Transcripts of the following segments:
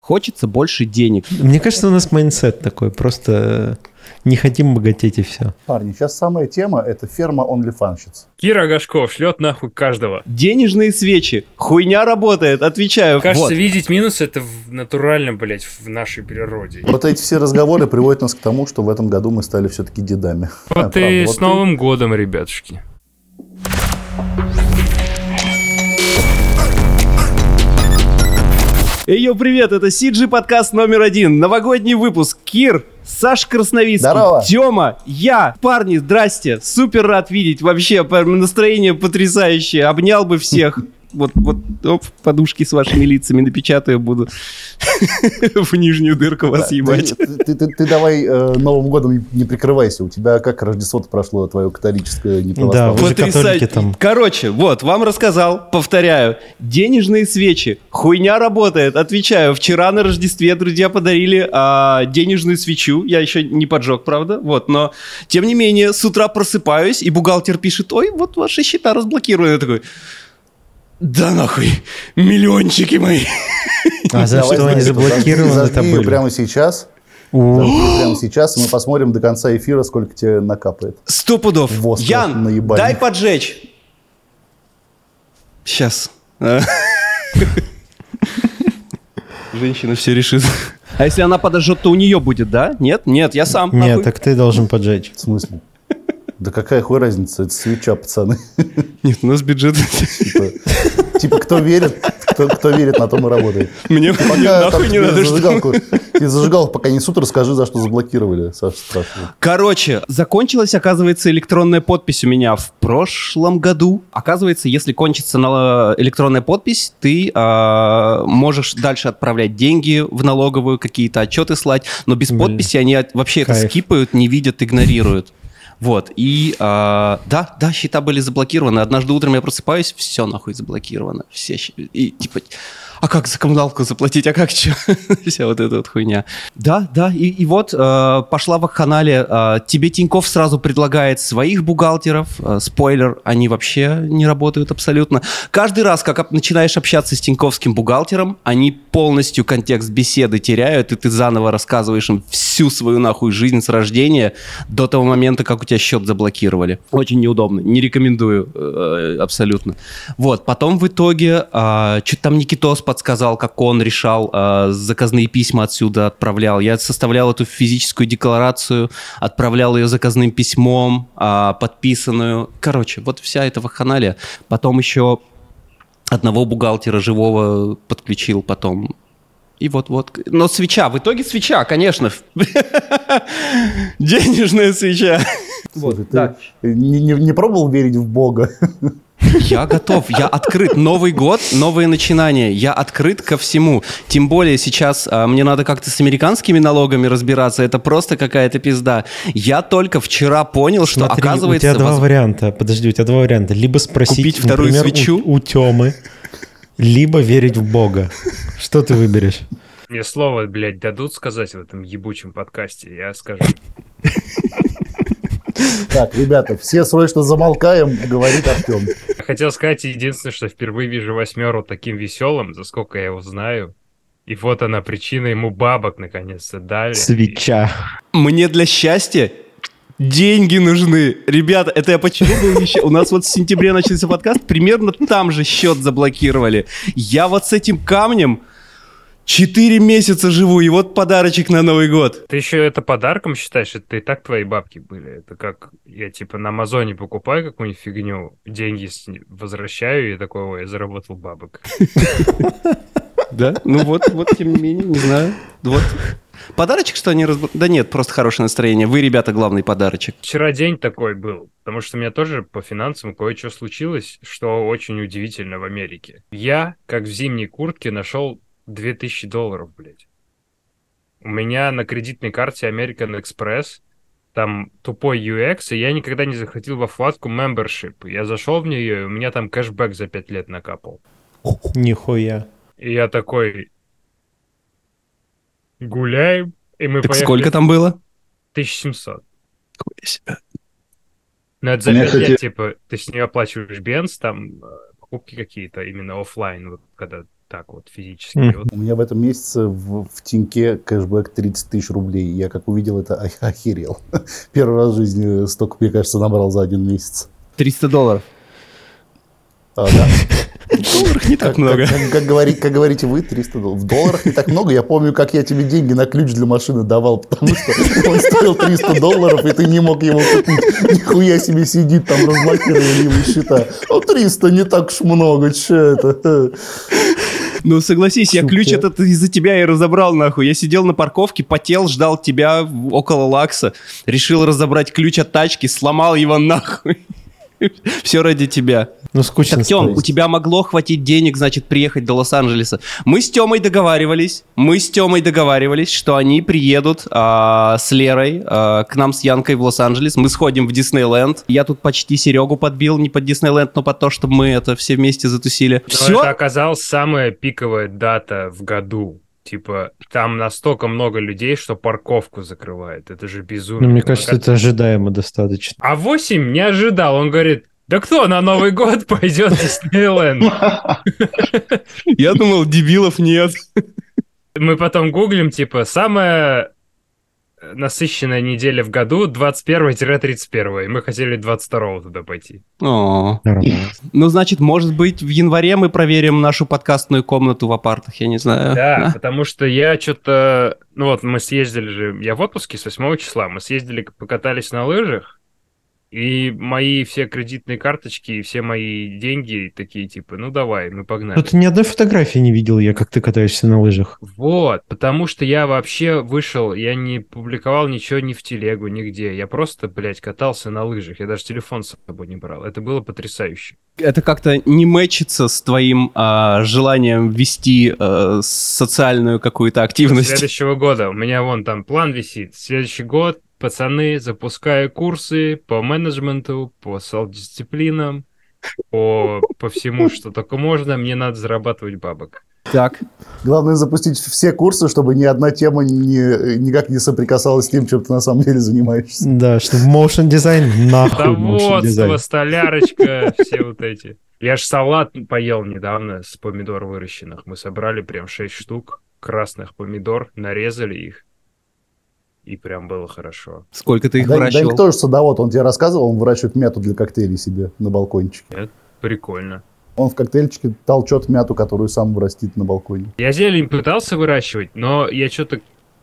хочется больше денег. Мне кажется, у нас майндсет такой, просто не хотим богатеть и все. Парни, сейчас самая тема — это ферма OnlyFansщиц. Кира Гашков шлет нахуй каждого. Денежные свечи. Хуйня работает, отвечаю. Кажется, Вот. видеть минус это натурально, блять, в нашей природе. Вот эти все разговоры приводят нас к тому, что в этом году мы стали все-таки дедами. Вот и с Новым годом, ребятушки. Йо, привет, это CG подкаст номер 1. Новогодний выпуск. Кир, Саша Красновицкий, Здорово. Тёма, я. Парни, здрасте. Супер рад видеть. Вообще, настроение потрясающее. Обнял бы всех. Вот, оп, подушки с вашими лицами напечатаю, буду в нижнюю дырку вас ебать. Ты давай Новым годом не прикрывайся. У тебя как Рождество-то прошло, твое католическое неправославное? Да, вы же католики там. Короче, вот, вам рассказал, повторяю. Денежные свечи. Хуйня работает, отвечаю. Вчера на Рождестве друзья подарили денежную свечу. Я еще не поджег, правда? Вот, но, тем не менее, с утра просыпаюсь, и бухгалтер пишет: ой, вот ваши счета разблокированы. Я такой: да нахуй, миллиончики мои. А за что они заблокированы-то были? Прямо сейчас. Прямо сейчас, и мы посмотрим до конца эфира, сколько тебе накапает. 100 пудов. Воска Ян, наебали. дай поджечь. Сейчас. Женщина все решит. А если она подожжет, то у нее будет, да? Нет? Нет, я сам. Нет, нахуй. так ты должен поджечь. В смысле? Да какая хуй разница, это свеча, пацаны. Нет, у нас бюджет. Типа кто верит, кто верит, на том и работает. Мне нахуй не надо, что... Ты зажигалку пока несут, расскажи, за что заблокировали, Саша спрашивает. Короче, закончилась, оказывается, электронная подпись у меня в прошлом году. Оказывается, если кончится электронная подпись, ты можешь дальше отправлять деньги в налоговую, какие-то отчеты слать, но без подписи они вообще это скипают, не видят, игнорируют. Вот, и да, счета были заблокированы. Однажды утром я просыпаюсь, все нахуй заблокировано. Все, и типа, а как за коммуналку заплатить, а как что? Вся вот эта вот хуйня. Да, и вот пошла вакханалия. Тебе Тинькофф сразу предлагает своих бухгалтеров. Спойлер, они вообще не работают абсолютно. Каждый раз, как начинаешь общаться с тиньковским бухгалтером, они полностью контекст беседы теряют, и ты заново рассказываешь им всю свою нахуй жизнь с рождения до того момента, как у тебя счет заблокировали. Очень неудобно. Не рекомендую абсолютно. Вот, потом в итоге что-то там Никитос подсказал, как он решал, заказные письма отсюда отправлял. Я составлял эту физическую декларацию, отправлял ее заказным письмом, подписанную. Короче, вот вся эта вакханалия. Потом еще одного бухгалтера живого подключил потом. И вот. Но свеча, в итоге свеча, конечно. Денежная свеча. Вот, ты не пробовал верить в Бога? Я готов, я открыт. Новый год, новые начинания. Я открыт ко всему. Тем более сейчас мне надо как-то с американскими налогами разбираться. Это просто какая-то пизда. Я только вчера понял, что оказывается... у тебя два варианта. Подожди, у тебя два варианта. Либо спросить, купить вторую например, свечу у Тёмы, либо верить в Бога. Что ты выберешь? Мне слово, блядь, дадут сказать в этом ебучем подкасте, я скажу. Так, ребята, все срочно замолкаем, говорит Артем. Хотел сказать единственное, что впервые вижу Восьмеру таким веселым, за сколько я его знаю. И вот она причина, ему бабок наконец-то дали. Свеча. Мне для счастья деньги нужны. Ребята, это я почему был еще... У нас вот в сентябре начался подкаст, примерно там же счет заблокировали. Я вот с этим камнем 4 месяца живу, и вот подарочек на Новый год. Ты еще это подарком считаешь? Это и так твои бабки были. Это как я типа на Амазоне покупаю какую-нибудь фигню, деньги возвращаю, и такой: ой, я заработал бабок. Да? Ну вот, тем не менее, не знаю. Вот. Подарочек, что они Да нет, просто хорошее настроение. Вы, ребята, главный подарочек. Вчера день такой был, потому что у меня тоже по финансам кое-что случилось, что очень удивительно в Америке. Я, как в зимней куртке, нашел $2000, блядь. У меня на кредитной карте American Express там тупой UX, и я никогда не заходил во вкладку Membership. Я зашел в нее, и у меня там кэшбэк за 5 лет накапал. Нихуя. И я такой: гуляем, и мы Так поехали. сколько там было? 1700. Хуя себе. Ну, это за 5 лет, типа, ты с нее оплачиваешь бенз, там, покупки какие-то, именно оффлайн, вот, когда так вот физически. И вот У меня в этом месяце в Тиньке кэшбэк 30 тысяч рублей. Я как увидел это, охерел. Первый раз в жизни столько, мне кажется, набрал за один месяц. $300. Да. В долларах не так много. Как говорите вы, $300. В долларах не так много. Я помню, как я тебе деньги на ключ для машины давал, потому что он стоил $300, и ты не мог его купить. Нихуя себе сидит там, разблокировали его счета. 300 не так уж много, че это? Ну, согласись, я ключ этот из-за тебя и разобрал, нахуй. Я сидел на парковке, потел, ждал тебя около Лакса, решил разобрать ключ от тачки, сломал его нахуй. Все ради тебя. Ну, скучно. Так, Тём, стоит. у тебя могло хватить денег, значит, приехать до Лос-Анджелеса. Мы с Тёмой договаривались, что они приедут с Лерой к нам с Янкой в Лос-Анджелес. Мы сходим в Диснейленд. Я тут почти Серегу подбил, не под Диснейленд, но под то, чтобы мы это все вместе затусили. Но Все? это оказалась самая пиковая дата в году. Типа, там настолько много людей, что парковку закрывает. Это же безумие. Ну, мне кажется, это ожидаемо достаточно. А 8 не ожидал. Он говорит, да кто на Новый год пойдет в Диснейленд? Я думал, дебилов нет. Мы потом гуглим, типа, самая насыщенная неделя в году 21-31. И мы хотели 22 туда пойти. О. Нормально. Ну, значит, может быть, в январе мы проверим нашу подкастную комнату в апартах, я не знаю. Да, потому что я что-то... Ну вот, мы съездили же... Я в отпуске с 8 числа. Мы съездили, покатались на лыжах. И мои все кредитные карточки и все мои деньги такие, типа, ну давай, мы погнали. Тут ни одной фотографии не видел я, как ты катаешься на лыжах. Вот, потому что я вообще вышел, я не публиковал ничего ни в телегу, нигде. Я просто, блядь, катался на лыжах. Я даже телефон с собой не брал. Это было потрясающе. Это как-то не мэчится с твоим желанием вести социальную какую-то До активность. следующего года. У меня вон там план висит. Следующий год, пацаны, запускаю курсы по менеджменту, по селф-дисциплинам, по всему, что только можно. Мне надо зарабатывать бабок. Так. Главное запустить все курсы, чтобы ни одна тема никак не соприкасалась с тем, чем ты на самом деле занимаешься. Да, что motion дизайн нахуй motion Заводство, дизайн. столярочка, все вот эти. Я ж салат поел недавно с помидор выращенных. Мы собрали прям 6 штук красных помидор, нарезали их. И прям было хорошо. Сколько ты их Даник выращивал? тоже садовод, он тебе рассказывал, он выращивает мяту для коктейлей себе на балкончике. Прикольно. Он в коктейльчике толчет мяту, которую сам вырастит на балконе. Я зелень пытался выращивать, но я что-то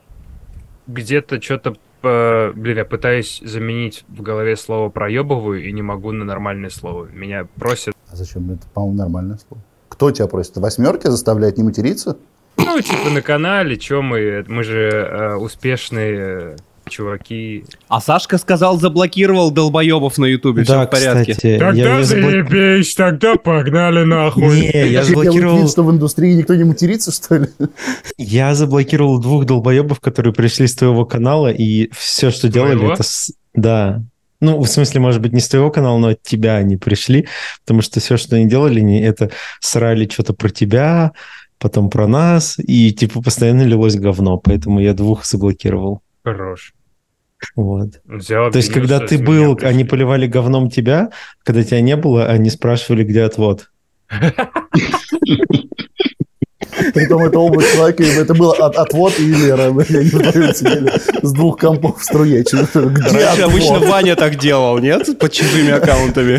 где-то что-то... Блин, я пытаюсь заменить в голове слово «проебываю» и не могу на нормальное слово. Меня просят... А зачем? Это, по-моему, нормальное слово. Кто тебя просит? Восьмерки заставляет не материться? Ну, типа на канале, что мы же успешные чуваки. А Сашка сказал, заблокировал долбоебов на Ютубе. Все Да, в порядке. кстати. Тогда заебись, тогда погнали нахуй. Не, я Тебе заблокировал... вид, что в индустрии никто не матерится, что ли? Я заблокировал 2 долбоебов, которые пришли с твоего канала, и все, что делали, Моего? это... Да. Ну, в смысле, может быть, не с твоего канала, но от тебя они пришли, потому что все, что они делали, это срали что-то про тебя, потом про нас, и, типа, постоянно лилось говно, поэтому я 2 заблокировал. Хорош. Вот. Взял, То есть, обвинился, когда ты с меня был, пришли. они поливали говном тебя, когда тебя не было, они спрашивали, где отвод. Притом это оба человека, и это был отвод и Лера. Они вдвоем сидели с 2 компов струячили. Где Раньше отвод? обычно Ваня так делал, нет? Под чужими аккаунтами.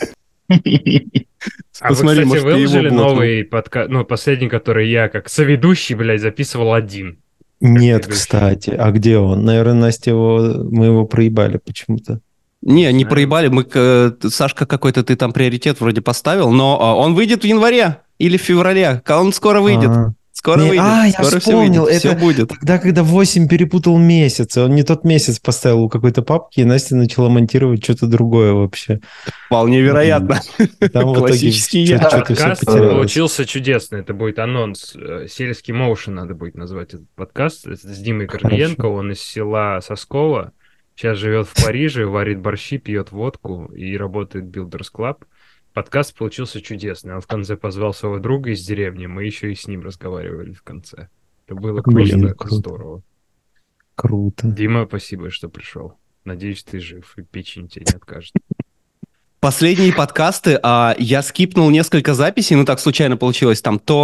А Посмотри, вы, кстати, может, ты его выложили блокнул. новый подкаст, ну, последний, который я как соведущий, блядь, записывал один. Нет, ведущий. кстати. А где он? Наверное, Настя мы его проебали почему-то. Не проебали. Сашка какой-то ты там приоритет вроде поставил, но он выйдет в январе или в феврале. Он скоро выйдет. А. Скоро выйдет. я Скоро вспомнил. все Это будет. тогда, когда 8 перепутал месяц. Он не тот месяц поставил у какой-то папки, и Настя начала монтировать что-то другое вообще. Вполне вероятно. Там в итоге Классический я. что-то все Подкаст потерялось. получился чудесный. Это будет анонс. Сельский Моушен надо будет назвать этот подкаст. Это с Димой Хорошо. Корниенко. Он из села Соскова. Сейчас живет в Париже, варит борщи, пьет водку и работает в Builders Club. Подкаст получился чудесный. Он в конце позвал своего друга из деревни. Мы еще и с ним разговаривали в конце. Это было Блин, просто круто. здорово. Круто. Дима, спасибо, что пришел. Надеюсь, ты жив, и печень тебе не откажет. Последние подкасты я скипнул несколько записей, ну так случайно получилось, там то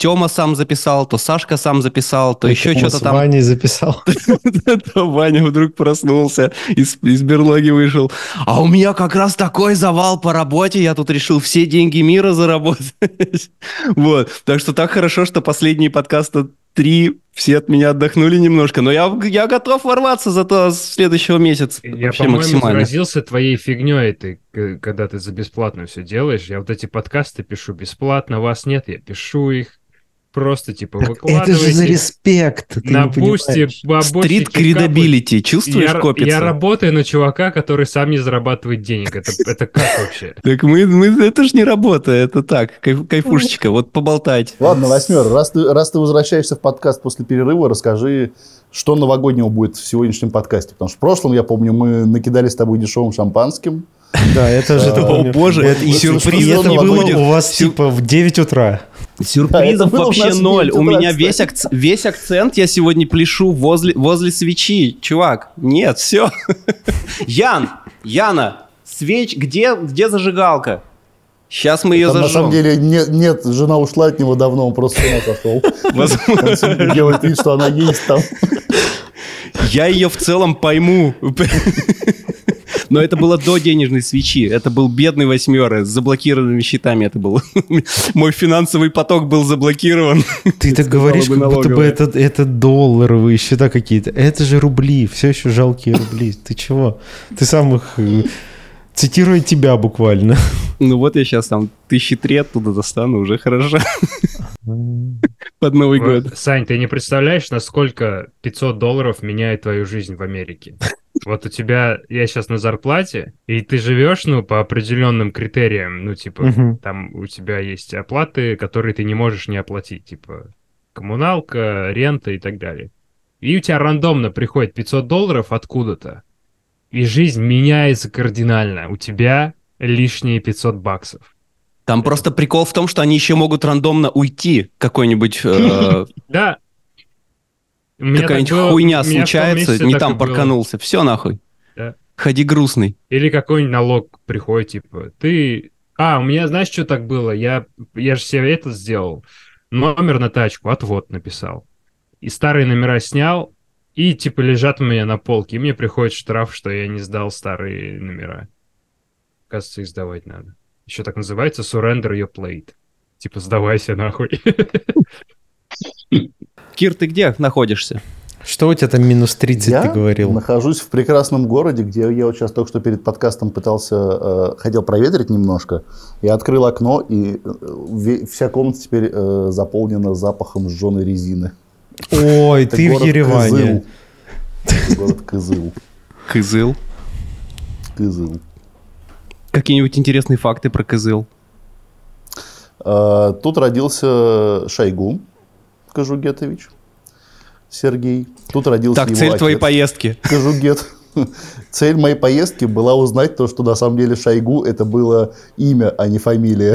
Тёма сам записал, то Сашка сам записал, то еще что-то там. Ваня записал. То Ваня вдруг проснулся, из берлоги вышел. А у меня как раз такой завал по работе, я тут решил все деньги мира заработать. Вот. Так что так хорошо, что последние подкасты 3 все от меня отдохнули немножко, но я готов ворваться зато с следующего месяца. Я, Вообще по-моему, максимально. заразился твоей фигней этой, когда ты за бесплатно все делаешь. Я вот эти подкасты пишу бесплатно, вас нет, я пишу их. Просто, типа, Это выкладывайте. же за респект. Ты На не бусте, понимаешь. Стрит кредабилити, чувствуешь, копится? Я работаю на чувака, который сам не зарабатывает денег. Это как вообще? Так мы это ж не работа, это так, кайфушечка, вот поболтать. Ладно, Восьмер, раз ты возвращаешься в подкаст после перерыва, расскажи, что новогоднего будет в сегодняшнем подкасте. Потому что в прошлом, я помню, мы накидали с тобой дешевым шампанским. Да, это же... О, боже, и сюрпризов это не было будет. у вас типа в 9 утра. Сюрпризов это было у вообще нас в 0. 9 У утра, меня кстати. весь акцент я сегодня пляшу возле свечи. Чувак, нет, все. Яна, где зажигалка? Сейчас мы ее Там, на самом зажжем. деле нет, жена ушла от него давно, он просто с ума сошел. Возможно. Он делает вид, что она есть там. Я ее в целом пойму. Но это было до денежной свечи. Это был бедный Восьмер с заблокированными счетами. Это был мой финансовый поток был заблокирован. Ты так говоришь, как будто бы это долларовые счета какие-то. Это же рубли, все еще жалкие рубли. Ты чего? Ты сам их... Цитирую тебя буквально. Ну вот я сейчас там 1003 оттуда достану, уже хорошо. Под Новый год. Сань, ты не представляешь, насколько $500 меняет твою жизнь в Америке? Вот у тебя, я сейчас на зарплате, и ты живешь, ну, по определенным критериям, ну, типа, там у тебя есть оплаты, которые ты не можешь не оплатить, типа, коммуналка, рента и так далее. И у тебя рандомно приходит $500 откуда-то, и жизнь меняется кардинально. У тебя лишние $500. Там просто прикол в том, что они еще могут рандомно уйти. Какой-нибудь... Да. Какая-нибудь хуйня случается, не там парканулся. Все нахуй. Да. Ходи грустный. Или какой-нибудь налог приходит, типа, ты... у меня, знаешь, что так было? Я же себе это сделал. Номер на тачку, отвод написал. И старые номера снял, и, типа, лежат у меня на полке. И мне приходит штраф, что я не сдал старые номера. Кажется, их сдавать надо. Еще так называется surrender your plate. Типа, сдавайся нахуй. Кир, ты где находишься? Что у тебя там минус 30, ты говорил? Я нахожусь в прекрасном городе, где я вот сейчас только что перед подкастом хотел проветрить немножко. Я открыл окно, и вся комната теперь заполнена запахом сжженной резины. Ой, Это ты в город Ереване. Кызыл. Город Кызыл. Кызыл. Кызыл. Какие-нибудь интересные факты про Кызыл? Тут родился Шойгу Кожугетович Сергей. Тут родился Так, его цель отец, твоей поездки. Кожугет. Цель моей поездки была узнать то, что на самом деле Шойгу это было имя, а не фамилия.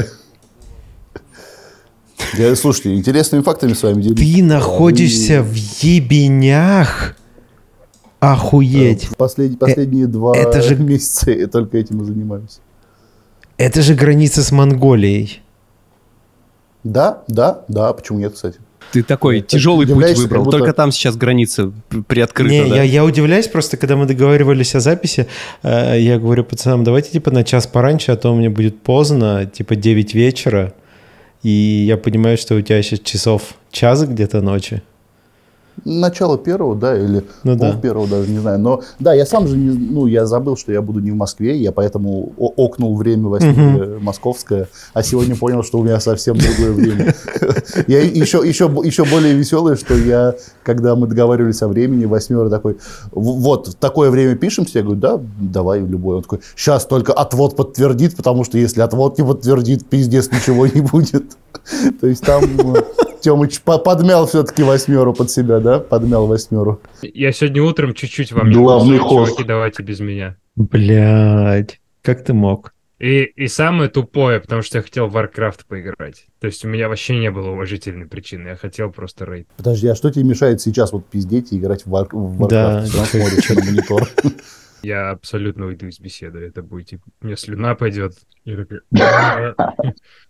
Слушайте, интересными фактами с вами делюсь. Ты находишься в ебенях? Охуеть. Последние 2 это же... месяца я только этим и занимаюсь. Это же граница с Монголией. Да, почему нет, кстати. Ты такой тяжелый путь выбрал, будто... только там сейчас граница приоткрыта. Не, да? я удивляюсь просто, когда мы договаривались о записи, я говорю пацанам, давайте типа на час пораньше, а то мне будет поздно, типа 9 вечера, и я понимаю, что у тебя сейчас час где-то ночи. Начало первого, да, или первого, даже не знаю. Но да, я сам же я забыл, что я буду не в Москве, я поэтому окнул время московское, а сегодня понял, что у меня совсем другое время. Я еще более веселый, что я, когда мы договаривались о времени, Восьмер такой, вот, в такое время пишемся, я говорю, да, давай в любое. Он такой, сейчас только отвод подтвердит, потому что если отвод не подтвердит, пиздец, ничего не будет. То есть там Тёмыч подмял все-таки Восьмеру под себя, да? Подмял Восьмеру. Я сегодня утром чуть-чуть вам не главный написал, хост. чуваки, давайте без меня. Блядь, как ты мог? И самое тупое, потому что я хотел в Warcraft поиграть. То есть у меня вообще не было уважительной причины, я хотел просто рейд. Подожди, а что тебе мешает сейчас вот пиздеть и играть в Warcraft? Да, Смотришь на монитор. Я абсолютно уйду из беседы, это будет, типа, у меня слюна пойдет. Я такой...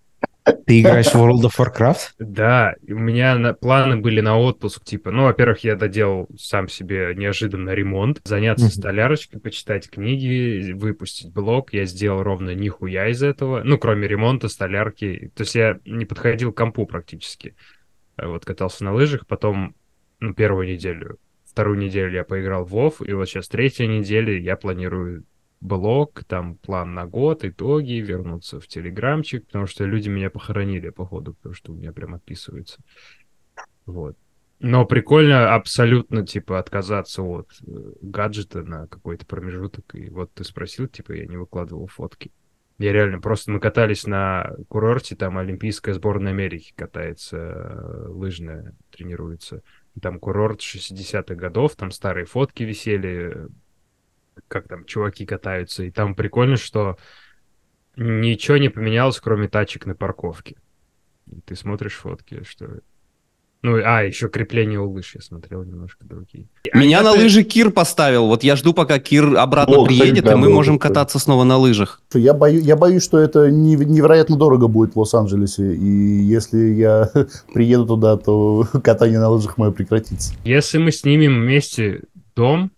Ты играешь в World of Warcraft? Да, и у меня планы были на отпуск, типа, ну, во-первых, я доделал сам себе неожиданно ремонт, заняться столярочкой, почитать книги, выпустить блог. Я сделал ровно нихуя из этого, ну, кроме ремонта, столярки. То есть я не подходил к компу практически. Вот катался на лыжах, потом, ну, первую неделю, вторую неделю я поиграл в WoW, и вот сейчас третья неделя я планирую блог, там план на год, итоги, вернуться в Телеграмчик, потому что люди меня похоронили, походу, потому что у меня прям отписываются. Вот. Но прикольно абсолютно, типа, отказаться от гаджета на какой-то промежуток. И вот ты спросил, типа, я не выкладывал фотки. Я реально просто... Мы катались на курорте, там Олимпийская сборная Америки катается, лыжная, тренируется. Там курорт 60-х годов, там старые фотки висели, как там чуваки катаются. И там прикольно, что ничего не поменялось, кроме тачек на парковке. И ты смотришь фотки, что... Ну, еще крепление у лыж я смотрел немножко другие. Меня на лыжи Кир поставил. Вот я жду, пока Кир обратно приедет, да, и мы было можем такое. кататься снова на лыжах. Я боюсь, что это невероятно дорого будет в Лос-Анджелесе, и если я приеду туда, то катание на лыжах мое прекратится. Если мы снимем вместе дом,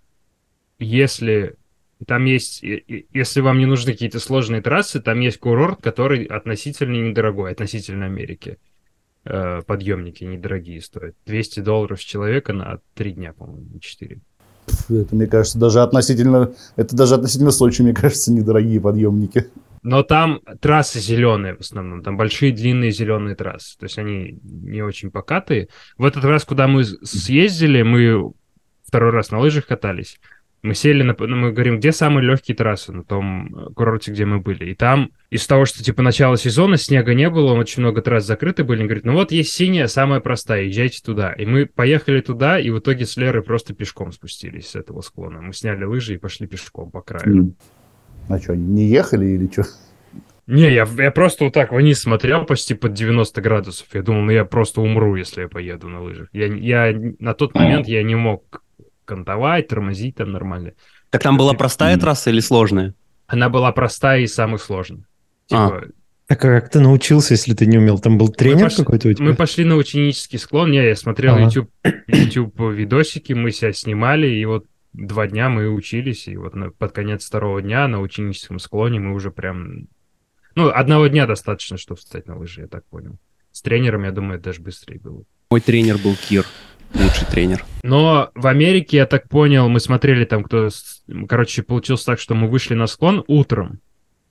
если там есть, если вам не нужны какие-то сложные трассы, там есть курорт, который относительно недорогой, относительно Америки. Подъемники недорогие стоят. $200 с человека на 3 дня, по-моему, 4. Это, мне кажется, даже относительно Сочи, мне кажется, недорогие подъемники. Но там трассы зеленые в основном, там большие длинные зеленые трассы, то есть они не очень покатые. В этот раз, куда мы съездили, мы второй раз на лыжах катались. Мы сели, мы говорим, где самые легкие трассы на том курорте, где мы были. И там из того, что типа начало сезона, снега не было, очень много трасс закрыты были. Он говорит, ну вот есть синяя, самая простая, езжайте туда. И мы поехали туда, и в итоге с Лерой просто пешком спустились с этого склона. Мы сняли лыжи и пошли пешком по краю. А что, не ехали или что? Не, я просто вот так вниз смотрел почти под 90 градусов. Я думал, ну я просто умру, если я поеду на лыжах. Я на тот момент я не мог кантовать, тормозить там нормально. Так там была простая трасса или сложная? Она была простая и самая сложная. Типа, Так а как ты научился, если ты не умел? Там был тренер какой-то у тебя? Мы пошли на ученический склон. Я смотрел YouTube видосики, мы себя снимали, и вот 2 дня мы учились, и вот под конец 2-го дня на ученическом склоне мы уже прям... Ну, 1 дня достаточно, чтобы встать на лыжи, я так понял. С тренером, я думаю, это даже быстрее было. Мой тренер был Кир. Лучший тренер. Но в Америке, я так понял, мы смотрели там, Короче, получилось так, что мы вышли на склон утром,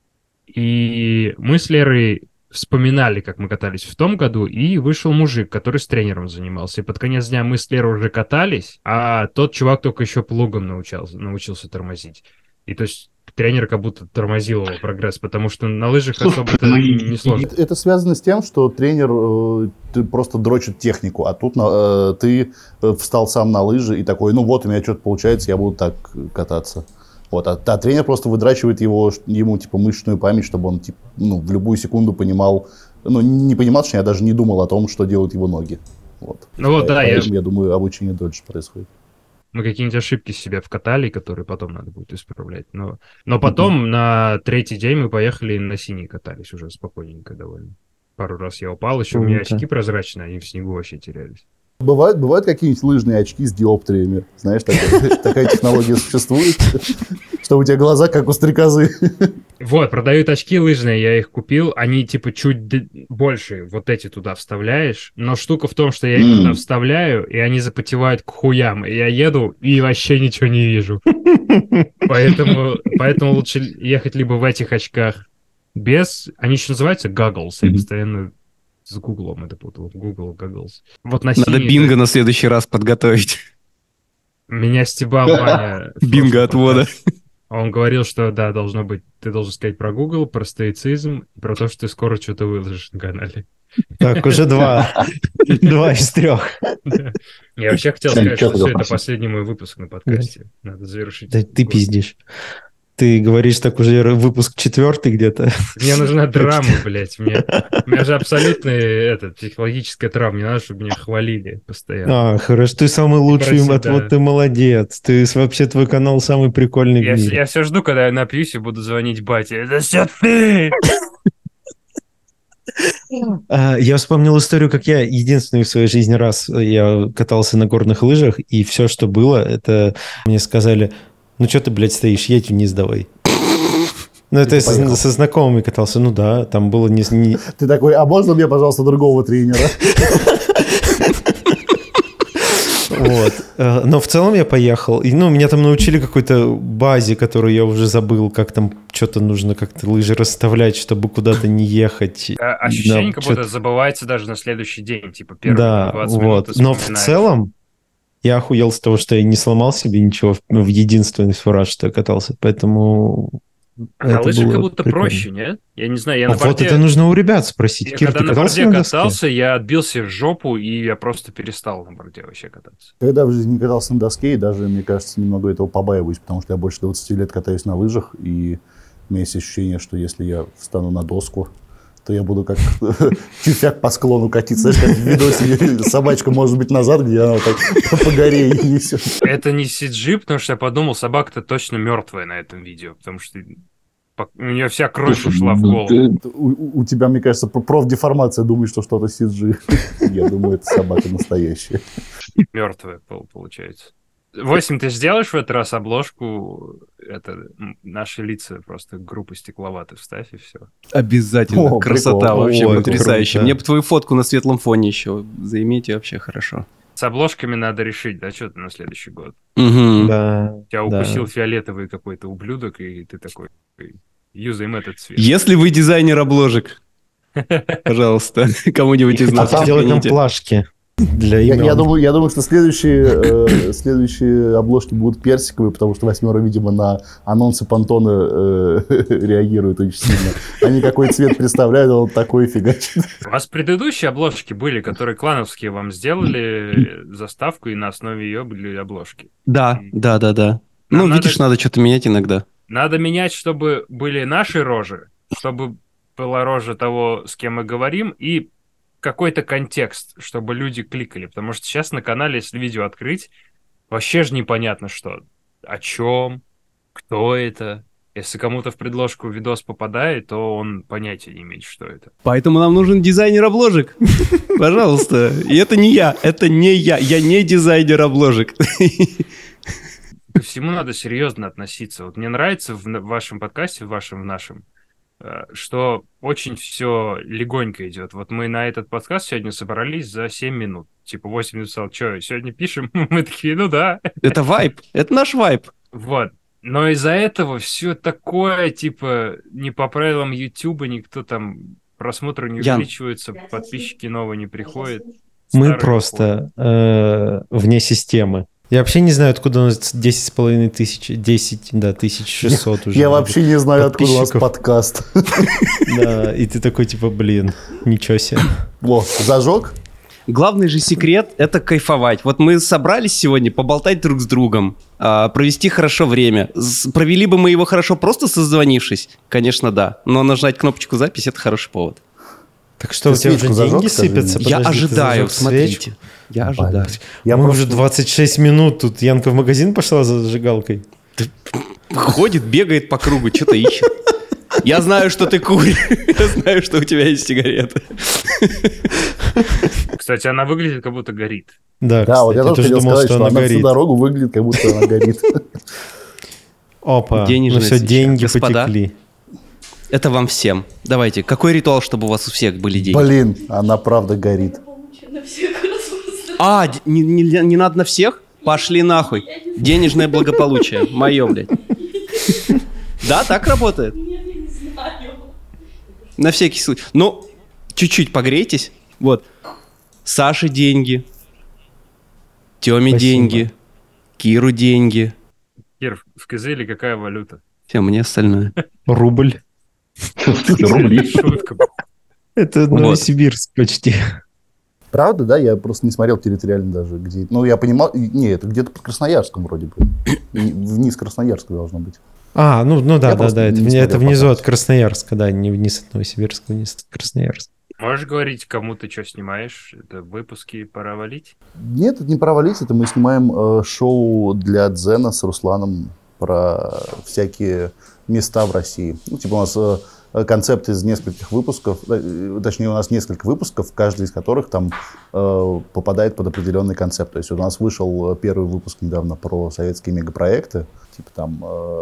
и мы с Лерой вспоминали, как мы катались в том году, и вышел мужик, который с тренером занимался. И под конец дня мы с Лерой уже катались, а тот чувак только еще плугом научился тормозить. И то есть тренер как будто тормозил его прогресс, потому что на лыжах особо-то не сложно. Это связано с тем, что тренер просто дрочит технику, а тут ты встал сам на лыжи и такой, ну вот, у меня что-то получается, я буду так кататься. Вот, а тренер просто выдрачивает ему типа мышечную память, чтобы он типа, ну, в любую секунду понимал, ну не понимал, что я даже не думал о том, что делают его ноги. Вот. Ну вот, да, я думаю, обучение дольше происходит. Мы какие-нибудь ошибки себе вкатали, которые потом надо будет исправлять. Но потом на 3-й день мы поехали на синий катались уже спокойненько довольно. Пару раз я упал, еще у меня очки прозрачные, они в снегу вообще терялись. Бывают какие-нибудь лыжные очки с диоптриями? Знаешь, такая технология существует, что у тебя глаза как у стрекозы. Вот, продают очки лыжные, я их купил, они типа чуть больше, вот эти туда вставляешь, но штука в том, что я их туда вставляю, и они запотевают к хуям, и я еду, и вообще ничего не вижу. Поэтому лучше ехать либо в этих очках без... Они еще называются goggles, я постоянно с гуглом это путал, Google goggles. Вот на Надо бинго на следующий раз подготовить. Меня стебал Ваня. Бинго отвода. Он говорил, что да, должно быть, ты должен сказать про Google, про стоицизм, про то, что ты скоро что-то выложишь на канале. Так, уже 2. 2 из 3. Я вообще хотел сказать, что все, это последний мой выпуск на подкасте. Надо завершить. Да ты пиздишь. Ты говоришь, так уже выпуск 4 где-то. Мне нужна драма, блядь. У меня же абсолютная психологическая травма. Не надо, чтобы меня хвалили постоянно. Хорошо. Ты самый лучший, вот ты молодец. Ты вообще, твой канал самый прикольный в мире. Я все жду, когда я напьюсь и буду звонить бате. Это все ты! Я вспомнил историю, как я единственный в своей жизни раз я катался на горных лыжах, и все, что было, это мне сказали, ну что ты, блядь, стоишь, едь вниз давай. Ну, это я со знакомыми катался, ну да, там было не... Ты такой, а можно мне, пожалуйста, другого тренера? Вот. Но в целом я поехал. И, ну, меня там научили какой-то базе, которую я уже забыл, как там что-то нужно как-то лыжи расставлять, чтобы куда-то не ехать. Ощущение, Да, как что-то... будто забывается даже на следующий день. Типа первые Да, 20 минут вот. ты Но в вспоминаешь. целом я охуел с того, что я не сломал себе ничего в единственный раз, что я катался. Поэтому А на это лыжах было как будто прикольно. проще, нет? Я не знаю, я А на борде... вот это нужно у ребят спросить. Я Кир, когда ты на катался борде на доске? катался, я отбился в жопу, и я просто перестал на борде вообще кататься. Когда в жизни не катался на доске, и даже, мне кажется, немного этого побаиваюсь, потому что я больше 20 лет катаюсь на лыжах, и у меня есть ощущение, что если я встану на доску, то я буду как тюфяк по склону катиться. Знаешь, как в видосе собачка может быть назад, где она так по горе и несет. Это не CG, потому что я подумал, собака-то точно мертвая на этом видео, потому что у нее вся кровь ушла в голову. У тебя, мне кажется, профдеформация думает, что что-то CG. Я думаю, это собака настоящая. Мертвая, получается. 8, ты сделаешь в этот раз обложку? Это наши лица, просто группа стекловаты вставь, и все. Обязательно. О, Красота прикол. вообще О, потрясающая. круто. Мне бы твою фотку на светлом фоне еще заиметь вообще хорошо. С обложками надо решить, да, что-то на следующий год. Мгм. Да, Тебя да. укусил фиолетовый какой-то ублюдок, и ты такой, юзаем этот цвет. Если вы дизайнер обложек, пожалуйста, кому-нибудь из нас Сделать нам скиньте. плашки для имен. Я думаю, что следующие обложки будут персиковые, потому что Восьмера, видимо, на анонсы Пантона реагирует очень сильно. Они какой цвет представляют, он такой фигачит. У вас предыдущие обложки были, которые клановские вам сделали заставку, и на основе ее были обложки. Да. Ну, Нам видишь, надо что-то менять иногда. Надо менять, чтобы были наши рожи, чтобы была рожа того, с кем мы говорим, и какой-то контекст, чтобы люди кликали. Потому что сейчас на канале, если видео открыть, вообще же непонятно, что, о чем, кто это. Если кому-то в предложку видос попадает, то он понятия не имеет, что это. Поэтому нам нужен дизайнер обложек. Пожалуйста. И это не я. Это не я. Я не дизайнер обложек. Ко всему надо серьезно относиться. Вот мне нравится в вашем подкасте, в нашем, что очень все легонько идет. Вот мы на этот подкаст сегодня собрались за 7 минут. Типа 8 минут сказал, что, сегодня пишем? Мы такие, ну да. Это вайб. Это наш вайб. Вот. Но из-за этого все такое, типа, не по правилам Ютуба, никто там, просмотры не Ян. увеличиваются, подписчики новые не приходят. Мы старые просто вне системы. Я вообще не знаю, откуда у нас 10,5 тысяч, 1600 уже. Я вообще не знаю, откуда у вас подписчиков. подкаст. Да, и ты такой, типа, блин, ничего себе. Во, зажег? Главный же секрет — это кайфовать. Вот мы собрались сегодня поболтать друг с другом, провести хорошо время. Провели бы мы его хорошо, просто созвонившись? Конечно, да. Но нажать кнопочку «Запись» — это хороший повод. Так что, у Ты тебя уже свечку зажег, деньги скажи сыпятся? мне? Я Подожди, ты ожидаю, зажег смотрите. свечку? Я ожидаю. Я Мы просто- уже 26 минут, тут Янка в магазин пошла за зажигалкой. Ходит, бегает по кругу, что-то ищет. Я знаю, что ты куришь. Я знаю, что у тебя есть сигареты. Кстати, она выглядит, как будто горит. Да, Да, вот я кстати, тоже хотел думал, сказать, что она всю горит. дорогу выглядит, как будто она горит. Опа, Денежная ну все, свеча. деньги Господа. потекли. Это вам всем. Давайте, какой ритуал, чтобы у вас у всех были деньги? Блин, она правда горит. На всех распространяется. Не надо на всех? Пошли нахуй. Денежное благополучие. Мое, блядь. Да, так работает. Нет, я не знаю. На всякий случай. Ну, чуть-чуть погрейтесь. Вот. Саше деньги. Теме Спасибо. деньги. Киру деньги. Кир, в Кызыле какая валюта? Все, мне остальное. Рубль. Рубли. Шутка. Это Вот. Новосибирск почти. Правда, да? Я просто не смотрел территориально даже, где... Ну, я понимал... Не, это где-то под Красноярском вроде бы. Вниз Красноярска должно быть. А, ну да, Я просто это, не это смотрел внизу подкаст. от Красноярска, да, не вниз от Новосибирска, вниз от Красноярска. Можешь говорить, кому ты что снимаешь? Это выпуски «Пора валить»? Нет, это не провалить, это мы снимаем шоу для Дзена с Русланом. про всякие места в России. Ну, типа у нас концепт из нескольких выпусков, точнее, у нас несколько выпусков, каждый из которых там попадает под определенный концепт. То есть у нас вышел первый выпуск недавно про советские мегапроекты, типа там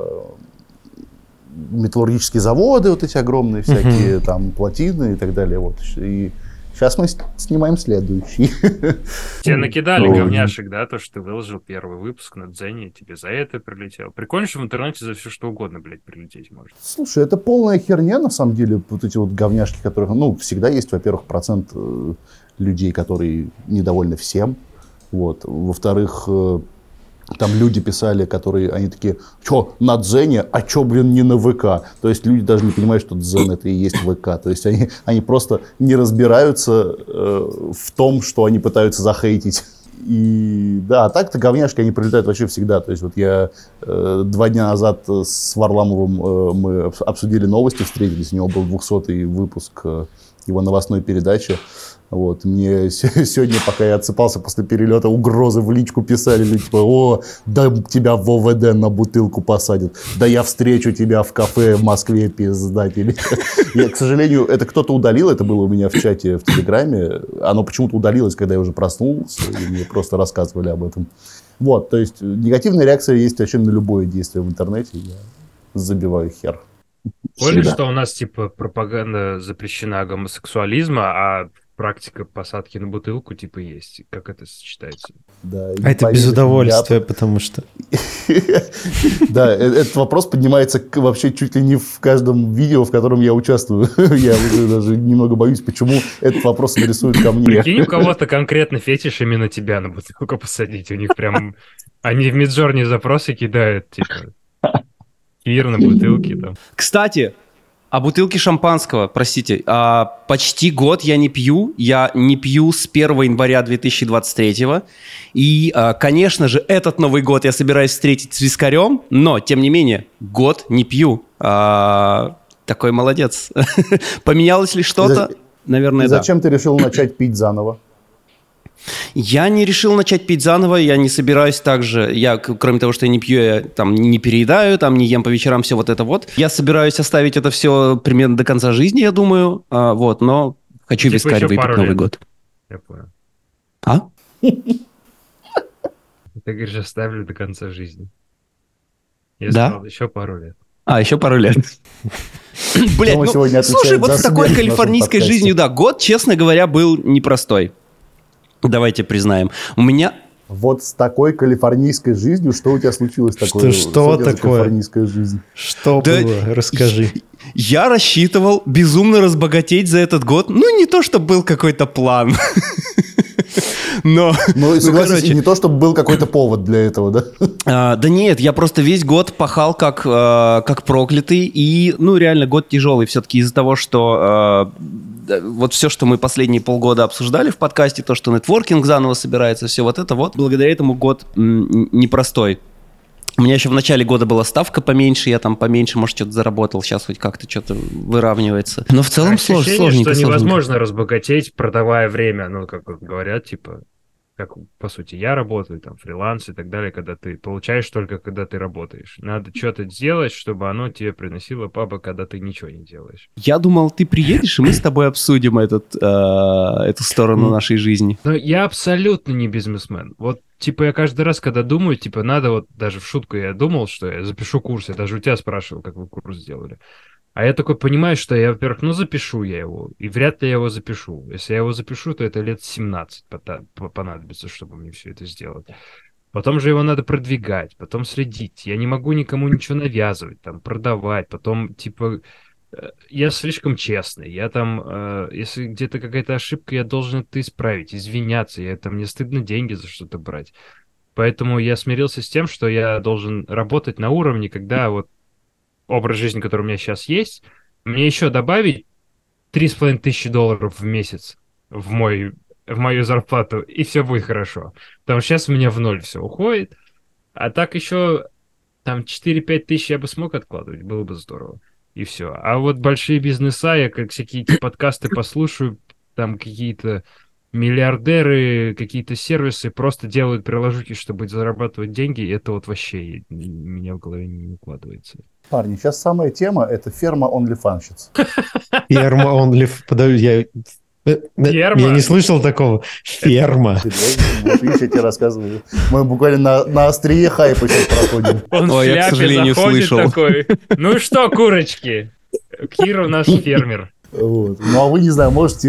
металлургические заводы, вот эти огромные всякие, там плотины и так далее. Вот. И сейчас мы снимаем следующий. Тебе накидали говняшек, да, то, что ты выложил первый выпуск на Дзене, тебе за это прилетело. Прикольно, что в интернете за все что угодно, блядь, прилететь может. Слушай, это полная херня, на самом деле, вот эти вот говняшки, которые, ну, всегда есть, во-первых, процент людей, которые недовольны всем, вот, во-вторых, там люди писали, которые, они такие, что, на Дзене, а что, блин, не на ВК? То есть люди даже не понимают, что Дзен это и есть ВК. То есть они просто не разбираются в том, что они пытаются захейтить. И да, так-то говняшки, они прилетают вообще всегда. То есть вот я 2 дня назад с Варламовым мы обсудили новости, встретились, у него был 200-й выпуск его новостной передачи. Вот, мне сегодня, пока я отсыпался после перелета, угрозы в личку писали, типа, о, да тебя в ОВД на бутылку посадят, да я встречу тебя в кафе в Москве, пиздатели. Я, к сожалению, это кто-то удалил, это было у меня в чате в Телеграме, оно почему-то удалилось, когда я уже проснулся, и мне просто рассказывали об этом. Вот, то есть негативная реакция есть вообще на любое действие в интернете, я забиваю хер. Поняли, что у нас, типа, пропаганда запрещена гомосексуализма, а практика посадки на бутылку, типа, есть. Как это сочетается? Да, а это без удовольствия, потому что... Да, этот вопрос поднимается вообще чуть ли не в каждом видео, в котором я участвую. Я уже даже немного боюсь, почему этот вопрос нарисуют ко мне. Прикинь, у кого-то конкретно фетиш именно тебя на бутылку посадить. У них прям... Они в Миджорни запросы кидают, типа... Кир на бутылке там. Кстати, о бутылке шампанского, простите, почти год я не пью с 1 января 2023, и, конечно же, этот Новый год я собираюсь встретить с вискарем, но, тем не менее, год не пью. Такой молодец. Поменялось ли что-то? Наверное, да. Зачем ты решил начать пить заново? Я не решил начать пить заново, я не собираюсь также, я, кроме того, что я не пью, я там не переедаю, там не ем по вечерам, все вот это вот. Я собираюсь оставить это все примерно до конца жизни, я думаю, вот, но хочу вискарь выпить Новый год. Я понял. А? Ты говоришь, оставлю до конца жизни. Я да? сказал, еще пару лет. Еще пару лет. Блять, ну, слушай, вот с такой калифорнийской жизнью, да, год, честно говоря, был непростой. Давайте признаем. У меня... Вот с такой калифорнийской жизнью, что у тебя случилось такое? Что такое? Калифорнийская жизнь? Что было? Расскажи. Я рассчитывал безумно разбогатеть за этот год. Ну, не то, чтобы был какой-то план. Но, согласись, не то, чтобы был какой-то повод для этого, да? Да нет, я просто весь год пахал как проклятый. И, реально, год тяжелый все-таки из-за того, что... вот все, что мы последние полгода обсуждали в подкасте, то, что нетворкинг заново собирается, все вот это вот, благодаря этому год непростой. У меня еще в начале года была ставка поменьше, я там поменьше, может, что-то заработал, сейчас хоть как-то что-то выравнивается. Но в целом сложненько. Что невозможно разбогатеть, продавая время, как говорят, типа... Как, по сути, я работаю, там, фриланс и так далее, когда ты получаешь только, когда ты работаешь. Надо что-то сделать, чтобы оно тебе приносило бабок, когда ты ничего не делаешь. Я думал, ты приедешь, и мы с тобой обсудим эту сторону нашей жизни. Но я абсолютно не бизнесмен. Вот, типа, я каждый раз, когда думаю, типа, надо вот, даже в шутку я думал, что я запишу курс, я даже у тебя спрашивал, как вы курс сделали. А я такой понимаю, что я, во-первых, запишу я его, и вряд ли я его запишу. Если я его запишу, то это лет 17 понадобится, чтобы мне все это сделать. Потом же его надо продвигать, потом следить. Я не могу никому ничего навязывать, там, продавать. Потом, типа, я слишком честный. Я там, если где-то какая-то ошибка, я должен это исправить, извиняться. Мне стыдно деньги за что-то брать. Поэтому я смирился с тем, что я должен работать на уровне, когда вот образ жизни, который у меня сейчас есть, мне еще добавить $3500 в месяц в мою зарплату, и все будет хорошо. Потому что сейчас у меня в ноль все уходит, а так еще там 4-5 тысяч я бы смог откладывать, было бы здорово. И все. А вот большие бизнеса, я как всякие эти подкасты послушаю, там какие-то миллиардеры, какие-то сервисы просто делают приложухи, чтобы зарабатывать деньги, и это вот вообще у меня в голове не укладывается. Парни, сейчас самая тема – это ферма OnlyFanщиц. Ферма OnlyFans. Подожди, Ферма? я не слышал такого. Ферма. Видишь, я тебе рассказываю. Мы буквально на острие хайпа сейчас проходим. Он Ой, в я, к шляпе сожалению, заходит слышал. такой, ну что, курочки, Кира наш фермер. Вот. Ну, а вы, не знаю, можете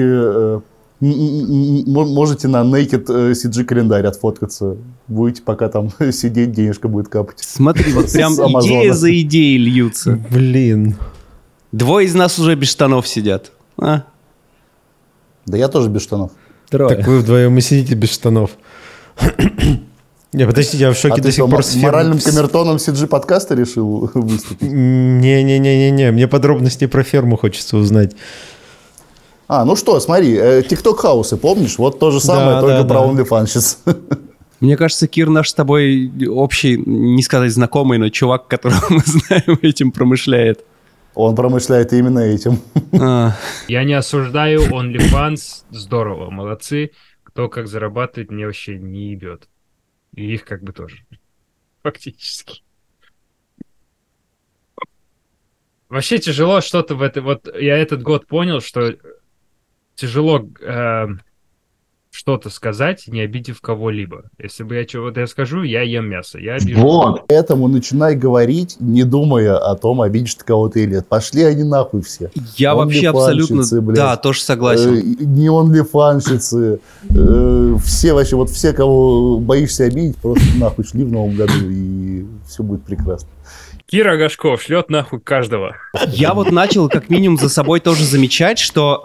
на Naked CG календарь отфоткаться. Будете пока там сидеть, денежка будет капать. Смотри, вот прям С Амазона. идея за идеей льются. Блин. Двое из нас уже без штанов сидят. А? Да я тоже без штанов. Трое. Так вы вдвоем и сидите без штанов. Не, подождите, я в шоке А до ты сих что, пор. с моральным камертоном CG подкаста решил выступить? Не, мне подробностей про ферму хочется узнать. Ну что, смотри, TikTok-хаусы, помнишь? Вот то же самое, Да, только да, про да. OnlyFanщиц. Мне кажется, Кир наш с тобой общий, не сказать знакомый, но чувак, которого мы знаем, этим промышляет. Он промышляет именно этим. Я не осуждаю OnlyFans, здорово, молодцы. Кто как зарабатывает, мне вообще не ебет. И их как бы тоже. Фактически. Вообще тяжело что-то в это... Вот я этот год понял, что тяжело что-то сказать, не обидев кого-либо. Если бы я чего-то скажу, я ем мясо. Я обижу. Вот. Поэтому начинай говорить, не думая о том, обидишь ты кого-то или нет. Пошли они нахуй все. Я вообще абсолютно, OnlyFanщицы, блядь. да, тоже согласен. Не OnlyFanщицы. Все вообще, вот все, кого боишься обидеть, просто нахуй шли в новом году, и все будет прекрасно. Кира Гашков шлет нахуй каждого. Я вот начал как минимум за собой тоже замечать, что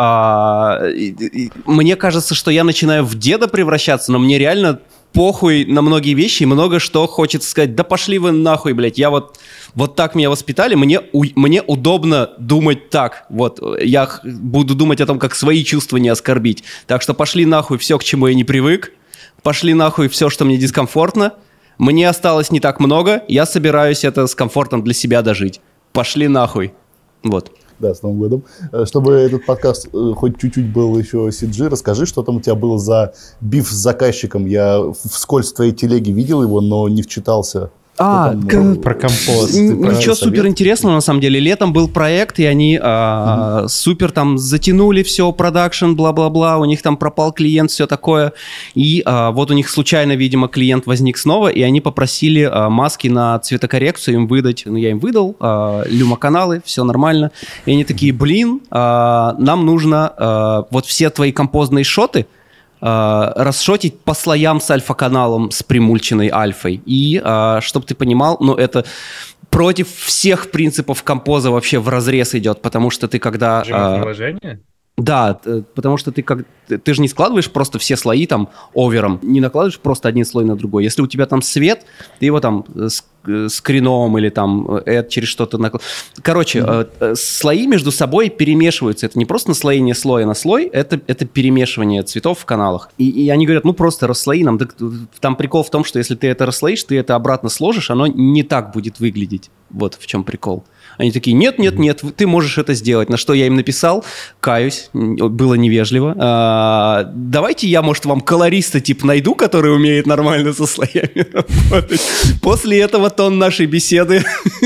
мне кажется, что я начинаю в деда превращаться, но мне реально похуй на многие вещи и много что хочется сказать. Да пошли вы нахуй, блядь. Я вот так меня воспитали, мне удобно думать так. Вот, я буду думать о том, как свои чувства не оскорбить. Так что пошли нахуй все, к чему я не привык. Пошли нахуй все, что мне дискомфортно. Мне осталось не так много, я собираюсь это с комфортом для себя дожить. Пошли нахуй. Вот. Да, с Новым годом. Чтобы этот подкаст хоть чуть-чуть был еще CG, расскажи, что там у тебя было за биф с заказчиком. Я вскользь в твоей телеге видел его, но не вчитался. Про компост. Ничего супер интересного, на самом деле. Летом был проект, и они супер там затянули все, продакшн, бла-бла-бла, у них там пропал клиент, все такое. И вот у них случайно, видимо, клиент возник снова, и они попросили маски на цветокоррекцию им выдать. Ну, я им выдал, люма-каналы, все нормально. И они такие, блин, нам нужно вот все твои композные шоты расшотить по слоям с альфа-каналом, с примульченной альфой. И, чтобы ты понимал, ну, это против всех принципов композа вообще вразрез идет, потому что ты когда... Наложение? Да, потому что ты же не складываешь просто все слои там овером, не накладываешь просто один слой на другой. Если у тебя там свет, ты его там скрином или там через что-то накладываешь. Короче, слои между собой перемешиваются. Это не просто наслоение слоя на слой, это перемешивание цветов в каналах. И они говорят, ну просто расслои нам. Там прикол в том, что если ты это расслоишь, ты это обратно сложишь, оно не так будет выглядеть. Вот в чем прикол. Они такие, нет, ты можешь это сделать. На что я им написал, каюсь, было невежливо. Давайте я, может, вам колориста типа найду, который умеет нормально со слоями работать. После этого тон нашей беседы...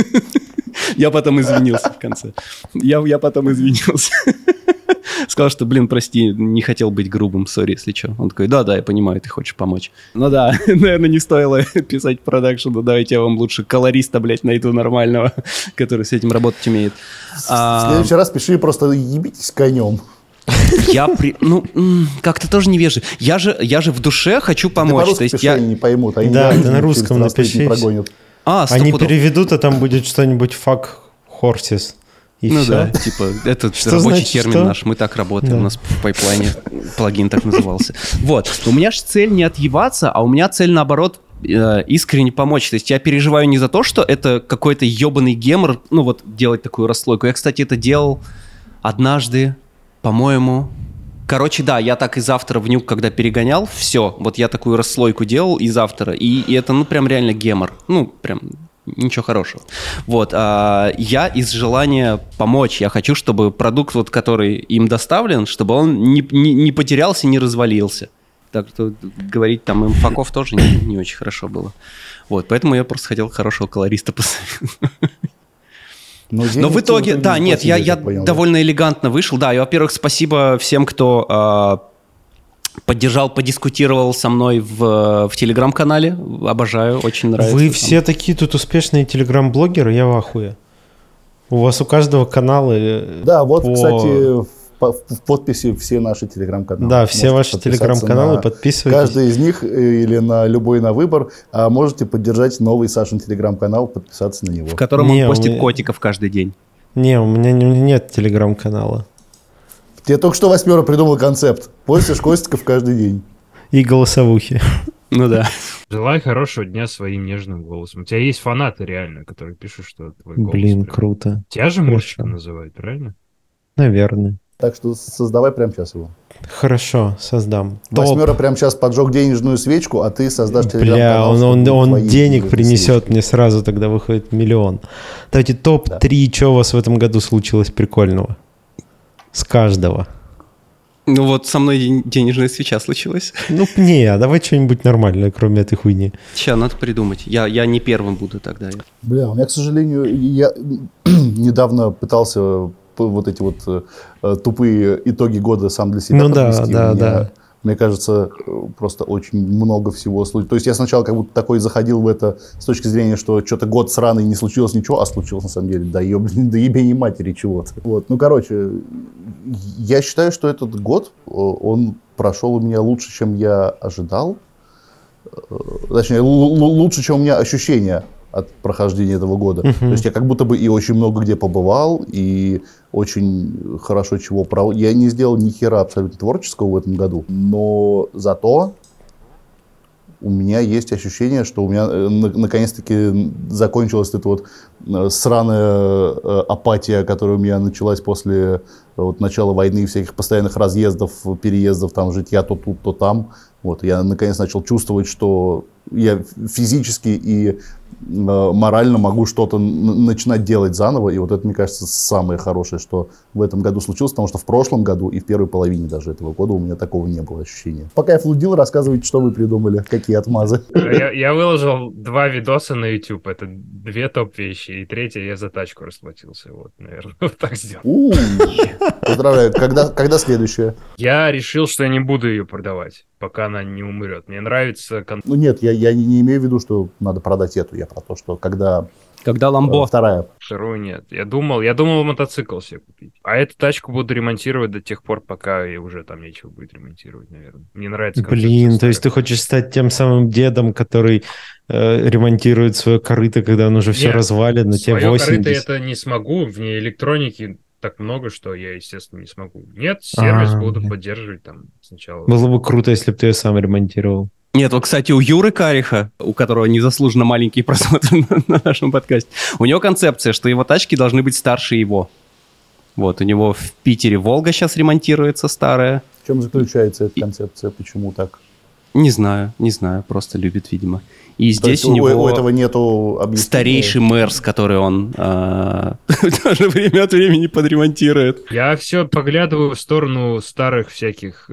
Я потом извинился в конце. Я потом извинился. Сказал, что, блин, прости, не хотел быть грубым, сори, если что. Он такой, да, я понимаю, ты хочешь помочь. Ну да, наверное, не стоило писать продакшену, давайте я вам лучше колориста, блядь, найду нормального, который с этим работать умеет. В следующий раз пиши просто ебитесь конем. Как-то тоже невежливо. Я же в душе хочу помочь. Ты по-русски пиши, они не поймут. Да, ты на русском напиши. Они переведут, а там будет что-нибудь fuck horses. И ну все. Да, типа, это что рабочий значит, термин что? наш, мы так работаем, Да. у нас в пайплайне плагин так назывался. Вот, у меня же цель не отъебаться, а у меня цель, наоборот, искренне помочь. То есть я переживаю не за то, что это какой-то ебаный гемор, ну вот, делать такую расслойку. Я, кстати, это делал однажды, по-моему... Короче, да, я так из автора в нюк, когда перегонял, все, вот я такую расслойку делал из автора, и это, ну, прям реально гемор. Ну, прям Ничего хорошего. Вот, я из желания помочь, я хочу, чтобы продукт, вот, который им доставлен, чтобы он не потерялся, не развалился. Так что говорить там инфаков тоже не очень хорошо было. Вот, поэтому я просто хотел хорошего колориста посоветовать. Но в итоге, да, нет, я довольно элегантно вышел. Да, и, во-первых, спасибо всем, кто поддержал, подискутировал со мной в телеграм-канале. Обожаю, очень нравится. Вы все такие тут успешные телеграм-блогеры, я в ахуе. У вас у каждого канала... Да, вот, кстати... В подписи все наши телеграм-каналы. Да, все ваши телеграм-каналы, подписывайтесь. Каждый из них или на любой на выбор. А можете поддержать новый Сашин телеграм-канал, подписаться на него. В котором он постит котиков каждый день. Не, у меня нет телеграм-канала. Я только что 8 придумал концепт. Постишь котиков каждый день. И голосовухи. Ну да. Желаю хорошего дня своим нежным голосом. У тебя есть фанаты реально, которые пишут, что твой голос... Блин, круто. Тебя же Мурчиком называют, правильно? Наверное. Так что создавай прямо сейчас его. Хорошо, создам. 8 прямо сейчас поджег денежную свечку, а ты создашь телеграм-канал. Бля, он денег принесет, мне сразу тогда выходит 1 миллион. Давайте топ-3, что у вас в этом году случилось прикольного? С каждого. Ну вот со мной денежная свеча случилась. Ну не, давай что-нибудь нормальное, кроме этой хуйни. Сейчас надо придумать. Я не первым буду тогда. Бля, у меня, к сожалению, я недавно пытался... вот эти вот тупые итоги года сам для себя подвести. Да. Мне кажется, просто очень много всего случилось. То есть я сначала как будто такой заходил в это с точки зрения, что что-то год сраный, не случилось ничего, а случилось на самом деле до ебени матери чего-то. Вот. Ну, короче, я считаю, что этот год, он прошел у меня лучше, чем я ожидал. Точнее, лучше, чем у меня ощущения от прохождения этого года. То есть я как будто бы и очень много где побывал, и очень хорошо чего провел. Я не сделал ни хера абсолютно творческого в этом году, но зато у меня есть ощущение, что у меня наконец-таки закончилась эта вот сраная апатия, которая у меня началась после вот начала войны, всяких постоянных разъездов, переездов, там, житья то тут, то там. Вот, я наконец начал чувствовать, что я физически и морально могу что-то начинать делать заново. И вот это, мне кажется, самое хорошее, что в этом году случилось, потому что в прошлом году и в первой половине даже этого года у меня такого не было ощущения. Пока я флудил, рассказывайте, что вы придумали, какие отмазы. Я выложил 2 видоса на YouTube, это 2 топ-вещи, и 3 я за тачку расплатился. Вот, наверное, вот так сделал. Поздравляю. Когда следующее? Я решил, что я не буду ее продавать, пока она не умрет. Мне нравится... Ну нет, я не имею в виду, что надо продать эту. Я про то, что когда Ламбо. Вторая. Вторую нет. Я думал мотоцикл себе купить. А эту тачку буду ремонтировать до тех пор, пока и уже там нечего будет ремонтировать, наверное. Мне нравится концепция. Блин, то есть ты хочешь стать тем самым дедом, который ремонтирует свое корыто, когда он уже все развалено, тебе 80. Свое корыто это не смогу, в ней электроники так много, что я, естественно, не смогу. Нет, сервис буду поддерживать там сначала. Было бы круто, если бы ты ее сам ремонтировал. Нет, вот, кстати, у Юры Кариха, у которого незаслуженно маленькие просмотры на нашем подкасте, у него концепция, что его тачки должны быть старше его. Вот, у него в Питере Волга сейчас ремонтируется старая. В чем заключается эта концепция? Почему так? Не знаю, просто любит, видимо. И здесь у него у этого нету объяснения. Старейший Мерс, который он даже время от времени подремонтирует. Я все поглядываю в сторону старых всяких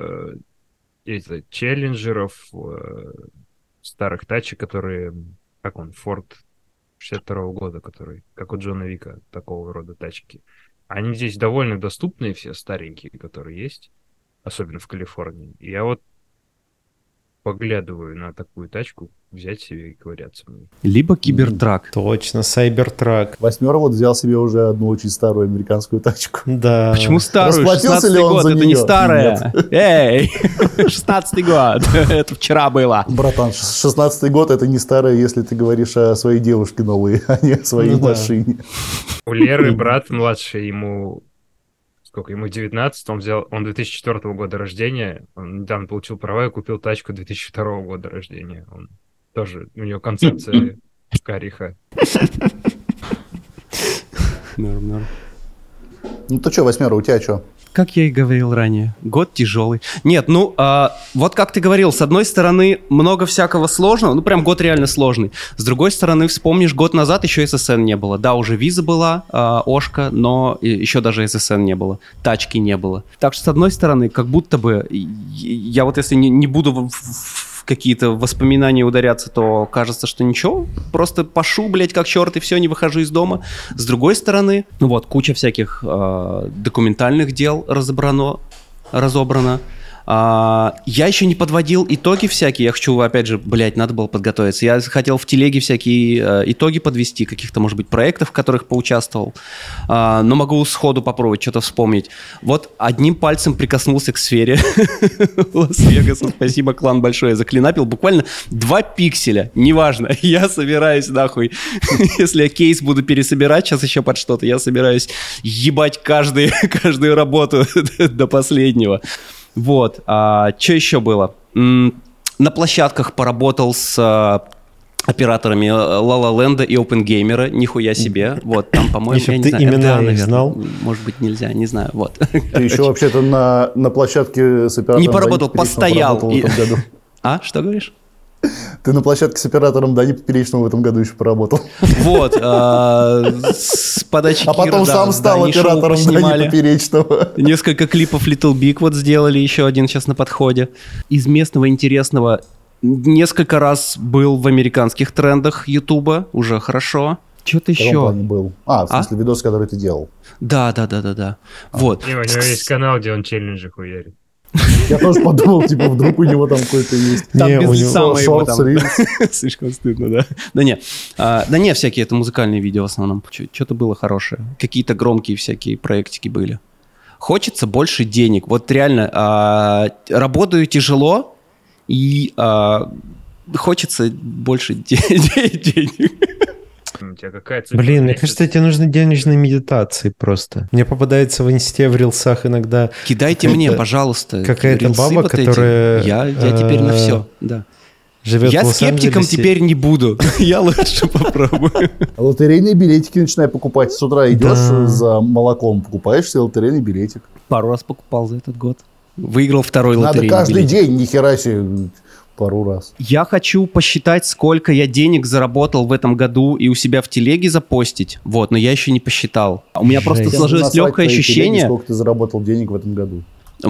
челленджеров, старых тачек, которые, как он, Форд 62-го года, который, как у Джона Вика, такого рода тачки. Они здесь довольно доступные, все старенькие, которые есть, особенно в Калифорнии. И я вот поглядываю на такую тачку, взять себе и ковыряться мне. Либо Кибертрак. Точно, Сайбертрак. 8 вот взял себе уже одну очень старую американскую тачку. Да. Почему старую? Расплатился 16-й ли он год, за это нее? не старая. Эй, 16-й год, это вчера было. Братан, 16-й год это не старая, если ты говоришь о своей девушке новой, а не о своей машине. У Леры брат младший, ему 19, он 2004 года рождения, он недавно получил права и купил тачку 2002 года рождения. Он тоже, у него концепция Кариха. Норм. Ну то что, 8, у тебя что? Как я и говорил ранее, год тяжелый. Нет, вот как ты говорил, с одной стороны, много всякого сложного, прям год реально сложный. С другой стороны, вспомнишь, год назад еще ССН не было. Да, уже виза была, Ошка, но еще даже ССН не было, тачки не было. Так что, с одной стороны, как будто бы, я вот если не буду в какие-то воспоминания ударяться, то кажется, что ничего, просто пашу, блядь, как черт, и все, не выхожу из дома. С другой стороны, куча всяких документальных дел разобрано. Я еще не подводил итоги всякие. Я хочу, опять же, надо было подготовиться. Я хотел в телеге всякие итоги подвести, каких-то, может быть, проектов, в которых поучаствовал. Но могу сходу попробовать что-то вспомнить. Вот одним пальцем прикоснулся к сфере Лас-Вегаса. Спасибо, клан, большое. Заклинапил буквально 2 пикселя. Неважно. Я собираюсь, нахуй. Если я кейс буду пересобирать сейчас еще под что-то, я собираюсь ебать каждую работу до последнего. Вот, что еще было? На площадках поработал с операторами La La Land и OpenGamer, нихуя себе. Вот, там, по-моему, если я не ты знаю, имена наверное, знал. Может быть, нельзя, не знаю, вот. Ты еще вообще-то на площадке с оператором... Не поработал, постоял. В этом году. Что говоришь? Ты на площадке с оператором Дани Поперечного в этом году еще поработал. Вот, с подачи А потом сам стал оператором Дани Поперечного. Несколько клипов Little Big вот сделали, еще один сейчас на подходе. Из местного интересного несколько раз был в американских трендах Ютуба, уже хорошо. Что-то еще. В каком плане был? В смысле видос, который ты делал. Да. Вот. У него есть канал, где он челленджи хуярит. Я тоже подумал, вдруг у него там какой-то есть. Там без лица моего там. Слишком стыдно, да? Да не, всякие, это музыкальные видео в основном. Что-то было хорошее. Какие-то громкие всякие проектики были. Хочется больше денег. Вот реально, работаю тяжело, и хочется больше денег. У тебя какая цифра? Блин, мне кажется, тебе нужны денежные медитации просто. Мне попадается в инсте, в рилсах иногда... Кидайте мне, пожалуйста. Какая-то баба, которая... Я теперь на все, да. Живет Я в скептиком Лос-Анджелесе. теперь не буду. Я лучше попробую. Лотерейные билетики начинай покупать. С утра идешь за молоком, покупаешь себе лотерейный билетик. Пару раз покупал за этот год. Выиграл второй Надо лотерейный каждый билетик. день, нихера себе, пару раз. Я хочу посчитать, сколько я денег заработал в этом году и у себя в телеге запостить. Вот, но я еще не посчитал. У меня просто Жесть. сложилось Насрать легкое твоей телеге, ощущение. сколько ты заработал денег в этом году.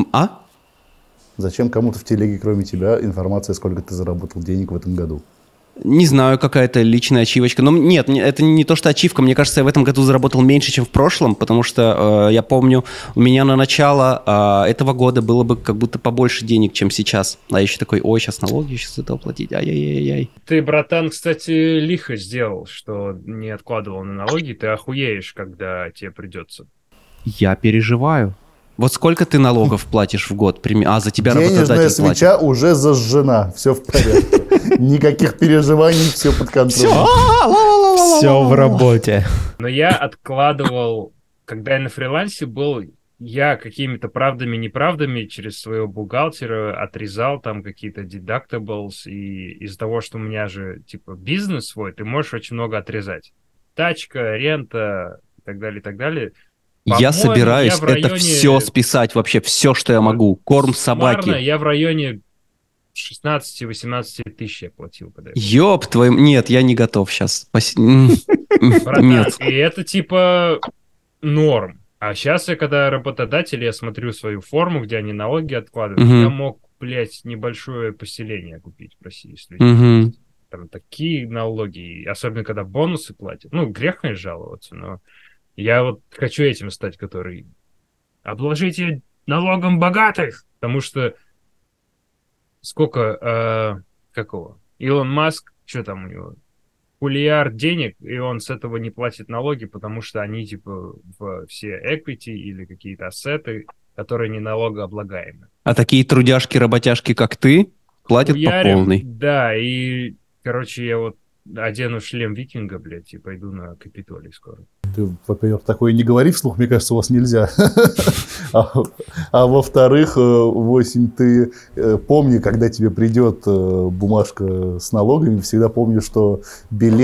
Зачем кому-то в телеге, кроме тебя, информация, сколько ты заработал денег в этом году? Не знаю, какая-то личная ачивочка. Но нет, это не то, что ачивка. Мне кажется, я в этом году заработал меньше, чем в прошлом, потому что я помню, у меня на начало этого года было бы как будто побольше денег, чем сейчас. А я еще такой, сейчас налоги, сейчас это оплатить, ай-яй-яй-яй. Ты, братан, кстати, лихо сделал, что не откладывал на налоги. Ты охуеешь, когда тебе придется. Я переживаю. Вот сколько ты налогов платишь в год? За тебя Денежная работодатель платит. свеча уже зажжена, все в порядке. Никаких переживаний, все под контролем. Все в работе. Но я откладывал, когда я на фрилансе был, я какими-то правдами-неправдами через своего бухгалтера отрезал там какие-то deductibles, и из-за того, что у меня же типа бизнес свой, ты можешь очень много отрезать. Тачка, рента и так далее, и так далее. Я собираюсь в районе... это все списать, вообще все, что я могу. Корм собаки. Я в районе 16-18 тысяч я платил. Ёб твою... Нет, я не готов сейчас. Братан, Нет. и это типа норм. А сейчас я, когда работодатель, я смотрю свою форму, где они налоги откладывают, я мог, блядь, небольшое поселение купить в России. Если там такие налоги, особенно когда бонусы платят. Грех, конечно, жаловаться, но я вот хочу этим стать, который обложите налогом богатых, потому что сколько, какого? Илон Маск, что там у него? Миллиард денег, и он с этого не платит налоги, потому что они типа в все equity или какие-то ассеты, которые не налогооблагаемы. А такие трудяшки-работяжки, как ты, платят по полной. Да, и, короче, я вот одену шлем викинга, блядь, и пойду на Капитолий скоро. Ты, во-первых, такое не говори вслух, мне кажется, у вас нельзя. А во-вторых, 8, ты помни, когда тебе придет бумажка с налогами, всегда помни, что билет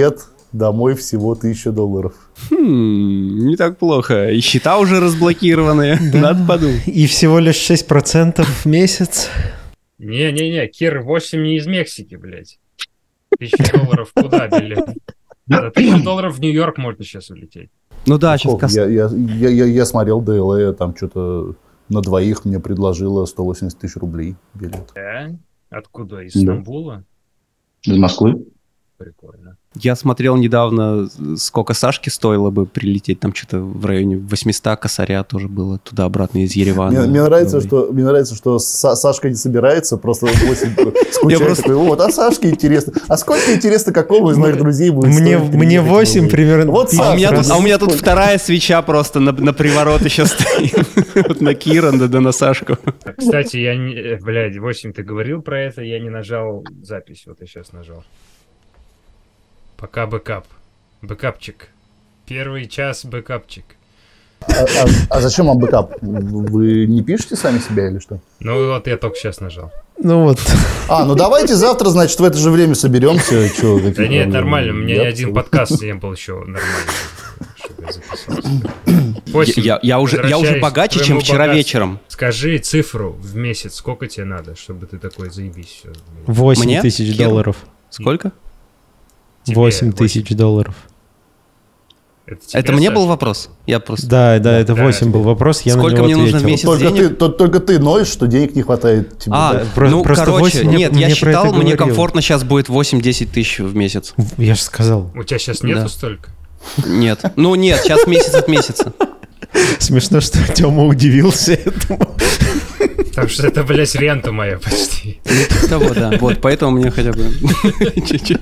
домой всего $1000. Не так плохо. И счета уже разблокированные. Надо подумать. И всего лишь 6% в месяц. Не-не-не, Кир 8 не из Мексики, блядь. $1000 куда билет? За $1000 в Нью-Йорк можно сейчас улететь. Ну да, сейчас Сколько? Я смотрел ДЛА, там что-то на двоих мне предложило 180 тысяч рублей билет. Да? Откуда? Из Да. Стамбула? Из Москвы. Прикольно. Я смотрел недавно, сколько Сашке стоило бы прилететь. Там что-то в районе 800 косаря тоже было туда-обратно из Еревана. Мне нравится, что Сашка не собирается, просто 8 скучает такой, вот, а Сашке интересно. А сколько интересно, какого из моих друзей будет стоить Мне 8 рублей? примерно. Вот А Саша, у меня тут вторая свеча просто на приворот еще стоит. Вот на Кира, да на Сашку. Кстати, я не... Блядь, 8 ты говорил про это, я не нажал запись. Вот я сейчас нажал. Пока бэкап. Бэкапчик. Первый час бэкапчик. А зачем вам бэкап? Вы не пишете сами себя или что? Ну вот я только сейчас нажал. Ну вот. Ну давайте завтра, значит, в это же время соберемся. Да нет, нормально, у меня ни один подкаст не был еще нормально, чтобы я записался. Я уже богаче, чем вчера вечером. Скажи цифру в месяц, сколько тебе надо, чтобы ты такой заебись все. 8 Мне? тысяч Киру? долларов. Сколько? 8 тысяч долларов. Это мне был вопрос? Я просто... Да, это Да, 8 был вопрос, я Сколько на него мне нужно в ответил. месяц денег? Только ты ноешь, что денег не хватает тебе. А, Про- ну, просто короче, 8 нет, мне я про считал, это мне говорил. комфортно сейчас будет 8-10 тысяч в месяц. Я же сказал. У тебя сейчас нету Да. столько? Нет. Ну нет, сейчас месяц от месяца. Смешно, что Тёма удивился этому. Потому что это, блядь, рента моя почти. Того, да. Вот, поэтому мне хотя бы чуть-чуть.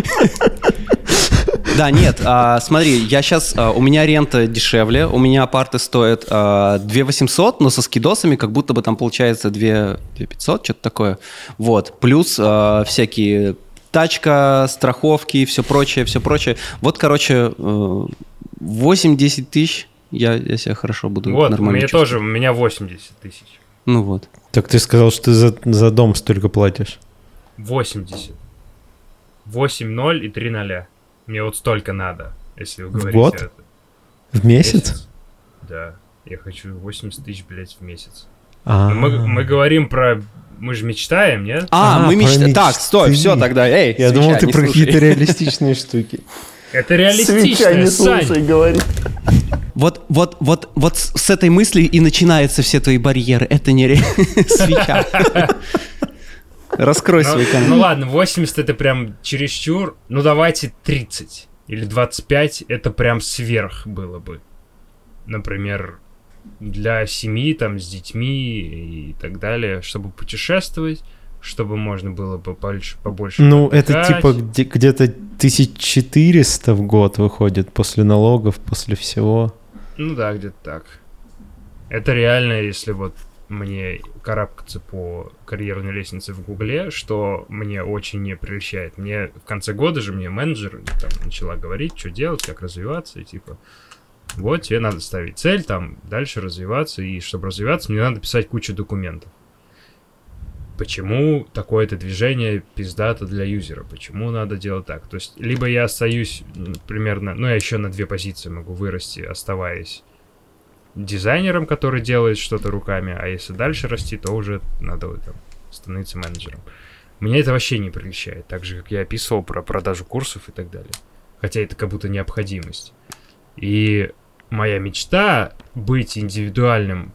Да, нет, смотри, я сейчас, у меня рента дешевле, у меня апарты стоят 2 800, но со скидосами как будто бы там получается 2 500, что-то такое. Вот, плюс всякие тачка, страховки, все прочее, все прочее. Вот, короче, 8-10 тысяч я себя хорошо буду Вот, у нормально меня чувствовать. тоже, у меня 80 тысяч. Ну вот. Так ты сказал, что ты за дом столько платишь. 80. 8-0 и 3 0. Мне вот столько надо, если вы В говорите год? это. В месяц? Да. Я хочу 80 тысяч, блядь, в месяц. А. Но мы говорим про... Мы же мечтаем, нет? Мы про мечтаем. мечты. Так, стой, все тогда, эй, Я свеча, думал, ты не про слушай. какие-то реалистичные штуки. Это Свеча реалистично, не слушай, Сань. говорит. Вот с этой мысли и начинаются все твои барьеры. Это не свеча. Раскрой свой Ну канал. ладно, 80 это прям чересчур. Ну давайте 30 или 25 это прям сверх было бы. Например, для семьи там с детьми и так далее, чтобы путешествовать, чтобы можно было бы побольше Ну, это отдыхать. типа где-то 1400 в год выходит после налогов, после всего. Ну да, где-то так. Это реально, если вот мне карабкаться по карьерной лестнице в Гугле, что мне очень не прельщает. Мне в конце года же мне менеджер там начала говорить, что делать, как развиваться, и типа, вот тебе надо ставить цель, там, дальше развиваться, и чтобы развиваться, мне надо писать кучу документов. Почему такое-то движение пиздато для юзера? Почему надо делать так? То есть, либо я остаюсь примерно, ну, я еще на 2 позиции могу вырасти, оставаясь дизайнером, который делает что-то руками, а если дальше расти, то уже надо там становиться менеджером. Меня это вообще не прельщает, так же, как я описывал про продажу курсов и так далее. Хотя это как будто необходимость. И моя мечта быть индивидуальным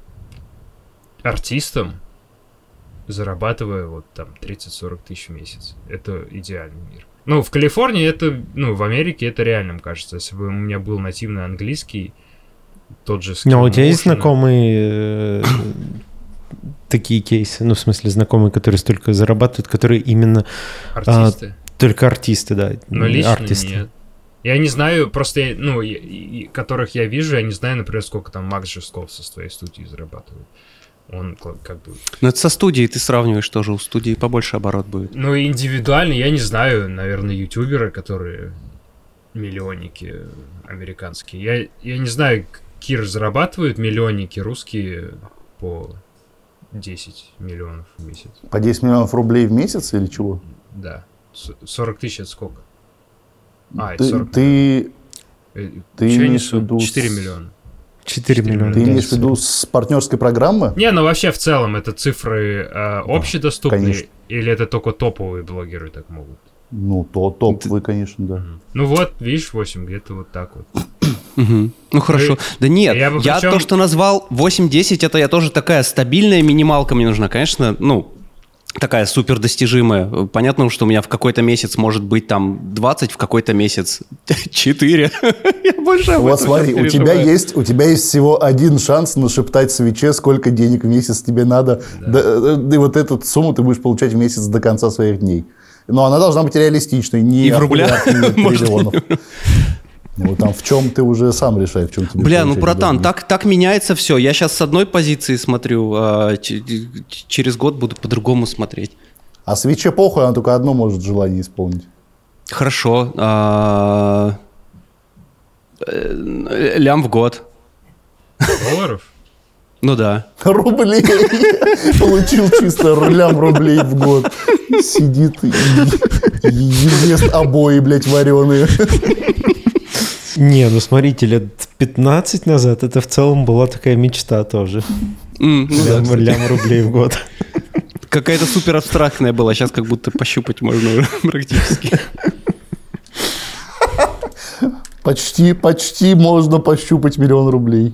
артистом, зарабатывая вот там 30-40 тысяч в месяц. Это идеальный мир. Ну, в Калифорнии это, ну, в Америке это реальным кажется. Если бы у меня был нативный английский, тот же Но у тебя есть Skillmotion. знакомые такие кейсы? Ну, в смысле, знакомые, которые столько зарабатывают, которые именно Артисты? только артисты, да? Но лично артисты. нет. Я не знаю, просто, которых я вижу, я не знаю, например, сколько там Макс Жестков со своей студии зарабатывает. Он как бы... Ну это со студией ты сравниваешь тоже, у студии побольше оборот будет. Ну, индивидуально, я не знаю, наверное, ютуберы, которые миллионники американские. Я не знаю, Кир зарабатывают миллионники русские по 10 миллионов в месяц. По 10 миллионов рублей в месяц или чего? Да. 40 тысяч это сколько? это 40 Ты Ты я имеешь в несу? виду 4 с- миллиона. 4 миллиона. Ты да, имеешь в виду с партнерской программы? Не, ну вообще в целом это цифры общедоступные конечно. или это только топовые блогеры так могут? Ну, топовый, конечно, да. Ну вот, видишь, 8 где-то вот так вот. Мгм. Ну хорошо. Да нет, я бы я причем- то, что назвал 8-10, это я тоже такая стабильная минималка мне нужна. Конечно, ну, такая супер достижимая. Понятно, что у меня в какой-то месяц может быть там 20, в какой-то месяц 4. Я больше об Вот этом смотри, сейчас у переживаю. тебя есть всего один шанс нашептать свече, сколько денег в месяц тебе надо. И вот эту сумму ты будешь получать в месяц до конца своих дней. Но она должна быть реалистичной, не И в рублях? ахуярки Может, триллионов. Ну, там в чем ты уже сам решаешь, в чем тебе Бля, ну, получать братан, удобнее. так меняется все. Я сейчас с одной позиции смотрю, а через год буду по-другому смотреть. А свече похуй, она только одно может желание исполнить. Хорошо. Лям в год. Долларов? Ну да. Рублей. Получил чисто лям рублей в год. Сидит и ест обои, блядь, вареные. Не, ну смотрите, лет 15 назад это в целом была такая мечта тоже. Ну да, кстати. Лям рублей в год. Какая-то супер абстрактная была. Сейчас как будто пощупать можно уже практически. Почти можно пощупать 1 000 000 рублей.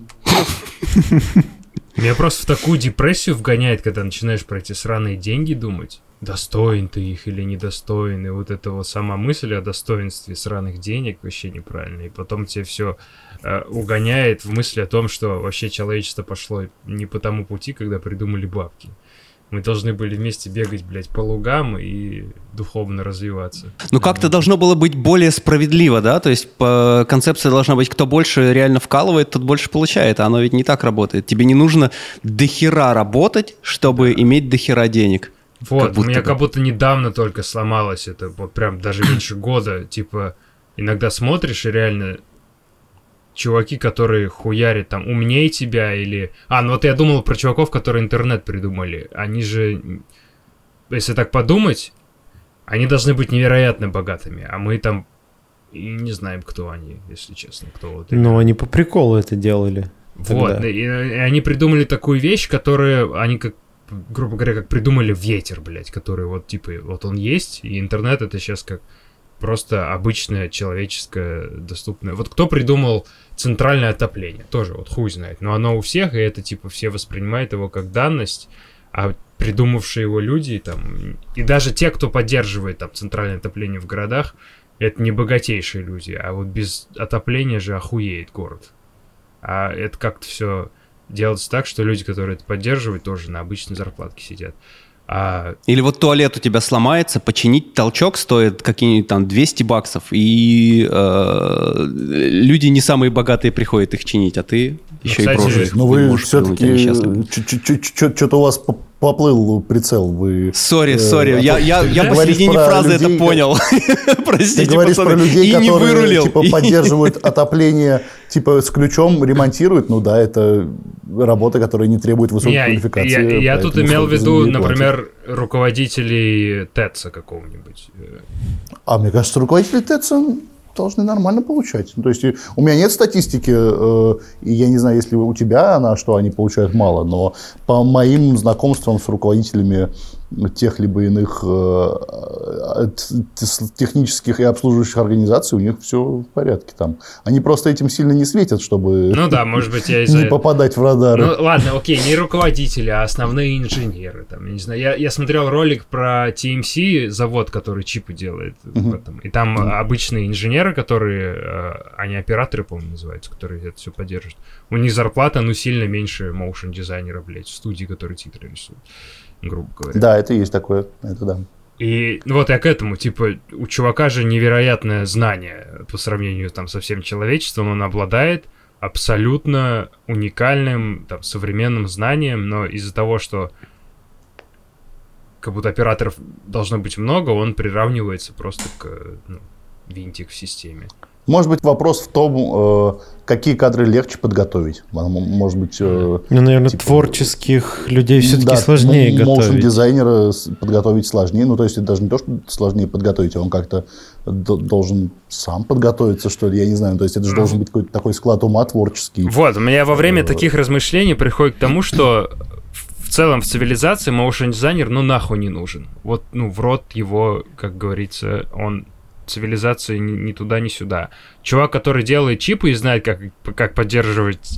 Меня просто в такую депрессию вгоняет, когда начинаешь про эти сраные деньги думать. Достоин ты их или недостоин. И вот эта вот сама мысль о достоинстве сраных денег вообще неправильная. И потом тебе все угоняет в мысли о том, что вообще человечество пошло не по тому пути, когда придумали бабки. Мы должны были вместе бегать, блядь, по лугам и духовно развиваться. Ну как-то должно было быть более справедливо, да? То есть концепция должна быть, кто больше реально вкалывает, тот больше получает. А оно ведь не так работает. Тебе не нужно дохера работать, чтобы иметь дохера денег. Вот, у меня бы. как будто недавно только сломалось это, вот прям даже меньше года, типа, иногда смотришь и реально чуваки, которые хуярят там умнее тебя или... ну вот я думал про чуваков, которые интернет придумали, они же, если так подумать, они должны быть невероятно богатыми, а мы там и не знаем, кто они, если честно, кто вот Ну, именно. они по приколу это делали. Вот, тогда. и они придумали такую вещь, которую они как, грубо говоря, как придумали ветер, блядь, который вот типа, вот он есть, и интернет это сейчас как просто обычное человеческое доступное. Вот кто придумал центральное отопление? Тоже вот хуй знает, но оно у всех, и это типа все воспринимают его как данность, а придумавшие его люди там, и даже те, кто поддерживает там центральное отопление в городах, это не богатейшие люди, а вот без отопления же охуеет город. А это как-то все делается так, что люди, которые это поддерживают, тоже на обычной зарплатке сидят. Или вот туалет у тебя сломается, починить толчок стоит какие-нибудь там $200, и люди не самые богатые приходят их чинить, а ты еще кстати, и брошь. Но вы все-таки... Что-то у вас поплыл прицел. Вы... Сори, я в говоришь середине про фразы людей, это понял. Ты Простите, говоришь про пацаны. людей, И не которые вырулил. типа, поддерживают отопление, типа с ключом ремонтируют. Ну да, это работа, которая не требует высокой квалификации. Я тут поэтому имел в сколько за виду, нее платят. например, руководителей ТЭЦа какого-нибудь. А мне кажется, руководители ТЭЦа должны нормально получать. Ну, то есть у меня нет статистики, и я не знаю, если у тебя она, что они получают мало, но по моим знакомствам с руководителями тех либо иных технических и обслуживающих организаций, у них все в порядке там. Они просто этим сильно не светят, чтобы Ну да, может быть, я из-за не этого. попадать в радары. Ну ладно, окей, не руководители, а основные инженеры. Там, я не знаю, я смотрел ролик про TMC, завод, который чипы делает в этом. И там обычные инженеры, которые, они операторы, по-моему, называются, которые это все поддерживают. У них зарплата, ну, сильно меньше моушн-дизайнера, блядь, в студии, которые титры рисуют, грубо говоря. Да, это есть такое, это да. И вот я к этому, типа, у чувака же невероятное знание по сравнению там со всем человечеством, он обладает абсолютно уникальным, там, современным знанием, но из-за того, что как будто операторов должно быть много, он приравнивается просто к винтик в системе. Может быть, вопрос в том, какие кадры легче подготовить. Может быть... наверное, творческих людей все-таки сложнее готовить. Моушн-дизайнера подготовить сложнее. Ну, то есть, это даже не то, что сложнее подготовить, а он как-то должен сам подготовиться, что ли, я не знаю. То есть, это же должен быть какой-то такой склад ума творческий. Вот, у меня во время таких размышлений приходит к тому, что в целом в цивилизации моушн-дизайнер, нахуй не нужен. Вот, в рот его, как говорится, он... цивилизации ни туда, ни сюда. Чувак, который делает чипы и знает, как поддерживать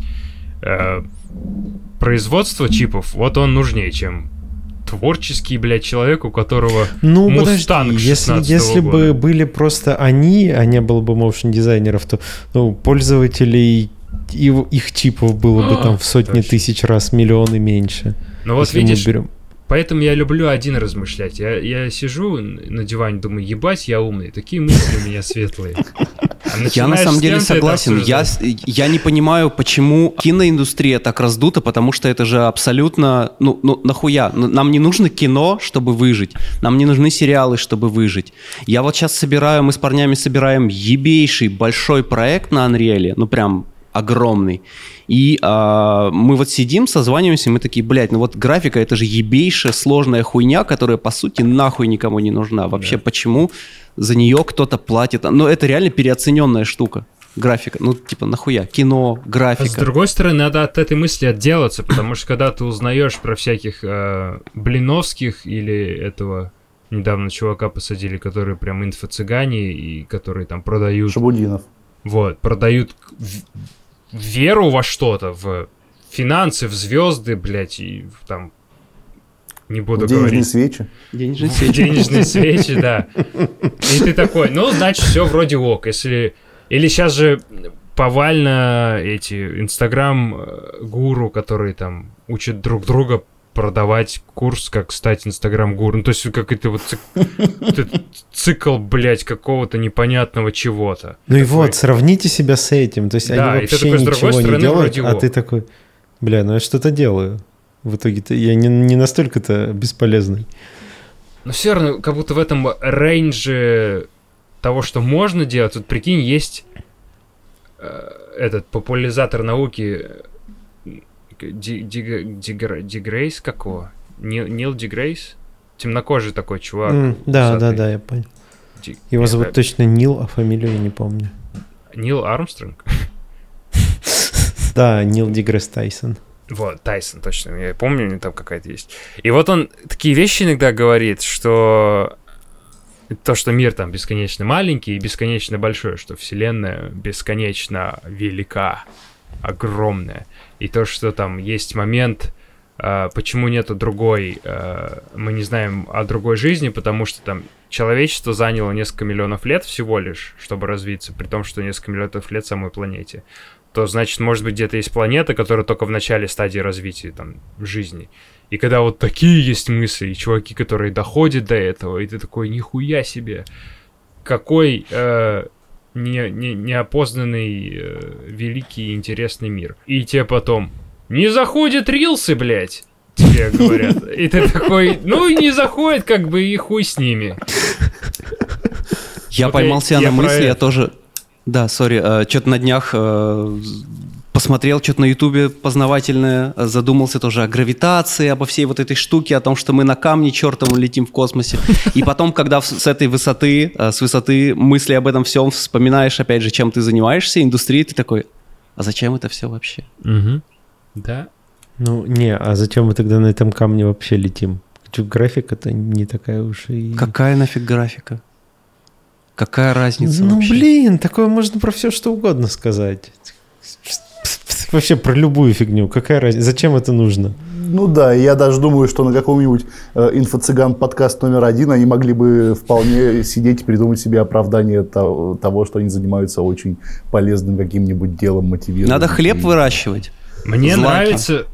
производство чипов, вот он нужнее, чем творческий, человек, у которого Мустанг 16-го если года. бы были просто они, а не было бы моушн-дизайнеров, то пользователей их чипов было бы там в сотни тысяч раз, миллионы меньше. Ну вот видишь, поэтому я люблю один размышлять. Я сижу на диване, думаю, ебать, я умный. Такие мысли у меня светлые. Я на самом деле согласен. Я не понимаю, почему киноиндустрия так раздута, потому что это же абсолютно... нахуя? Нам не нужно кино, чтобы выжить. Нам не нужны сериалы, чтобы выжить. Я вот сейчас мы с парнями собираем ебейший большой проект на Unreal, прям огромный. И мы вот сидим, созваниваемся, и мы такие, графика, это же ебейшая сложная хуйня, которая, по сути, нахуй никому не нужна. Вообще, почему за нее кто-то платит? Но это реально переоцененная штука. Графика. Нахуя? Кино, графика. А с другой стороны, надо от этой мысли отделаться, потому что когда ты узнаешь про всяких Блиновских или этого... Недавно чувака посадили, которые прям инфо-цыгане, и которые там продают... Шабудинов. Вот, продают... веру во что-то, в финансы, в звезды, и там, не буду говорить. Денежные свечи, да. И ты такой, значит, все вроде ок. Или сейчас же повально эти инстаграм-гуру, которые там учат друг друга продавать курс, как стать инстаграм-гуру. То есть какой-то вот цикл, какого-то непонятного чего-то. И вот, сравните себя с этим. То есть они вообще ничего не делают, а ты такой, я что-то делаю. В итоге-то я не настолько-то бесполезный. Но все равно, как будто в этом рейнже того, что можно делать, тут, прикинь, есть этот популяризатор науки Дегрейс какого? Нил Дегрейс? Темнокожий такой чувак. Да, я понял. Его зовут точно Нил, а фамилию я не помню. Нил Армстронг? Да, Нил Дегрейс Тайсон. Вот, Тайсон, точно. Я помню, у него там какая-то есть. И вот он такие вещи иногда говорит, что то, что мир там бесконечно маленький и бесконечно большой, что вселенная бесконечно велика, огромная. И то, что там есть момент, почему нету другой, мы не знаем о другой жизни, потому что там человечество заняло несколько миллионов лет всего лишь, чтобы развиться, при том, что несколько миллионов лет самой планете. То, значит, может быть, где-то есть планета, которая только в начале стадии развития там, жизни. И когда вот такие есть мысли, и чуваки, которые доходят до этого, и ты такой, нихуя себе, какой... неопознанный, великий и интересный мир. И тебе потом, не заходят рилсы, блядь, тебе говорят. И ты такой, не заходит, и хуй с ними. Я поймался на мысли, я тоже... Да, что-то на днях посмотрел что-то на Ютубе познавательное, задумался тоже о гравитации, обо всей вот этой штуке, о том, что мы на камне чертовом летим в космосе. И потом, когда с этой высоты, с высоты мысли об этом всем вспоминаешь, опять же, чем ты занимаешься, индустрией, ты такой, а зачем это все вообще? Угу. Да. А зачем мы тогда на этом камне вообще летим? Графика-то не такая уж и... Какая нафиг графика? Какая разница вообще? Такое можно про все что угодно сказать. Вообще про любую фигню. Какая разница? Зачем это нужно? Я даже думаю, что на каком-нибудь инфо-цыган подкаст номер 1 они могли бы вполне сидеть и придумать себе оправдание того, что они занимаются очень полезным каким-нибудь делом, мотивирующим. Надо хлеб выращивать. Мне нравится,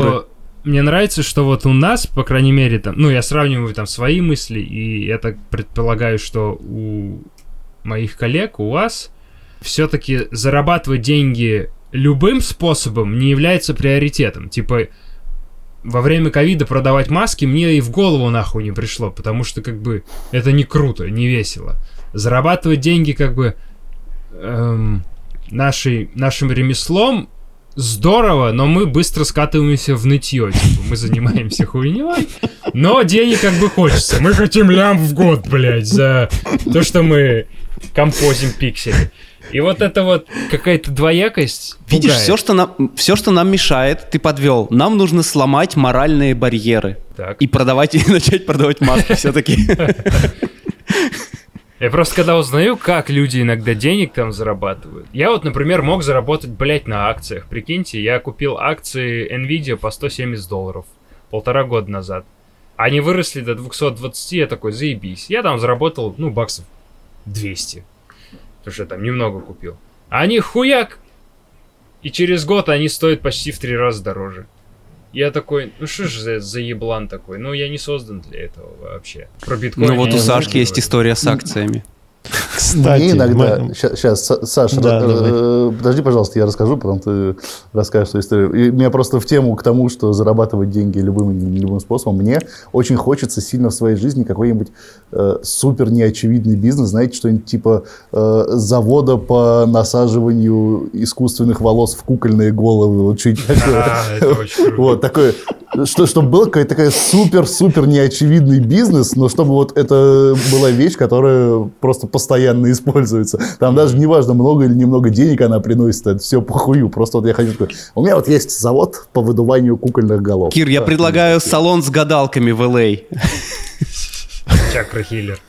что вот у нас, по крайней мере, там, я сравниваю там свои мысли, и я так предполагаю, что у моих коллег, у вас, все-таки зарабатывать деньги любым способом не является приоритетом. Типа, во время ковида продавать маски мне и в голову нахуй не пришло, потому что, это не круто, не весело. Зарабатывать деньги, нашим ремеслом здорово, но мы быстро скатываемся в нытье. Типа, мы занимаемся хуйней, но денег как бы хочется. Мы хотим лям в год, блядь, за то, что мы композим пиксели. И вот это вот какая-то двоякость Видишь, пугает. все, что нам мешает, ты подвел. Нам нужно сломать моральные барьеры. Так. И начать продавать маски все-таки. Я просто когда узнаю, как люди иногда денег там зарабатывают. Я вот, например, мог заработать, блядь, на акциях. Прикиньте, я купил акции Nvidia по $170 1,5 года назад. Они выросли до 220, я такой, заебись. Я там заработал, баксов 200. Потому что я там немного купил. А они хуяк! И через год они стоят почти в 3 раза дороже. Я такой, что же за еблан такой? Я не создан для этого вообще. Про биткоин. Вот у Сашки есть история с акциями. Кстати, мне иногда... Сейчас, Саша, подожди, пожалуйста, я расскажу, потом ты расскажешь свою историю. И меня просто в тему к тому, что зарабатывать деньги любым способом, мне очень хочется сильно в своей жизни какой-нибудь супер неочевидный бизнес, знаете, что-нибудь типа завода по насаживанию искусственных волос в кукольные головы, вот что-нибудь такое. Вот, такое... Чтобы был какой-то такой супер-супер неочевидный бизнес, но чтобы вот это была вещь, которая просто постоянно используется. Там даже не важно, много или немного денег она приносит, это все похую. Просто вот я хочу сказать, у меня вот есть завод по выдуванию кукольных голов. Кир, я предлагаю салон с гадалками в Л.А. Чакра-хиллер.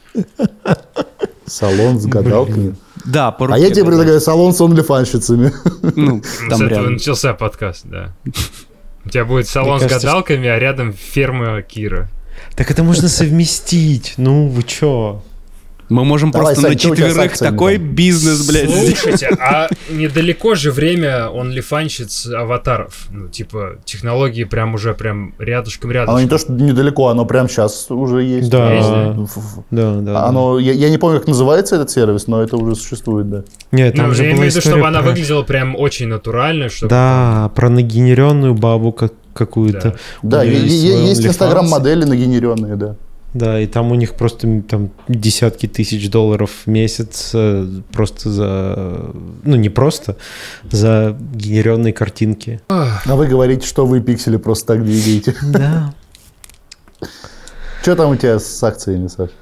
Салон с гадалками? Да, по руке. А я тебе предлагаю салон с онлифанщицами. С этого начался подкаст, да. У тебя будет салон с гадалками, а рядом ферма Кира. Так это можно совместить. Вы чё? Мы можем просто на четверых такой бизнес, блядь. Слушайте, а недалеко же время онлифанщиц аватаров. Технологии прям рядышком. Оно не то, что недалеко, оно прям сейчас уже есть. Да. Оно, я не помню, как называется этот сервис, но это уже существует, да. Нет, там же я была имею в виду, история чтобы она про... выглядела прям очень натурально. Чтобы Да, про нагенеренную бабу какую-то. Да, есть инстаграм-модели нагенеренные, да. Да, и там у них просто там десятки тысяч долларов в месяц просто за... не просто, за генеренные картинки. А вы говорите, что вы пиксели просто так двигаете. Да. Что там у тебя с акциями, Саш?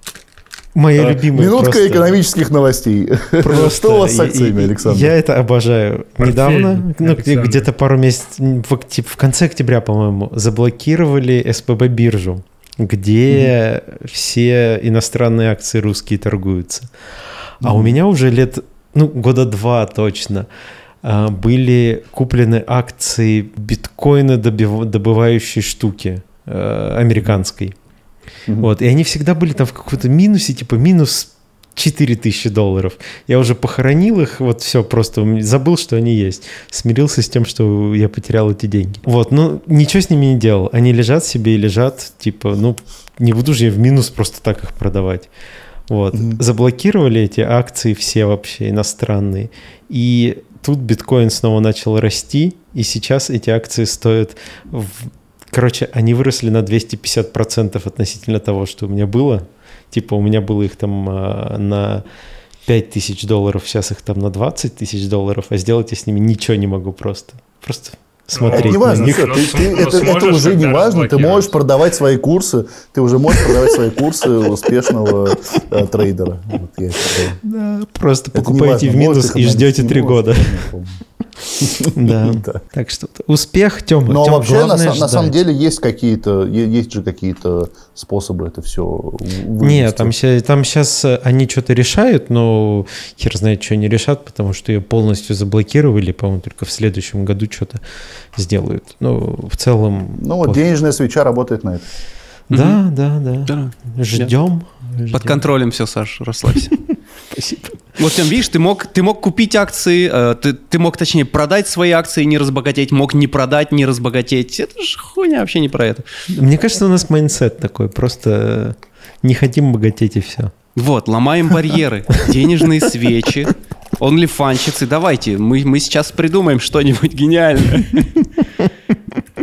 Моя любимая минутка просто... экономических новостей. Что у вас с акциями, Александр? Я это обожаю. Недавно, где-то пару месяцев, в конце октября, по-моему, заблокировали СПБ биржу, где все иностранные акции русские торгуются. А у меня уже года 2 точно были куплены акции биткоина добывающей штуки американской. Вот, и они всегда были там в каком-то минусе, типа минус $4000. Я уже похоронил их, вот все, просто забыл, что они есть. Смирился с тем, что я потерял эти деньги. Вот, ничего с ними не делал. Они лежат себе и лежат, типа, не буду же я в минус просто так их продавать. Вот. Заблокировали эти акции все вообще иностранные. И тут биткоин снова начал расти, и сейчас эти акции стоят... Короче, они выросли на 250% относительно того, что у меня было. Типа у меня было их там на $5000, сейчас их там на $20000, а сделать я с ними ничего не могу просто. Просто смотреть. Это не важно, это уже не важно. Ты можешь продавать свои курсы, успешного трейдера. Да, просто покупаете в минус и ждете 3 года. Да. Так что успех, Тёма. Но вообще, на самом деле, есть же какие-то способы это все вывести. Нет, там сейчас они что-то решают, но хер знает, что они решат, потому что ее полностью заблокировали, по-моему, только в следующем году что-то сделают. В целом... денежная свеча работает на это. Да. Ждем. Под контролем все, Саш, расслабься. Спасибо. Вот, Тем, видишь, ты мог купить акции, ты мог, точнее, продать свои акции и не разбогатеть, мог не продать, не разбогатеть. Это же хуйня, вообще не про это. Мне кажется, у нас майндсет такой, просто не хотим богатеть и все. Вот, ломаем барьеры, денежные свечи, онлифанщицы. Давайте, мы сейчас придумаем что-нибудь гениальное.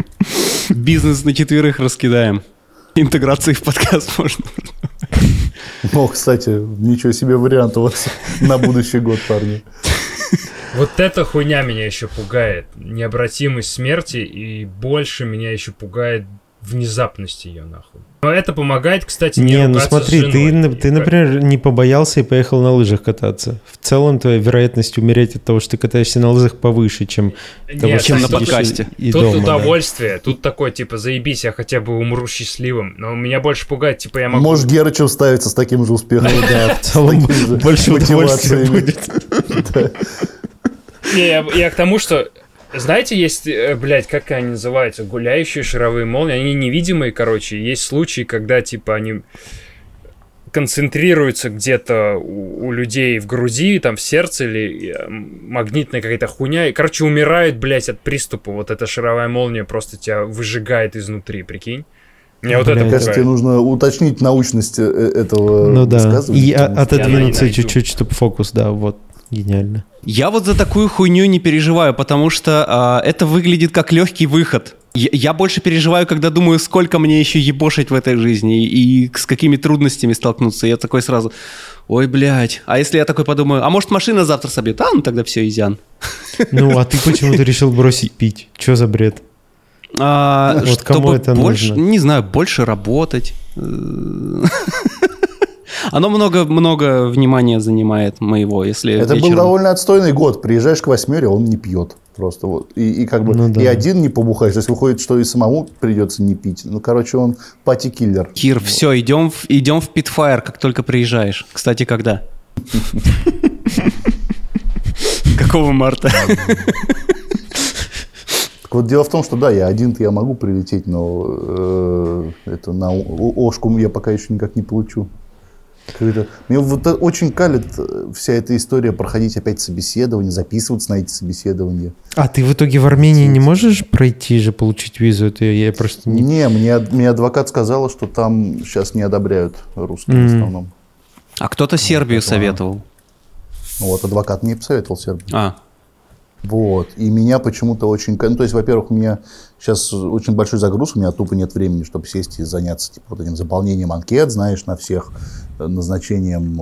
Бизнес на 4 раскидаем. Интеграции в подкаст можно. О, кстати, ничего себе вариант у вас на будущий год, парни. Вот эта хуйня меня еще пугает. Необратимость смерти, и больше меня еще пугает внезапность ее, нахуй. Но это помогает, кстати, не Не, ну ругаться смотри, с женой. ты, например, не побоялся и поехал на лыжах кататься. В целом твоя вероятность умереть от того, что ты катаешься на лыжах, повыше, чем того, Нет, что чем на сидишь подкасте. и Тут дома, да. удовольствие, тут такое, типа, заебись, я хотя бы умру счастливым. Но меня больше пугает, типа, я могу... Может, Герычев ставится с таким же успехом. Ну да, в целом такими же больше удовольствия мотивациями. будет. Да. Не, я к тому, что... Знаете, есть, блядь, как они называются, гуляющие шаровые молнии, они невидимые, короче. Есть случаи, когда, типа, они концентрируются где-то у людей в груди, там, в сердце, или магнитная какая-то хуйня, и, короче, умирают, блядь, от приступа. Вот эта шаровая молния просто тебя выжигает изнутри, прикинь. Мне вот это Блядь. Кажется, тебе пугает. нужно уточнить научность этого Ну да, высказывания. и потому что- отодвинуться Я найду. чуть-чуть, чтобы фокус, да, вот, гениально. Я вот за такую хуйню не переживаю, потому что это выглядит как легкий выход. Я больше переживаю, когда думаю, сколько мне еще ебошить в этой жизни и с какими трудностями столкнуться. Я такой сразу, ой, блядь. А если я такой подумаю, а может машина завтра собьет? А, ну тогда все, изян. Ну, а ты почему-то решил бросить пить? Че за бред? Вот кому Чтобы это больше, нужно? не знаю, больше работать. Оно много внимания занимает моего, если Это был вечером- довольно отстойный год. Приезжаешь к 8, он не пьет. Просто вот. И как бы Ну да. и один не побухаешь. То есть выходит, что и самому придется не пить. Ну, короче, он пати-киллер. Кир, все, идем в Питфайр, как только приезжаешь. Кстати, когда? Какого марта? Так вот, дело в том, что да, я один-то я могу прилететь, но это на Ошку я пока еще никак не получу. Мне вот очень калит вся эта история проходить опять собеседование, записываться на эти собеседования. А ты в итоге в Армении не можешь пройти же, получить визу? Это я просто не... Не, мне адвокат сказала, что там сейчас не одобряют русских в основном. А кто-то Сербию советовал. Вот, адвокат мне посоветовал Сербию. А, Вот. И меня почему-то очень... Ну, то есть, во-первых, у меня сейчас очень большой загруз, у меня тупо нет времени, чтобы сесть и заняться типа, вот этим заполнением анкет, знаешь, на всех, назначением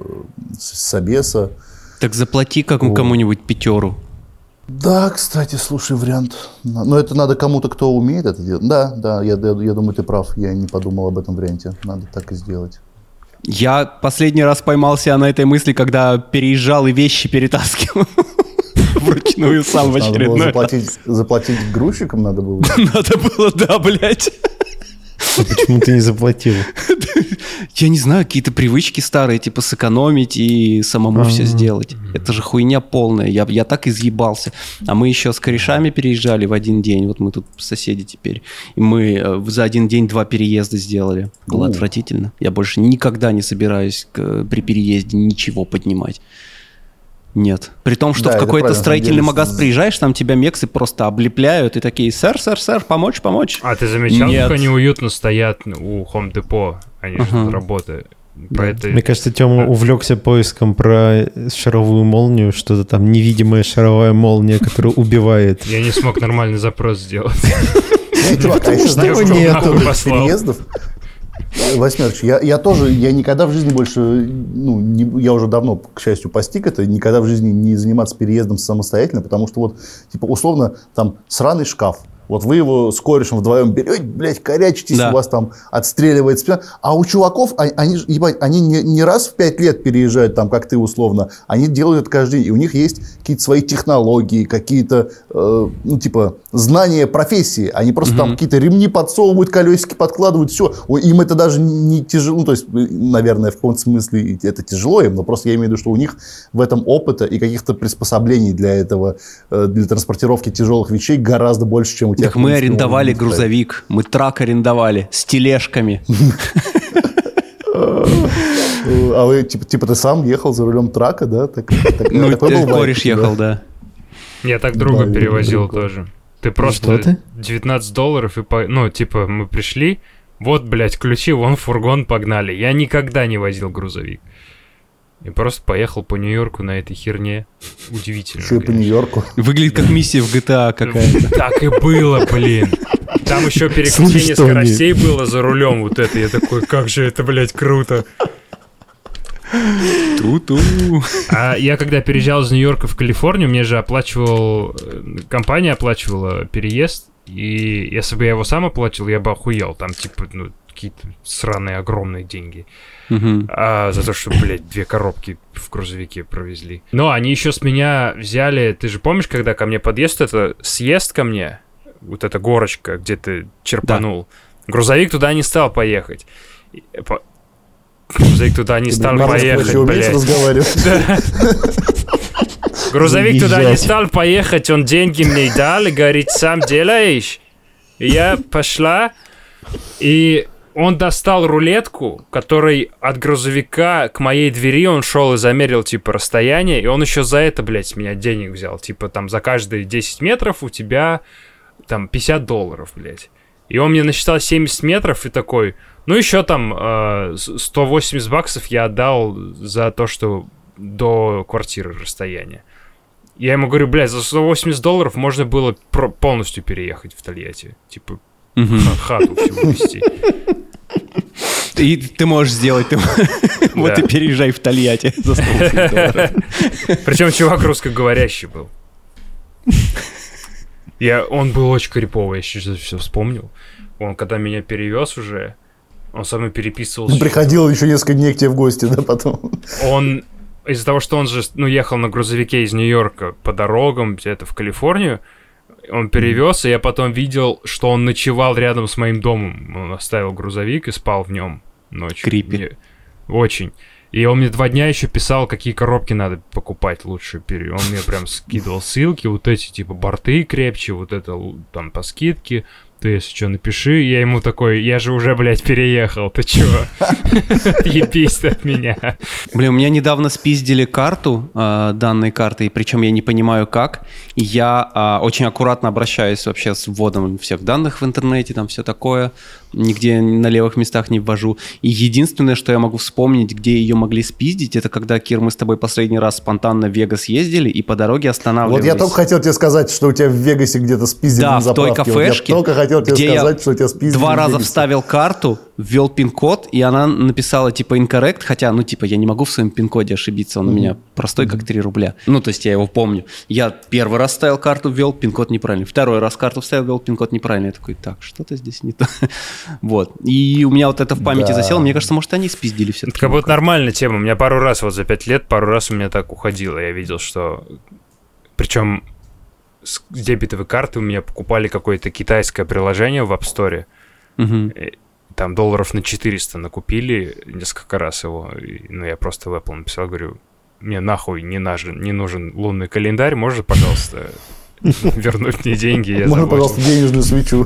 собеса. так заплати кому-нибудь 5. Да, кстати, слушай, вариант. Но это надо кому-то, кто умеет это делать. Да, я думаю, ты прав. Я не подумал об этом варианте. Надо так и сделать. Я последний раз поймался на этой мысли, когда переезжал и вещи перетаскивал вручную сам в Надо было очередной раз. заплатить грузчикам, надо было. Надо было, да, блядь. А почему ты не заплатил? Я не знаю, какие-то привычки старые, типа сэкономить и самому все сделать. Это же хуйня полная. Я так изъебался. А мы еще с корешами переезжали в один день. Вот мы тут соседи теперь. И мы за один день 2 переезда сделали. Было отвратительно. Я больше никогда не собираюсь при переезде ничего поднимать. Нет. При том, что Да, в это какой-то правильно, на строительный самом деле. магаз приезжаешь, там тебя мексы просто облепляют и такие, сэр, помочь. А ты замечал, Нет. как они уютно стоят у Home Depot? Они же Ага. тут работают. Про это... Мне кажется, Тёма увлекся поиском про шаровую молнию, что-то там невидимая шаровая молния, которая убивает. Я не смог нормальный запрос сделать. Чувак, а еще знаешь, что что нету. нахуй Послал. переездов? Восьмерч, я тоже, я никогда в жизни больше, я уже давно, к счастью, постиг это, никогда в жизни не заниматься переездом самостоятельно, потому что вот, типа, условно, там, сраный шкаф, вот вы его с корешем вдвоем берете, блядь, корячитесь, Да. у вас там отстреливает спина, а у чуваков, они же, ебать, они не раз в 5 лет переезжают, там, как ты условно, они делают это каждый день, и у них есть какие-то свои технологии, какие-то, типа, знания профессии, они просто там какие-то ремни подсовывают, колесики подкладывают, все, им это даже не тяжело, ну, то есть, наверное, в каком-то смысле это тяжело им, но просто я имею в виду, что у них в этом опыта и каких-то приспособлений для этого, для транспортировки тяжелых вещей гораздо больше, чем у тех. Так мы кто арендовали может ставить. грузовик, мы трак арендовали с тележками. А вы, типа, ты сам ехал за рулем трака, да? Ну, такой был вайб кореш у тебя? ехал, да. Я так друга Да, перевозил прикольно. тоже. Ты просто Что ты? $19 и ну, типа, мы пришли, вот, блядь, ключи, вон фургон, погнали. Я никогда не возил грузовик. И просто поехал по Нью-Йорку на этой херне. Удивительно. Еще и по конечно. Нью-Йорку. Выглядит как миссия в GTA какая-то. Так и было, блин. Там еще переключение Слышь, Тони. скоростей было за рулем вот это. Я такой, как же это, блядь, круто. Ту-ту. А я когда переезжал из Нью-Йорка в Калифорнию, мне же компания оплачивала переезд, и если бы я его сам оплатил, я бы охуел. Там, типа, какие-то сраные огромные деньги. За то, что, блядь, 2 коробки в грузовике провезли. Но они еще с меня взяли... Ты же помнишь, когда ко мне подъезд, это съезд ко мне? Вот эта горочка, где ты черпанул. Да. Грузовик туда не стал поехать. Грузовик туда не стал поехать, блядь. Грузовик туда не стал поехать, он деньги мне дал и говорит, сам делаешь. И я пошла, и он достал рулетку, которой от грузовика к моей двери он шел и замерил, типа, расстояние, и он еще за это, блядь, с меня денег взял. Типа, там, за каждые 10 метров у тебя, там, $50, блядь. И он мне насчитал 70 метров и такой, ну, еще там $180 я отдал за то, что до квартиры расстояние. Я ему говорю, блядь, за $180 можно было полностью переехать в Тольятти. Типа, хату всю вести. И ты можешь сделать. Вот и переезжай в Тольятти за $180. Причем чувак русскоговорящий был. Он был очень криповый, я сейчас все вспомнил. Он, когда меня перевез уже, он со мной переписывался. Приходил еще несколько дней к тебе в гости, да, потом? Он, из-за того, что он же, ехал на грузовике из Нью-Йорка по дорогам где-то в Калифорнию, он перевез, и я потом видел, что он ночевал рядом с моим домом. Он оставил грузовик и спал в нем ночью. Крипи. Очень. И он мне 2 дня еще писал, какие коробки надо покупать лучше. Он мне прям скидывал ссылки, вот эти, типа, борты крепче, вот это там по скидке. Ты, если что, напиши. Я ему такой, я же уже, блядь, переехал, ты чё? Ебись ты от меня. Блин, у меня недавно спиздили карту, данной картой, причем я не понимаю как. И я очень аккуратно обращаюсь вообще с вводом всех данных в интернете, там все такое. Нигде на левых местах не ввожу. И единственное, что я могу вспомнить, где ее могли спиздить, это когда, Кир, мы с тобой последний раз спонтанно в Вегас ездили и по дороге останавливались. Вот я только хотел тебе сказать, что у тебя в Вегасе где-то спиздили на заправке. Да, в той кафешке, вот я только хотел тебе сказать, что у тебя спиздили 2 раза вставил карту, ввел пин-код, и она написала, типа, incorrect, хотя, я не могу в своем пин-коде ошибиться, он у меня простой, как 3 рубля. То есть я его помню. Я первый раз вставил карту, ввел пин-код неправильный. Второй раз карту вставил, ввел пин-код неправильный. Я такой, так, что-то здесь не то. Вот. И у меня вот это в памяти засело. Мне кажется, может, они спиздили все-таки. Как будто нормальная тема. У меня пару раз за 5 лет, пару раз у меня так уходило. Я видел, что... Причем с дебетовой карты у меня покупали какое-то китайское приложение в App Store. Там $400 накупили несколько раз его. Я просто в Apple написал, говорю, мне нахуй не нужен лунный календарь, можешь, пожалуйста, вернуть мне деньги? Можно, пожалуйста, денежную свечу?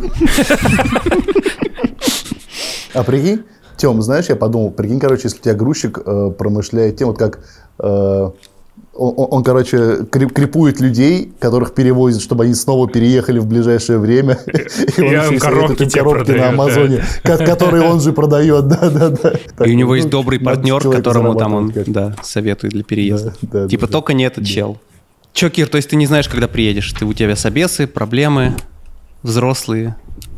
А прикинь, Тём, знаешь, я подумал, если у тебя грузчик промышляет тем, вот как он, крипует людей, которых перевозит, чтобы они снова переехали в ближайшее время. И он коробки на Амазоне, которые он же продает, да. И у него есть добрый партнер, которому там он советует для переезда. Типа только не этот чел. Чё, Кир, то есть ты не знаешь, когда приедешь? У тебя собесы, проблемы, взрослые?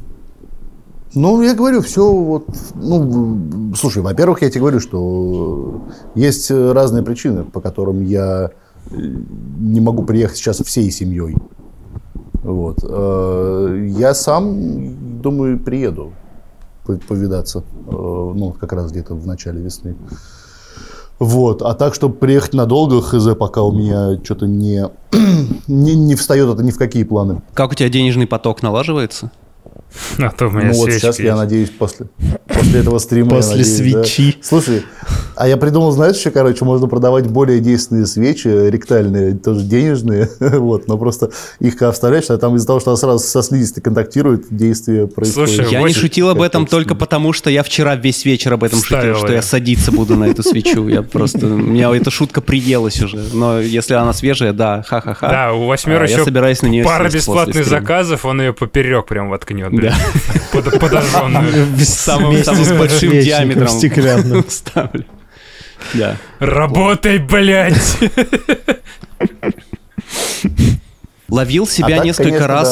Я говорю, все слушай, во-первых, я тебе говорю, что есть разные причины, по которым я не могу приехать сейчас всей семьей. Вот. Я сам, думаю, приеду повидаться, как раз где-то в начале весны. Вот. А так, чтобы приехать надолго, хз, пока у меня что-то не встает это ни в какие планы. Как у тебя денежный поток налаживается? А то у меня сейчас есть. Я надеюсь, после этого стрима. После свечи. Да. Слушай, а я придумал, знаешь, еще, можно продавать более действенные свечи, ректальные, тоже денежные, но просто их когда вставляешь, а там из-за того, что она сразу со слизистой контактирует, действие происходит. Слушай, я не шутил об этом только потому, что я вчера весь вечер об этом шутил, что я садиться буду на эту свечу. У меня эта шутка приелась уже. Но если она свежая, да, ха-ха-ха. Да, у 8 еще собираюсь на нее пара бесплатных заказов, он ее поперек прям воткнет. Да. Подожженную. Самым с большим диаметром. Стеклянным. Ставлю. Да. Работай, блядь! Ловил себя несколько раз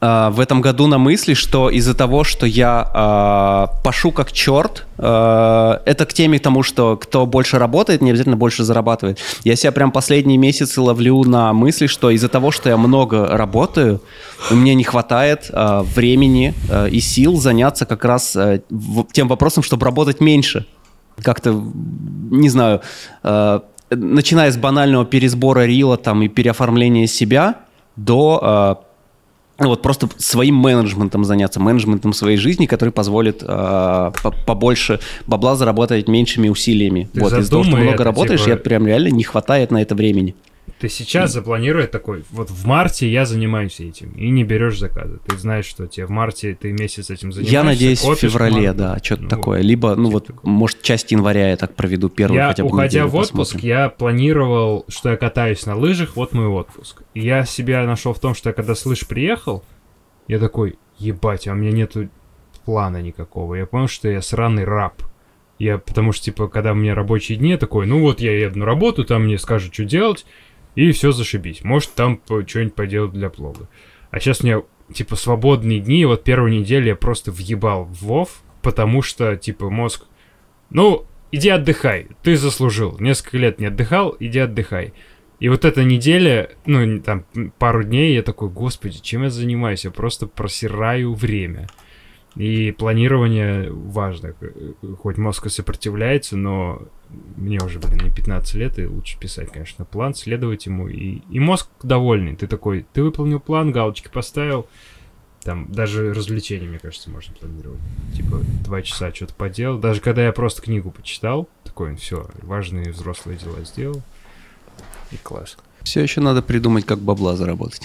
в этом году на мысли, что из-за того, что я пашу как черт, это к теме к тому, что кто больше работает, не обязательно больше зарабатывает. Я себя прям последние месяцы ловлю на мысли, что из-за того, что я много работаю, мне не хватает времени и сил заняться как раз тем вопросом, чтобы работать меньше. Как-то, не знаю, начиная с банального пересбора рила там, и переоформления себя до вот просто своим менеджментом заняться, менеджментом своей жизни, который позволит побольше бабла заработать меньшими усилиями. Вот, из-за того, что много работаешь, я прям реально не хватает на это времени. Ты сейчас запланируй такой, вот в марте я занимаюсь этим, и не берешь заказы. Ты знаешь, что тебе в марте ты месяц этим занимаешься. Я надеюсь, в феврале, да, что-то такое. Вот, либо, ну вот, такое. Может, часть января я так проведу первую хотя бы неделю. Уходя в отпуск, я планировал, что я катаюсь на лыжах, вот мой отпуск. И я себя нашел в том, что я когда с лыж приехал, я такой, ебать, а у меня нету плана никакого. Я понял, что я сраный раб. Потому что, типа, когда у меня рабочие дни, я такой, ну вот я еду на работу, там мне скажут, что делать, и все, зашибись. Может, там что-нибудь поделать для блога. А сейчас у меня, типа, свободные дни. Вот первую неделю я просто въебал в WoW, потому что, типа, мозг... Ну, иди отдыхай, ты заслужил. Несколько лет не отдыхал, иди отдыхай. И вот эта неделя, ну, там, пару дней, я такой, господи, чем я занимаюсь? Я просто просираю время. И планирование важно. Хоть мозг и сопротивляется, но мне уже, не 15 лет, и лучше писать, конечно, план, следовать ему. И мозг довольный. Ты такой, ты выполнил план, галочки поставил. Там даже развлечения, мне кажется, можно планировать. Типа 2 часа что-то поделал. Даже когда я просто книгу почитал, такой, все, важные взрослые дела сделал. И класс. Все еще надо придумать, как бабла заработать.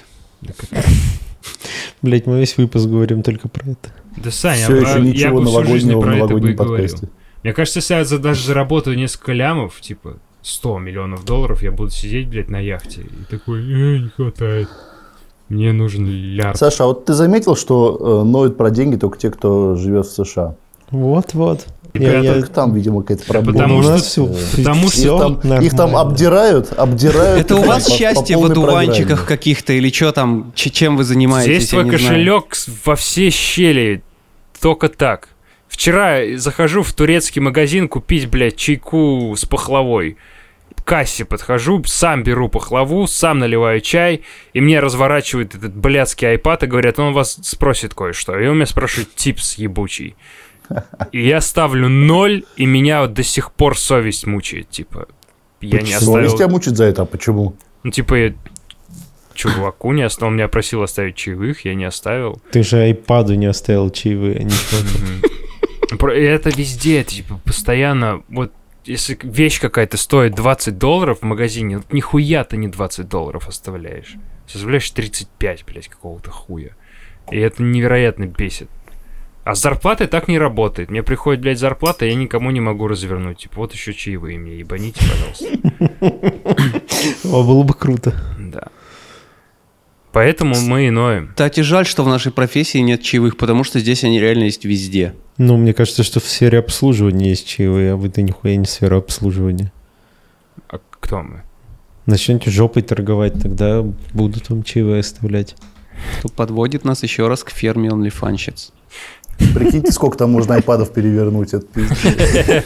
Блять, мы весь выпуск говорим только про это. Да, Саня, все еще ничего новогоднего в новогоднем подкасте. Мне кажется, если я даже заработаю несколько лямов, типа 100 миллионов долларов, я буду сидеть, блядь, на яхте. И такой, не хватает. Мне нужен лярд. Саша, а вот ты заметил, что ноют про деньги только те, кто живет в США? Вот-вот. Только там, видимо, какая-то проблема. Потому что их там обдирают. Это у вас счастье в одуванчиках каких-то или что там, чем вы занимаетесь? Здесь твой кошелек во все щели. Только так. Вчера захожу в турецкий магазин купить, блядь, чайку с пахлавой. К кассе подхожу, сам беру пахлаву, сам наливаю чай, и мне разворачивают этот блядский айпад и говорят, он вас спросит кое-что. И он меня спрашивает, типс ебучий. И я ставлю 0, и меня вот до сих пор совесть мучает, типа. Я не оставил... Совесть тебя мучает за это, а почему? Ну, типа, чуваку не оставил, он меня просил оставить чаевых, я не оставил. Ты же айпаду не оставил чаевые, ничего. Это везде, типа, постоянно, вот, если вещь какая-то стоит $20 в магазине, вот нихуя ты не $20 оставляешь. Оставляешь 35, блядь, какого-то хуя. И это невероятно бесит. А с зарплатой так не работает. Мне приходит, блядь, зарплата, я никому не могу развернуть. Типа, вот еще чаевые мне, ебаните, пожалуйста. О, было бы круто. Да. Поэтому мы и ноем. Кстати, жаль, что в нашей профессии нет чаевых, потому что здесь они реально есть везде. Ну, мне кажется, что в сфере обслуживания есть чаевые, а вы-то нихуя не сфера обслуживания. А кто мы? Начнете жопой торговать, тогда будут вам чаевые оставлять. Что подводит нас еще раз к ферме OnlyFansщиц. Прикиньте, сколько там можно айпадов перевернуть. Это пиздец.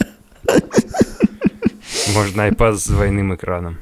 Можно айпад с двойным экраном.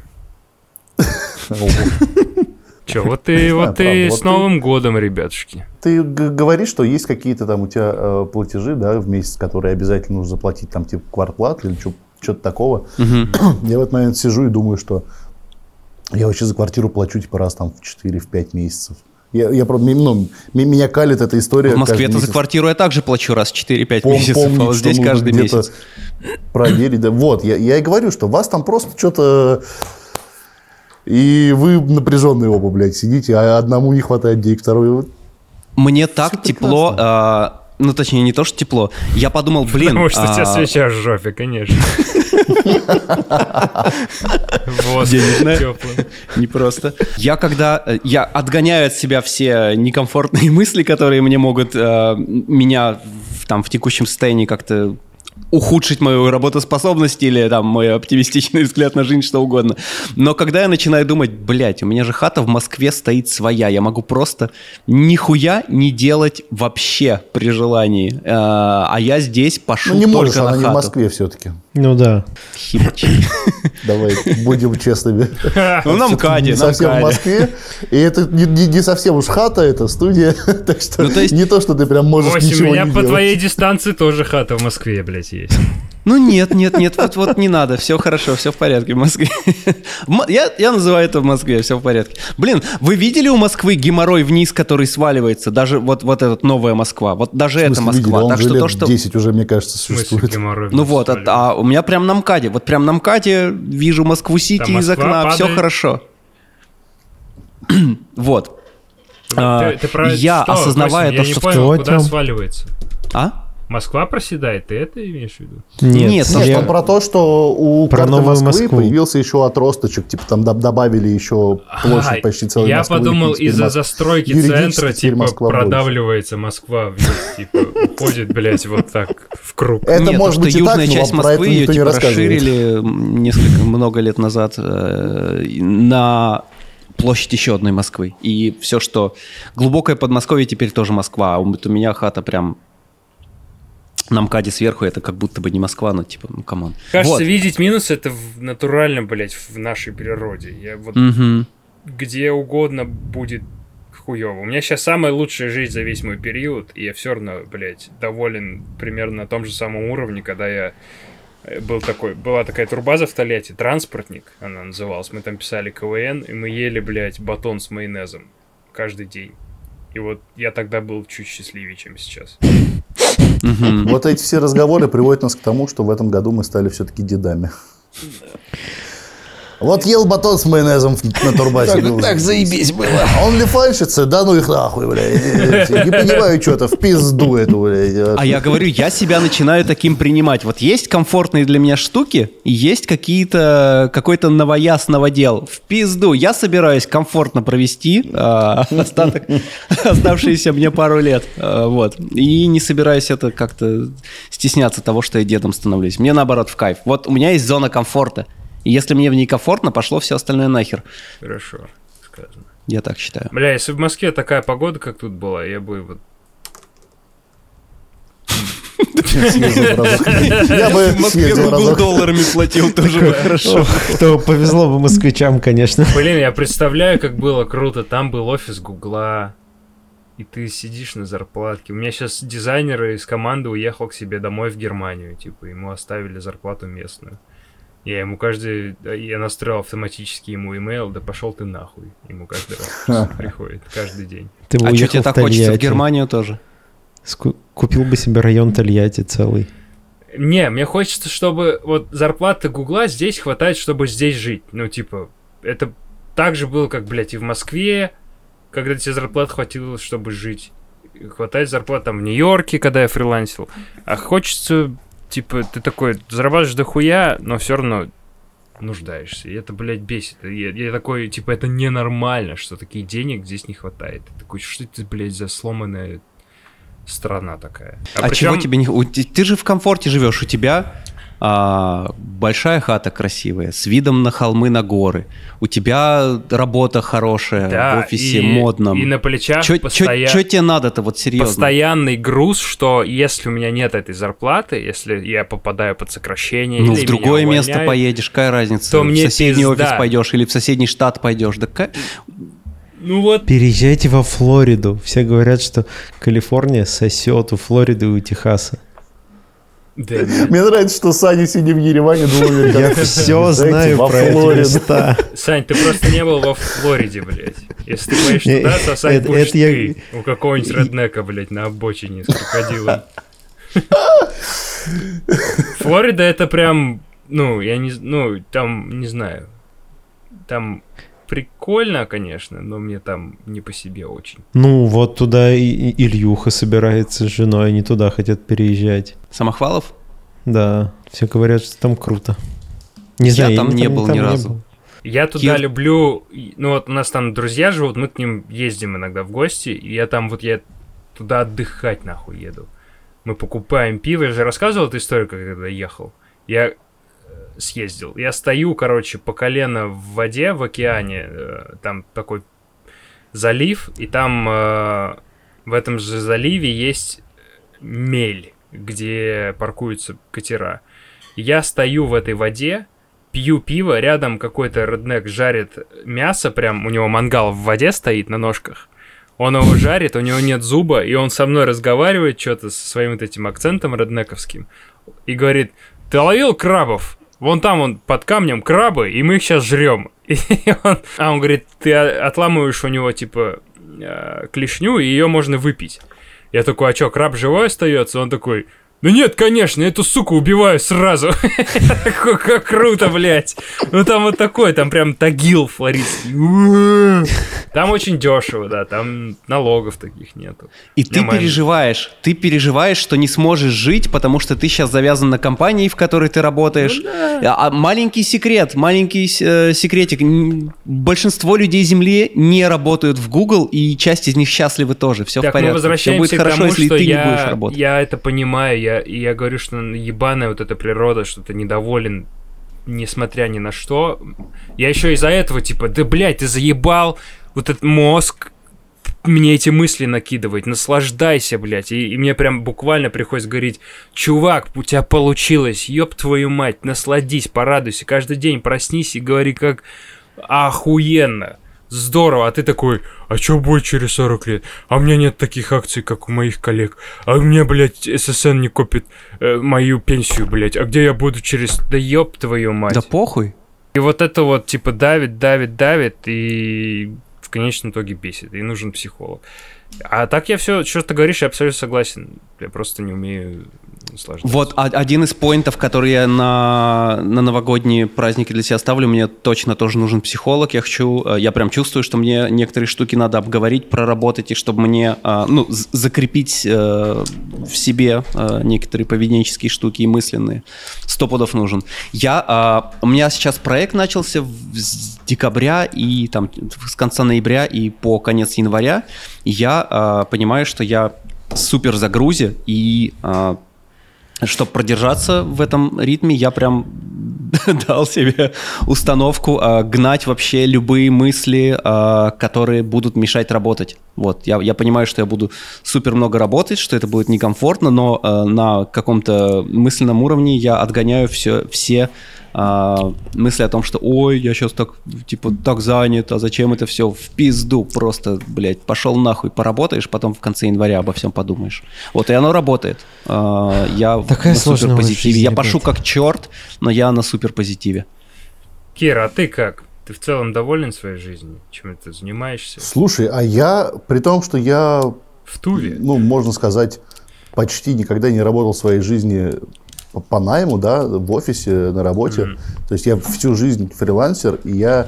Че, вот ты с Новым годом, ребятушки. Ты говоришь, что есть какие-то там у тебя платежи, да, в месяц, которые обязательно нужно заплатить, там, типа, квартплат или что-то такого. Я в этот момент сижу и думаю, что я вообще за квартиру плачу, типа, раз там в 4-5 месяцев. Меня калит эта история. В Москве-то за квартиру я также плачу раз в 4-5 месяцев, а вот здесь каждый месяц. Проверить, да. Вот, я и говорю, что вас там просто что-то... И вы напряженные оба, блядь, сидите, а одному не хватает денег, второй... Мне так тепло... Ну, точнее, не то, что тепло. Я подумал, блин... Потому что у тебя свеча в жопе, конечно. Денежная. Не просто. Я отгоняю от себя все некомфортные мысли, которые мне могут меня там в текущем состоянии как-то ухудшить мою работоспособность или там мой оптимистичный взгляд на жизнь, что угодно. Но когда я начинаю думать, блядь, у меня же хата в Москве стоит своя, я могу просто нихуя не делать вообще при желании, а я здесь пошел Ну не только можешь, на она хату. не в Москве все-таки. Ну да. Хибач. Давай будем честными. Ну, на МКАДе, Не совсем в Москве. И это не совсем уж хата, это студия. Так что Ну, то есть- не то, что ты прям можешь Вось, у ничего меня не по делать. твоей дистанции тоже хата в Москве, блядь, есть. Ну нет, вот не надо, все хорошо, все в порядке в Москве. Я называю это в Москве, все в порядке. Блин, вы видели у Москвы геморрой вниз, который сваливается? Даже вот этот новая Москва, вот даже В это смысле, видели? Москва. Он Так же что лет то, что... 10 уже, мне кажется, В смысле, существует. геморрой Ну вниз вот, сваливает? а у меня прям на МКАДе, вот прям на МКАДе вижу Москву-Сити Там из Москва окна, все падает. хорошо. Вот. Ты про Я, что? осознавая Вось, то, я не что... понял, Кто куда там? сваливается? А? Москва проседает, ты это имеешь в виду? Нет, Нет, я- он про то, что у Про карты новую Москвы Москву. появился еще отросточек, типа там добавили еще площадь почти целой Я Москвы. подумал, и теперь из-за Мос- застройки юридически центра, теперь типа, Москва больше. продавливается Москва вниз, типа, уходит, блядь, вот так в круг. Это Нет, может то, быть что и так, южная но часть вам про это Москвы ее никто не типа рассказывает. расширили много лет назад на площадь еще одной Москвы. И все, что глубокое Подмосковье, теперь тоже Москва. А вот у меня хата прям на МКАДе сверху, это как будто бы не Москва, но типа, ну камон. Кажется, Вот. видеть минус это натурально, блядь, в нашей природе. Я вот Мгм. где угодно будет хуёво. У меня сейчас самая лучшая жизнь за весь мой период, и я все равно, блядь, доволен примерно на том же самом уровне, когда я была такая турбаза в Тольятти, транспортник, она называлась. Мы там писали КВН, и мы ели, блядь, батон с майонезом каждый день. И вот я тогда был чуть счастливее, чем сейчас. Мгм. Вот эти все разговоры приводят нас к тому, что в этом году мы стали все-таки дедами. Вот ел батон с майонезом на турбазе. Так заебись было. А он ли фальшится? Да ну их нахуй, блядь. Не понимаю что-то, в пизду эту, блядь. А я говорю, я себя начинаю таким принимать. Вот есть комфортные для меня штуки, и есть какой-то новояз, новодел. В пизду. Я собираюсь комфортно провести оставшиеся мне пару лет. Вот. И не собираюсь это как-то стесняться того, что я дедом становлюсь. Мне наоборот в кайф. Вот у меня есть зона комфорта. И если мне в ней комфортно, пошло все остальное нахер. Хорошо сказано. Я так считаю. Бля, если в Москве такая погода, как тут была, я бы вот... Я бы В Москве съездил Google разок. долларами платил, тоже бы хорошо. Кто повезло бы москвичам, конечно. Блин, я представляю, как было круто. Там был офис Гугла, и ты сидишь на зарплатке. У меня сейчас дизайнер из команды уехал к себе домой в Германию. Типа, ему оставили зарплату местную. Я настроил автоматически ему имейл, да пошел ты нахуй. Ему каждый раз приходит, каждый день. Ты бы А что уехал тебе в так хочется в Тольятти. Германию тоже? Купил бы себе район Тольятти целый. Не, мне хочется, чтобы вот зарплата Гугла здесь хватает, чтобы здесь жить. Ну, типа, это так же было, как, блядь, и в Москве, когда тебе зарплат хватило, чтобы жить. Хватает зарплат там в Нью-Йорке, когда я фрилансил. А хочется, типа, ты такой, зарабатываешь дохуя, но все равно нуждаешься. И это, блядь, бесит. Я такой, типа, это ненормально, что таких денег здесь не хватает. Ты такой, что это, блядь, за сломанная страна такая. А чего тебе не... Ты же в комфорте живешь, у тебя большая хата красивая, с видом на холмы, на горы. У тебя работа хорошая, Да, в офисе модном. И на плечах Что тебе надо-то, вот серьезно? постоянный груз, что если у меня нет этой зарплаты, если я попадаю под сокращение, Ну, или в другое меня место увольняют, поедешь, какая разница? то в мне соседний пизда. офис пойдешь или в соседний штат пойдешь. Да Ну вот, Переезжайте во Флориду. Все говорят, что Калифорния сосет у Флориды и у Техаса. да, Мне нравится, что Саня, сидя в Ереване, думает, Я все знаю во про эти Флориду. места. Сань, ты просто не был во Флориде, блядь. Если ты поедешь Не, туда, сосать это будешь я- ты. У какого-нибудь реднека, блядь, на обочине с крокодилом. Флорида это прям, там, не знаю, там прикольно, конечно, но мне там не по себе очень. Ну, вот туда и Ильюха собирается с женой, они туда хотят переезжать. Самохвалов? Да, все говорят, что там круто. Не знаю, там не был там ни не разу. был. Я туда люблю, ну вот у нас там друзья живут, мы к ним ездим иногда в гости, и я туда отдыхать нахуй еду. мы покупаем пиво. Я же рассказывал эту историю, когда ехал. Я съездил. Я стою, короче, по колено в воде, в океане. Там такой залив, и там в этом же заливе есть мель, где паркуются катера. Я стою в этой воде, пью пиво, рядом какой-то реднек жарит мясо, прям у него мангал в воде стоит на ножках. Он его жарит, у него нет зуба, и он со мной разговаривает что-то со своим вот этим акцентом реднековским и говорит: ты ловил крабов? Вон там, вон под камнем крабы, и мы их сейчас жрем. Он говорит, ты отламываешь у него, типа, клешню, и ее можно выпить. Я такой, а что, краб живой остается? Он такой, ну нет, конечно, эту суку убиваю сразу. Как круто, блядь. Ну там вот такой, там прям тагил флоридский. Там очень дешево, да, там налогов таких нету. И ты переживаешь, что не сможешь жить, потому что ты сейчас завязан на компании, в которой ты работаешь. Ну, да. А маленький секретик. Большинство людей Земли не работают в Google, и часть из них счастливы тоже. Все в порядке. Мы возвращаемся все будет хорошо, к тому, если что ты не будешь работать. Я это понимаю, я говорю, что ебаная вот эта природа, что ты недоволен, несмотря ни на что. Я еще из-за этого, типа, да, блядь, ты заебал вот этот мозг мне эти мысли накидывать, наслаждайся, блядь. И мне прям буквально приходится говорить, чувак, у тебя получилось, ёб твою мать, насладись, порадуйся, каждый день проснись и говори, как охуенно. Здорово, а ты такой, а что будет через 40 лет? А у меня нет таких акций, как у моих коллег. А у меня, блядь, ССН не копит мою пенсию, блядь. А где я буду через... Да ёб твою мать. Да похуй. И вот это вот, типа, давит, и в конечном итоге бесит. И нужен психолог. А так я все, что ты говоришь, я абсолютно согласен. Я просто не умею наслаждаться. Вот один из поинтов, который я на новогодние праздники для себя ставлю, мне точно тоже нужен психолог. Я прям чувствую, что мне некоторые штуки надо обговорить, проработать, и чтобы мне закрепить в себе некоторые поведенческие штуки и мысленные. 100 пудов нужен. У меня сейчас проект начался с декабря и там с конца ноября и по конец января. Я понимаю, что я супер загрузе, и чтобы продержаться в этом ритме, я прям дал себе установку гнать вообще любые мысли, которые будут мешать работать. Вот, я понимаю, что я буду супер много работать, что это будет некомфортно, но на каком-то мысленном уровне я отгоняю все мысли о том, что ой, я сейчас так занят, а зачем это все в пизду, просто, блядь, пошел нахуй, поработаешь, потом в конце января обо всем подумаешь. Вот, и оно работает. Я такая на супер позитиве. Я пошу ребят. как черт, но я на супер позитиве. Кира, а ты как? Ты в целом доволен своей жизнью? Чем ты занимаешься? Слушай, а я, при том, что я, В Туве? можно сказать, почти никогда не работал в своей жизни по найму, да, в офисе, на работе. То есть я всю жизнь фрилансер, и я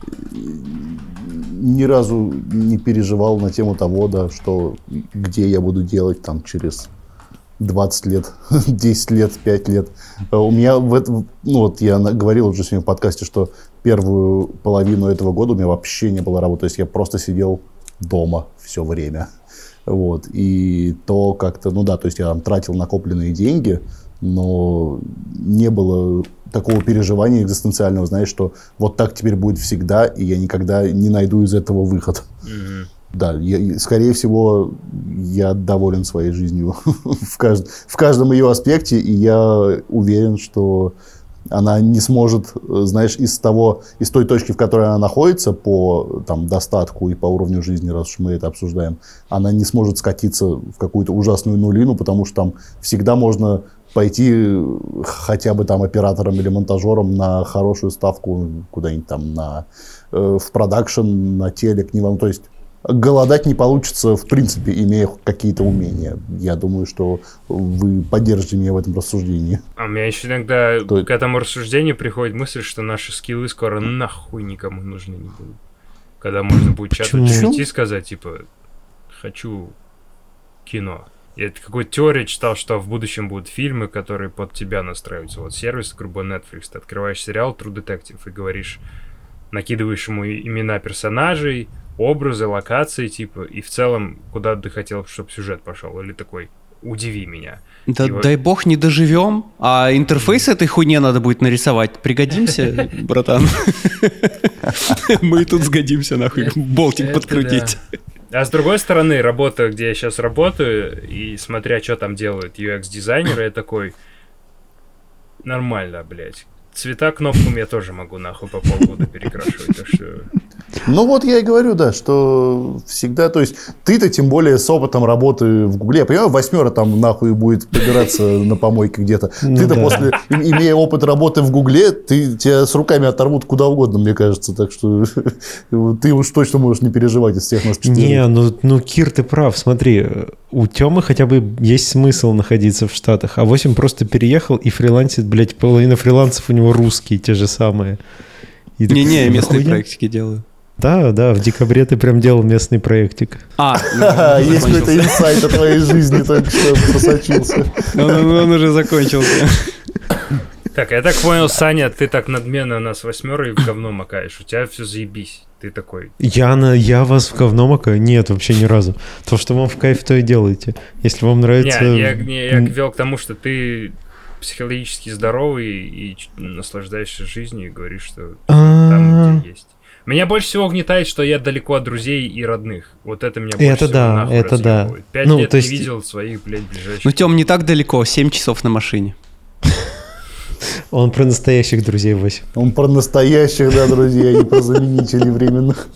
ни разу не переживал на тему того, да, что где я буду делать там через 20 лет, 10 лет, 5 лет. У меня я говорил уже сегодня в подкасте, что первую половину этого года у меня вообще не было работы. То есть я просто сидел дома все время. Вот. И то как-то, то есть я там тратил накопленные деньги, но не было такого переживания экзистенциального, знаешь, что вот так теперь будет всегда, и я никогда не найду из этого выход. Да, скорее всего, я доволен своей жизнью в каждом ее аспекте, и я уверен, что она не сможет, знаешь, из той точки, в которой она находится по достатку и по уровню жизни, раз уж мы это обсуждаем, она не сможет скатиться в какую-то ужасную нулину, потому что там всегда можно пойти хотя бы оператором или монтажером на хорошую ставку куда-нибудь в продакшн, на телек, то есть голодать не получится, в принципе, имея какие-то умения. Я думаю, что вы поддержите меня в этом рассуждении. А у меня еще иногда к этому рассуждению приходит мысль, что наши скиллы скоро нахуй никому нужны не будут. Когда можно будет чату GPT сказать, хочу кино. Я какую-то теорию читал, что в будущем будут фильмы, которые под тебя настраиваются. Вот сервис, грубо Netflix, ты открываешь сериал True Detective и говоришь, накидываешь ему имена персонажей, образы, локации, и в целом, куда ты хотел, чтобы сюжет пошел. Или такой, удиви меня. Да И вот- дай бог не доживем, а интерфейс этой хуйне надо будет нарисовать. Пригодимся, братан? Мы и тут сгодимся, нахуй, болтик Это подкрутить. да. А с другой стороны, работа, где я сейчас работаю, и смотря, что там делают UX-дизайнеры, я такой, нормально, блядь. Цвета кнопками я тоже могу, нахуй, по полгода перекрашивать, так что... Ну вот я и говорю, да, что всегда, то есть ты-то тем более с опытом работы в Гугле, я понимаю, 8 там нахуй будет побираться на помойке где-то. Ну Ты-то да. после, имея опыт работы в Гугле, тебя с руками оторвут куда угодно, мне кажется, так что ты уж точно можешь не переживать из всех нас 4. Не, ну, Кир, ты прав. Смотри, у Тёмы хотя бы есть смысл находиться в Штатах, а 8 просто переехал и фрилансит, блядь, половина фрилансов у него русские, те же самые. И такой, Не-не, местные нахуя? проектики делаю. Да, в декабре ты прям делал местный проектик. Есть какой-то инсайт о твоей жизни только что просочился. Он уже закончился. Так, я так понял, Саня, ты так надменно нас 8 в говно макаешь. У тебя все заебись. Ты такой. Я вас в говно макаю? Нет, вообще ни разу. То, что вам в кайф, то и делаете. Если вам нравится... Я вел к тому, что ты психологически здоровый и наслаждаешься жизнью и говоришь, что там, где есть. Меня больше всего угнетает, что я далеко от друзей и родных. Вот это меня больше Это всего да, нахуй это да. разъебывает. 5 Ну, лет то не есть- видел своих, блядь, ближайших. Ну, Тём, не так далеко, 7 часов на машине. Он про настоящих друзей 8. Он про настоящих, да, друзей, а не про заменителей временных.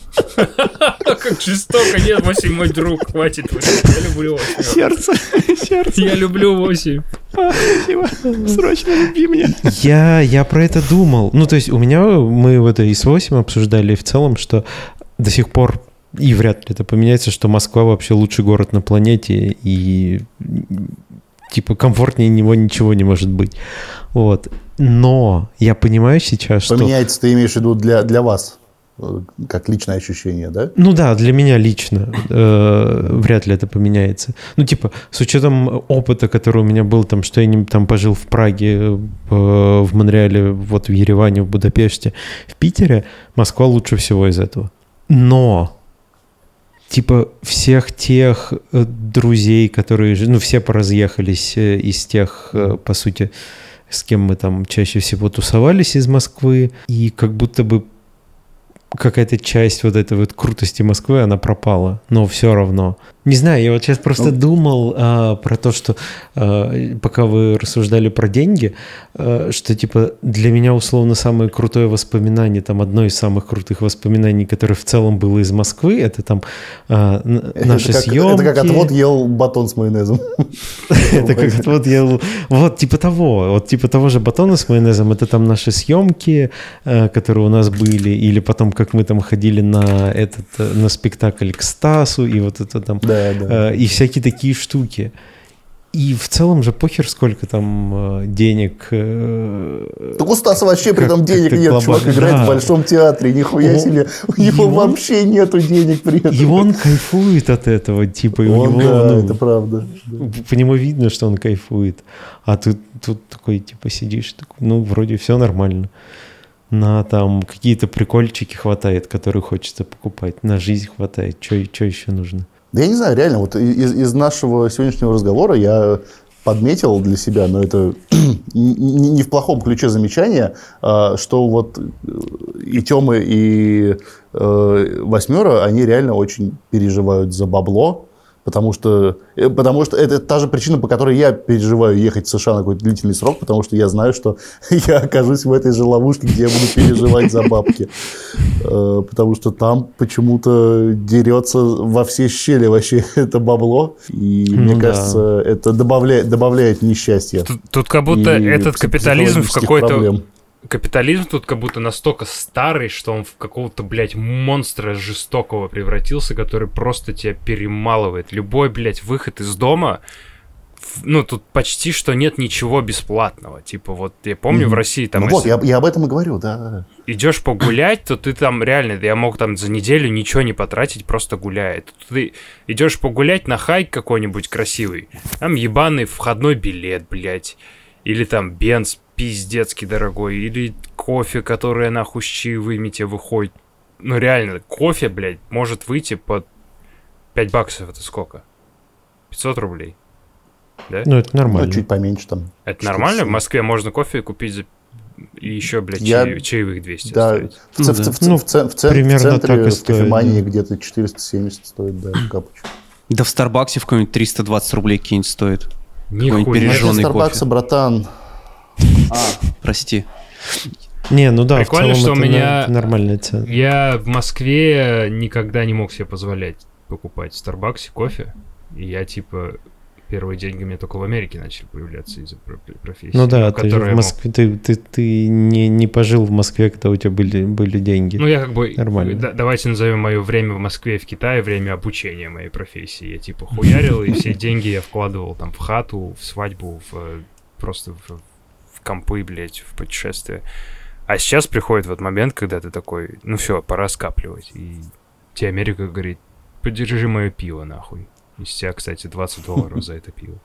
Как жестоко. Нет, 8 мой друг, хватит. 8. Я люблю 8. Сердце. Я люблю 8. Спасибо. Срочно люби меня. Я про это думал. Ну, то есть мы в этой ИС-8 обсуждали в целом, что до сих пор, и вряд ли это поменяется, что Москва вообще лучший город на планете, и типа комфортнее него ничего не может быть. Вот. Но я понимаю сейчас, что... Поменяется, ты имеешь в виду для вас, как личное ощущение, да? Ну да, для меня лично вряд ли это поменяется. Ну типа, с учетом опыта, который у меня был, там, что я там пожил в Праге, в Монреале, вот в Ереване, в Будапеште, в Питере, Москва лучше всего из этого. Но типа всех тех друзей, которые... Ну все поразъехались из тех, по сути, с кем мы там чаще всего тусовались из Москвы, и как будто бы какая-то часть вот этой вот крутости Москвы, она пропала, но все равно. Не знаю, я вот сейчас просто думал про то, что пока вы рассуждали про деньги, что типа для меня условно самое крутое воспоминание, там одно из самых крутых воспоминаний, которое в целом было из Москвы, это там наши съемки. Это как отвод ел батон с майонезом. Это как отвод ел... Вот типа того же батона с майонезом, это там наши съемки, которые у нас были, или потом как мы там ходили на спектакль к Стасу, и вот это там... Да. И всякие такие штуки. И в целом же похер, сколько там денег. Так у Стаса вообще при этом денег как-то нет. Чувак глобально. играет Да. в Большом театре. Нихуя себе. У него вообще нету денег при этом. И он кайфует от этого, типа, и у Он, него, да, ну, это правда. по нему видно, что он кайфует. А тут такой, типа, сидишь, такой, ну, вроде все нормально. На там какие-то прикольчики хватает, которые хочется покупать. На жизнь хватает. Что еще нужно? Да я не знаю, реально, вот из нашего сегодняшнего разговора я подметил для себя, но это не в плохом ключе замечание, что вот и Тёма, и 8, они реально очень переживают за бабло, потому что это та же причина, по которой я переживаю ехать в США на какой-то длительный срок, потому что я знаю, что я окажусь в этой же ловушке, где я буду переживать за бабки. Потому что там почему-то дерется во все щели вообще это бабло. И мне кажется, это добавляет несчастья. Тут как будто и этот капитализм в психологических какой-то... проблем. Капитализм тут как будто настолько старый, что он в какого-то, блядь, монстра жестокого превратился, который просто тебя перемалывает. Любой, блядь, выход из дома... Ну, тут почти что нет ничего бесплатного. Типа, вот я помню в России там... Ну вот, я об этом и говорю, да. Идешь погулять, то ты там реально... Я мог там за неделю ничего не потратить, просто гуляя. Тут ты идешь погулять на хайк какой-нибудь красивый. Там ебаный входной билет, блядь. Или там бенз пиздецкий дорогой. Или кофе, который нахуй с чаевыми тебе выходит. Ну реально, кофе, блядь, может выйти под $5. Это сколько? 500 рублей. да? Ну, это нормально. Ну, чуть поменьше там. Это нормально? В Москве можно кофе купить за... И еще, блядь, чаевых 200 Да, оставить. в примерно так центре и в стоит, кофемании да. где-то 470 стоит, да, капуч. Да в Старбаксе в какой-нибудь 320 рублей какие-нибудь стоит. Нихуя. пережжённый Нет Старбакса, кофе. братан. Прости. Не, ну да, Прикольно, в целом что это у меня- это нормальная цена. Я в Москве никогда не мог себе позволять покупать в Старбаксе кофе. И я, типа, первые деньги у меня только в Америке начали появляться из-за профессии. Ну да, ты которую я в мог. Москве, ты не пожил в Москве, когда у тебя были деньги. Ну, я как бы... Нормально. Давайте назовем мое время в Москве и в Китае время обучения моей профессии. Я, типа, хуярил, и все деньги я вкладывал там в хату, в свадьбу, просто в компы, блядь, в путешествия. А сейчас приходит вот момент, когда ты такой, ну все, пора скапливать. И тебе Америка говорит, подержи мое пиво, нахуй. И с тебя, кстати, $20 за это пиво.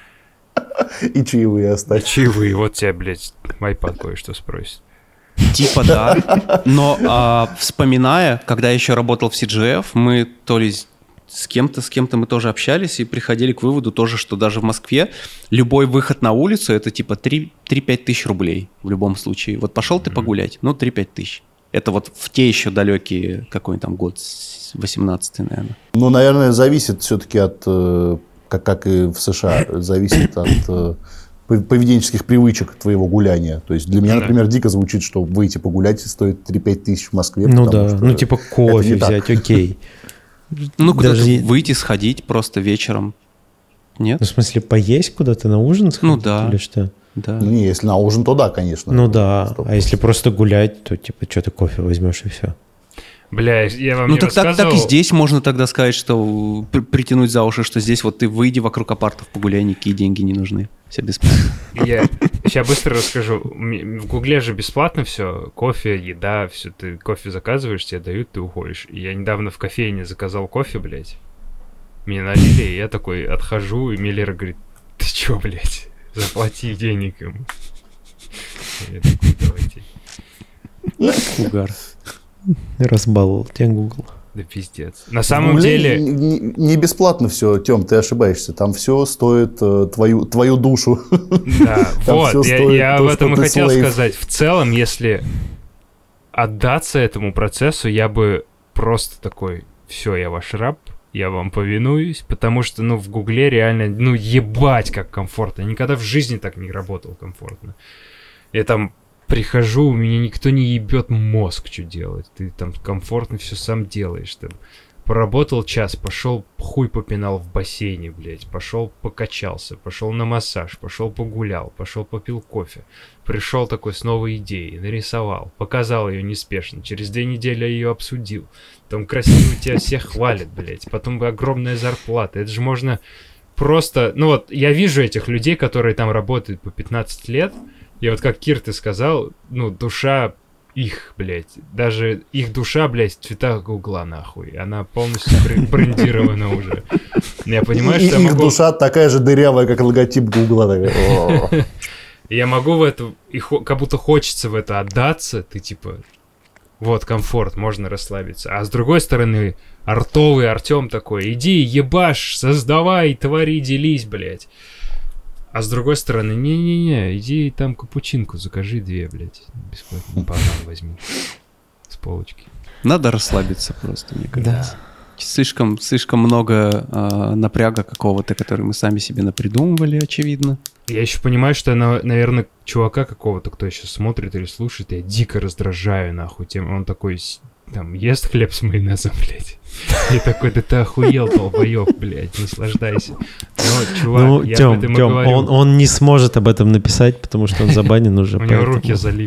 И чаевые оставь. Чаевые, вот тебя, блядь, iPad кое-что спросит. Типа да, но вспоминая, когда я еще работал в CGF, мы то ли с кем-то мы тоже общались и приходили к выводу тоже, что даже в Москве любой выход на улицу это типа 3-5 тысяч рублей в любом случае. Вот пошел ты погулять, ну 3-5 тысяч. Это вот в те еще далекие, какой там год, 18-й, наверное. Ну, наверное, зависит все-таки от, как и в США, зависит от поведенческих привычек твоего гуляния. То есть для меня, например, дико звучит, что выйти погулять стоит 3-5 тысяч в Москве. Ну потому да, что ну типа кофе это не так. взять, окей. Ну, куда-то Даже- выйти, сходить просто вечером. Нет? Ну, в смысле, поесть куда-то на ужин сходить? Ну да. Или что? Да. Ну, не, если на ужин, то да, конечно. Ну да, Стоп. а если просто гулять, то типа что ты кофе возьмешь и все. Бля, я вам Ну не так и рассказывал... здесь можно тогда сказать, что притянуть за уши, что здесь вот ты выйди вокруг апартов, погуляй, никакие деньги не нужны. Все бесплатно. Я сейчас быстро расскажу. В Гугле же бесплатно все. Кофе, еда, все. Ты кофе заказываешь, тебе дают, ты уходишь. И я недавно в кофейне заказал кофе, блядь. Мне налили, и я такой отхожу, и Миллер говорит, ты чё, блядь, заплати денег ему. Я такой, давайте. Угар. Разбаловал тебя Google. Да пиздец. На самом Гуляй, деле... не бесплатно все, Тём, ты ошибаешься. Там все стоит твою душу. Да, Там вот, всё стоит я то, об этом и что ты хотел слейв. сказать. В целом, если отдаться этому процессу, я бы просто такой, все, я ваш раб, я вам повинуюсь, потому что, ну, в Гугле реально, ну, ебать, как комфортно. Я никогда в жизни так не работал комфортно. Я там прихожу, у меня никто не ебет мозг, что делать. Ты там комфортно все сам делаешь. Там. Поработал час, пошел хуй попинал в бассейне, блядь. Пошел покачался, пошел на массаж, пошел погулял, пошел попил кофе. Пришел такой с новой идеей, нарисовал, показал ее неспешно. Через 2 недели я ее обсудил. Там красиво тебя всех хвалят, блядь. Потом огромная зарплата. Это же можно просто... Ну вот, я вижу этих людей, которые там работают по 15 лет. И вот как Кир, ты сказал, ну, душа их, блядь. Даже их душа, блядь, в цветах Гугла, нахуй. Она полностью брендирована уже. Я понимаю, что я Их могу... душа такая же дырявая, как логотип Гугла. Я могу в это... И как будто хочется в это отдаться. Ты типа... Вот, комфорт, можно расслабиться. А с другой стороны, артовый Артем такой, иди, ебашь, создавай, твори, делись, блядь. А с другой стороны, не-не-не, иди там капучинку закажи 2, блядь. Бесплатно банан возьми с полочки. Надо расслабиться просто, мне кажется. Слишком много напряга какого-то, который мы сами себе напридумывали, очевидно. Я еще понимаю, что, наверное, чувака какого-то, кто еще смотрит или слушает, я дико раздражаю, нахуй, тем он такой, там, ест хлеб с майонезом, блядь. И такой, да ты охуел, долбоёб, блядь, наслаждайся. Но, чувак, Ну, я Тём, об этом и Тём, говорю. он не сможет об этом написать, потому что он забанен уже. У него поэтому- руки залип.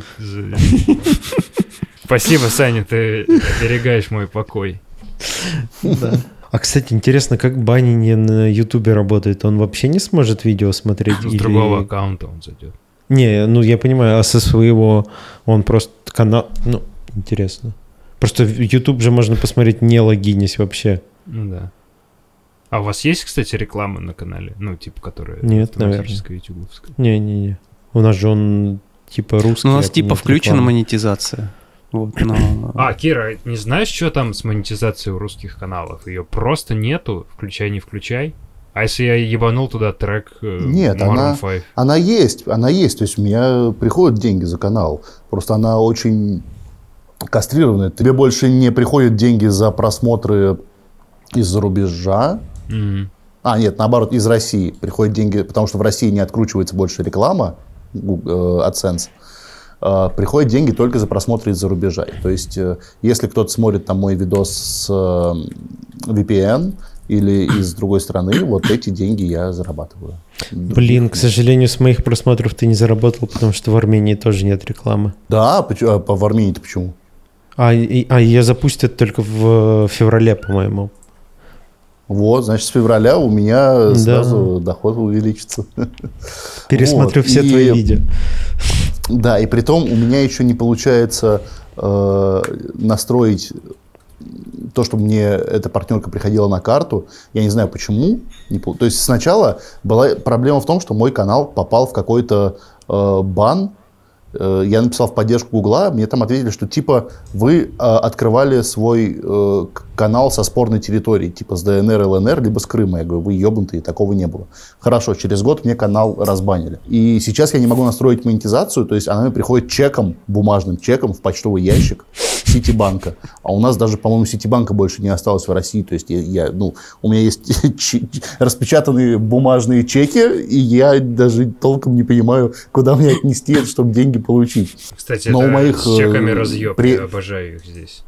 Спасибо, Саня, ты оберегаешь мой покой. Да. А, кстати, интересно, как банение на Ютубе работает? Он вообще не сможет видео смотреть? С или- другого аккаунта он зайдет. Не, ну я понимаю, а со своего он просто канал... Ну, интересно. Просто в YouTube же можно посмотреть, не логинясь вообще. Ну да. А у вас есть, кстати, реклама на канале? Ну, типа, которая Нет, автоматическая, ютубовская? Не-не-не. У нас же он типа русский. Ну, у нас а типа нет включена рекламы. монетизация. Вот, но... А, Кира, не знаешь, что там с монетизацией у русских каналов? Ее просто нету, включай, не включай. А если я ебанул туда трек Нет, Maroon 5? она есть. То есть у меня приходят деньги за канал. Просто она очень кастрированная. Тебе больше не приходят деньги за просмотры из-за рубежа. Нет, наоборот, из России приходят деньги, потому что в России не откручивается больше реклама, AdSense. Приходят деньги только за просмотры из-за рубежа. То есть, если кто-то смотрит там мой видос с VPN или из другой страны, вот эти деньги я зарабатываю. Блин, к сожалению, с моих просмотров ты не заработал, потому что в Армении тоже нет рекламы. Да, в Армении-то почему? Ее запустят только в феврале, по-моему. Вот, значит, с февраля у меня сразу доход увеличится. Пересмотрю все твои видео. Да, и при том у меня еще не получается настроить то, чтобы мне эта партнерка приходила на карту. Я не знаю, почему. То есть сначала была проблема в том, что мой канал попал в какой-то бан. Я написал в поддержку Гугла, мне там ответили, что типа вы открывали свой канал со спорной территории, типа с ДНР, ЛНР, либо с Крыма. Я говорю, вы ебанутые, такого не было. Хорошо, через год мне канал разбанили. И сейчас я не могу настроить монетизацию, то есть она мне приходит чеком, бумажным чеком в почтовый ящик Ситибанка. А у нас даже, по-моему, Ситибанка больше не осталось в России. То есть у меня есть распечатанные бумажные чеки, и я даже толком не понимаю, куда мне отнести это, чтобы деньги получить. Кстати, но у моих, с чеками разъеб, я обожаю их здесь.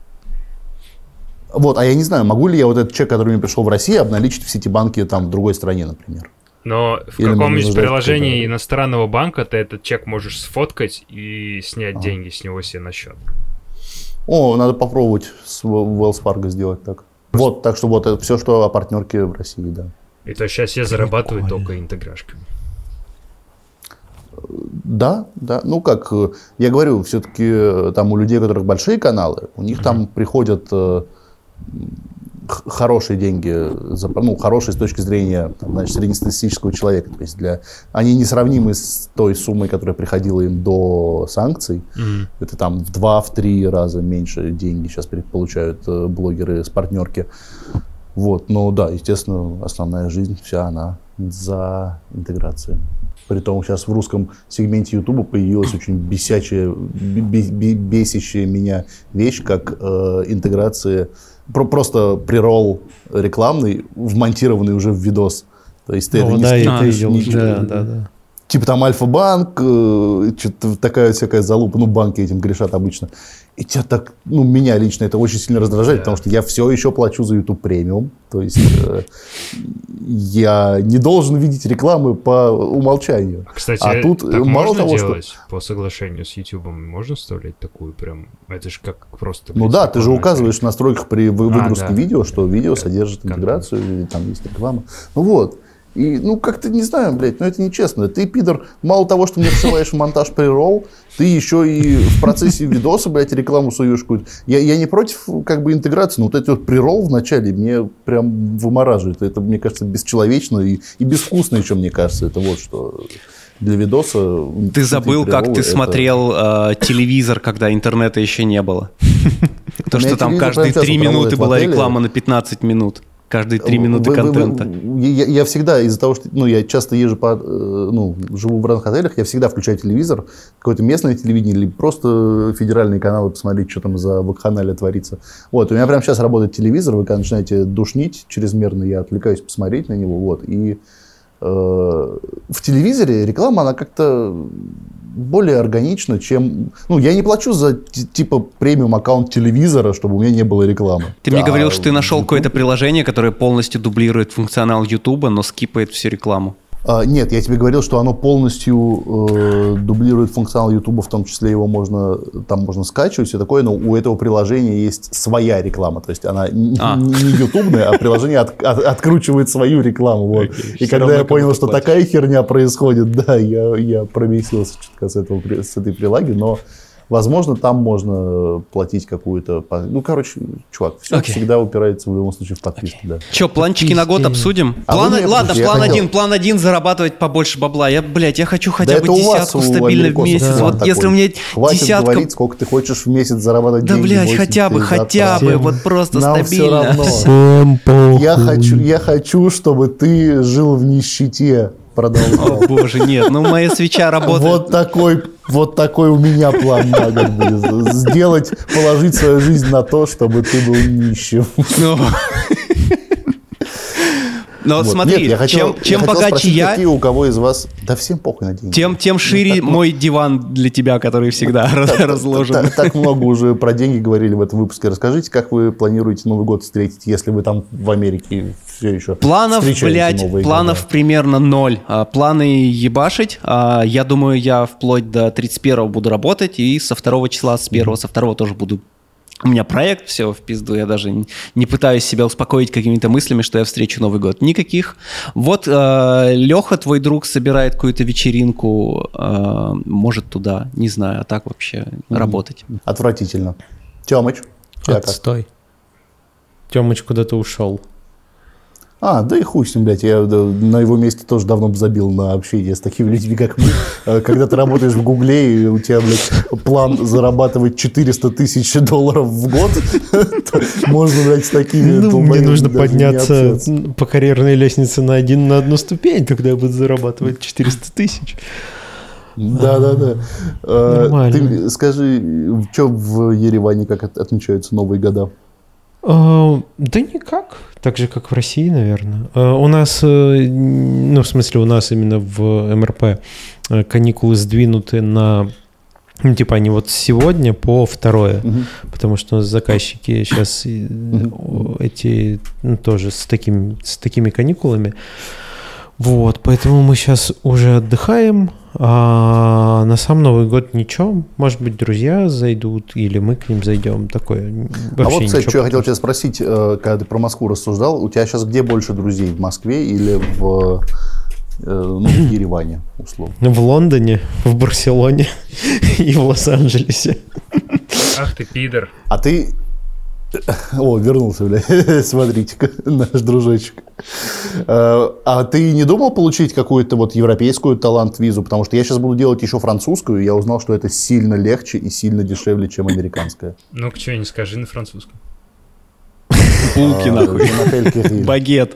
Вот, а я не знаю, могу ли я вот этот чек, который мне пришел в России, обналичить в Ситибанке там в другой стране, например. Но в каком-нибудь приложении иностранного банка ты этот чек можешь сфоткать и снять деньги с него себе на счет. О, надо попробовать с Wells Fargo сделать так. Вот, так что вот это все, что о партнерке в России, да. И то сейчас я зарабатываю только интеграшками. Да. Ну, как я говорю, все-таки там у людей, у которых большие каналы, у них там приходят хорошие деньги, хорошие с точки зрения среднестатистического человека. То есть они несравнимы с той суммой, которая приходила им до санкций. Это там в 2-3 раза меньше деньги сейчас получают блогеры с партнерки. Вот. Но да, естественно, основная жизнь вся она за интеграцией. Притом сейчас в русском сегменте Ютуба появилась очень бесящая меня вещь, как интеграция, просто преролл рекламный, вмонтированный уже в видос. То есть ты это не видел. Да. Типа там Альфа-банк, что-то такая всякая залупа, банки этим грешат обычно. И тебя так, меня лично это очень сильно раздражает, потому что я все еще плачу за YouTube премиум. То есть я не должен видеть рекламы по умолчанию. Кстати, тут так мало можно того, делать что... по соглашению с YouTube? Можно вставлять такую прям? Это же как просто... да, ты же указываешь в настройках при выгрузке видео, что видео содержит интеграцию, или там есть реклама. И, как-то, не знаю, блядь, это нечестно. Ты, пидор, мало того, что мне вшиваешь в монтаж преролл, ты еще и в процессе видоса, блядь, рекламу суешь какую-то. Я не против, интеграции, но вот этот преролл в начале мне прям вымораживает. Это, мне кажется, бесчеловечно и безвкусно еще, мне кажется. Это вот что... Для видоса... Ты забыл, как ты смотрел телевизор, когда интернета еще не было. То, что там каждые 3 минуты была реклама на 15 минут. Каждые 3 минуты контента. Я всегда, из-за того, что я часто езжу живу в разных отелях, я всегда включаю телевизор, какое-то местное телевидение, или просто федеральные каналы, посмотреть, что там за вакханалия творится. Вот, у меня прямо сейчас работает телевизор, вы когда начинаете душнить чрезмерно, я отвлекаюсь посмотреть на него, и в телевизоре реклама, она как-то более органична, чем... я не плачу за, премиум аккаунт телевизора, чтобы у меня не было рекламы. Ты мне говорил, что ты нашел какое-то приложение, которое полностью дублирует функционал Ютуба, но скипает всю рекламу. Нет, я тебе говорил, что оно полностью дублирует функционал Ютуба, в том числе его можно скачивать, все такое, но у этого приложения есть своя реклама, то есть она не ютубная, а приложение откручивает свою рекламу. Вот. И когда я понял, что такая херня происходит, да, я пробесился чутка с этой прилаги, но Возможно, там можно платить какую-то... Ну, короче, чувак, все Окей. всегда упирается в любом случае в подписку, да. Че, планчики на год обсудим? А вы мне Ладно, подождите, я хотел- план 1 зарабатывать побольше бабла. Я хочу хотя Да бы это у вас, десятку у стабильно в америкосов, месяц. план Вот если такой. у меня Хватит десятка... говорить, сколько ты хочешь в месяц зарабатывать Да, деньги. блядь, 80 хотя бы, зарплат. вот просто Нам стабильно. всё равно. Всем похуй. Я хочу, чтобы ты жил в нищете. Продолжал. О, боже, нет, ну моя свеча работает. Вот такой у меня план на год будет. Положить свою жизнь на то, чтобы ты был нищим. Но Вот. смотри, Нет, чем хотел богаче спросить, я, какие у кого из вас... Да всем похуй на деньги. тем шире мой диван для тебя, который всегда разложен. Так много уже про деньги говорили в этом выпуске. Расскажите, как вы планируете Новый год встретить, если вы там в Америке все еще Планов, встречаете Новые планов года? примерно 0. Планы ебашить. Я думаю, я вплоть до 31-го буду работать, и со 2 числа, с 1-го, со 2-го тоже буду. У меня проект, все, в пизду, я даже не пытаюсь себя успокоить какими-то мыслями, что я встречу Новый год. Никаких. Вот Леха, твой друг, собирает какую-то вечеринку, может туда, не знаю, а так вообще работать. Отвратительно. Тёмыч, тебя как? Отстой. Тёмыч куда-то ушел. Да и хуй с ним, блядь. Я на его месте тоже давно бы забил на общение с такими людьми, как мы. Когда ты работаешь в Гугле, и у тебя, блядь, план зарабатывать $400 тысяч в год, то можно, блядь, с такими... Мне долбоёбами нужно даже не подняться общаться. по карьерной лестнице на одну ступень, тогда я буду зарабатывать 400 тысяч. Да. Нормально. Ты скажи, что в Ереване, как отмечаются Новые года? Да никак. Так же, как в России, наверное. У нас, ну, в смысле, у нас именно в МРП каникулы сдвинуты на... Ну, типа они вот сегодня по 2, потому что у нас заказчики сейчас эти тоже с такими каникулами. Вот, поэтому мы сейчас уже отдыхаем, а на сам Новый год ничего. Может быть, друзья зайдут, или мы к ним зайдем. Такое вообще Вот, кстати, ничего. что я хотел тебя спросить, когда ты про Москву рассуждал, у тебя сейчас где больше друзей, в Москве или в Ереване, условно? В Лондоне, в Барселоне и в Лос-Анджелесе. Ах ты, пидор. А ты... О, вернулся, бля. Смотрите-ка, наш дружочек. А ты не думал получить какую-то вот европейскую талант-визу? Потому что я сейчас буду делать еще французскую, и я узнал, что это сильно легче и сильно дешевле, чем американская. Ну-ка, что-нибудь скажи на французском. Булки нахуй. Багет. Багет.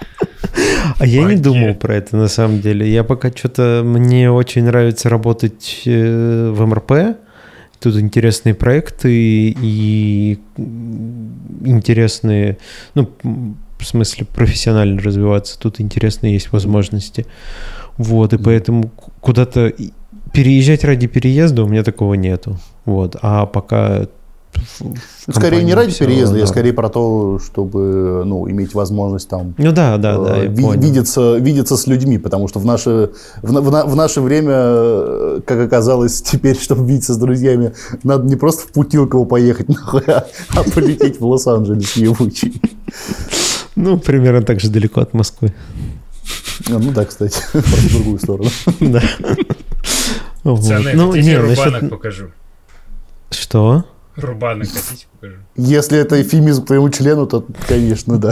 А я не Багет. думал про это на самом деле. Я пока что-то... Мне очень нравится работать в МРП. Тут интересные проекты и интересные... Ну, в смысле, профессионально развиваться. Тут интересные есть возможности. Вот, и поэтому куда-то переезжать ради переезда у меня такого нету. Вот, а пока... Скорее не ради всё переезда, я норм. скорее про то, чтобы иметь возможность там Ну да, я понял. видеться с людьми, потому что в наше время, как оказалось теперь, чтобы видеться с друзьями, надо не просто в Путилково поехать, нахуй, а полететь в Лос-Анджелес ебучий. Ну, примерно так же далеко от Москвы. Ну да, кстати, просто в другую сторону. Да. Вот. Пацаны, Ну, хотите не, рубанок насчет... покажу? Что? Рубанок хотите покажу? Если это эвфемизм к твоему члену, то, конечно, да.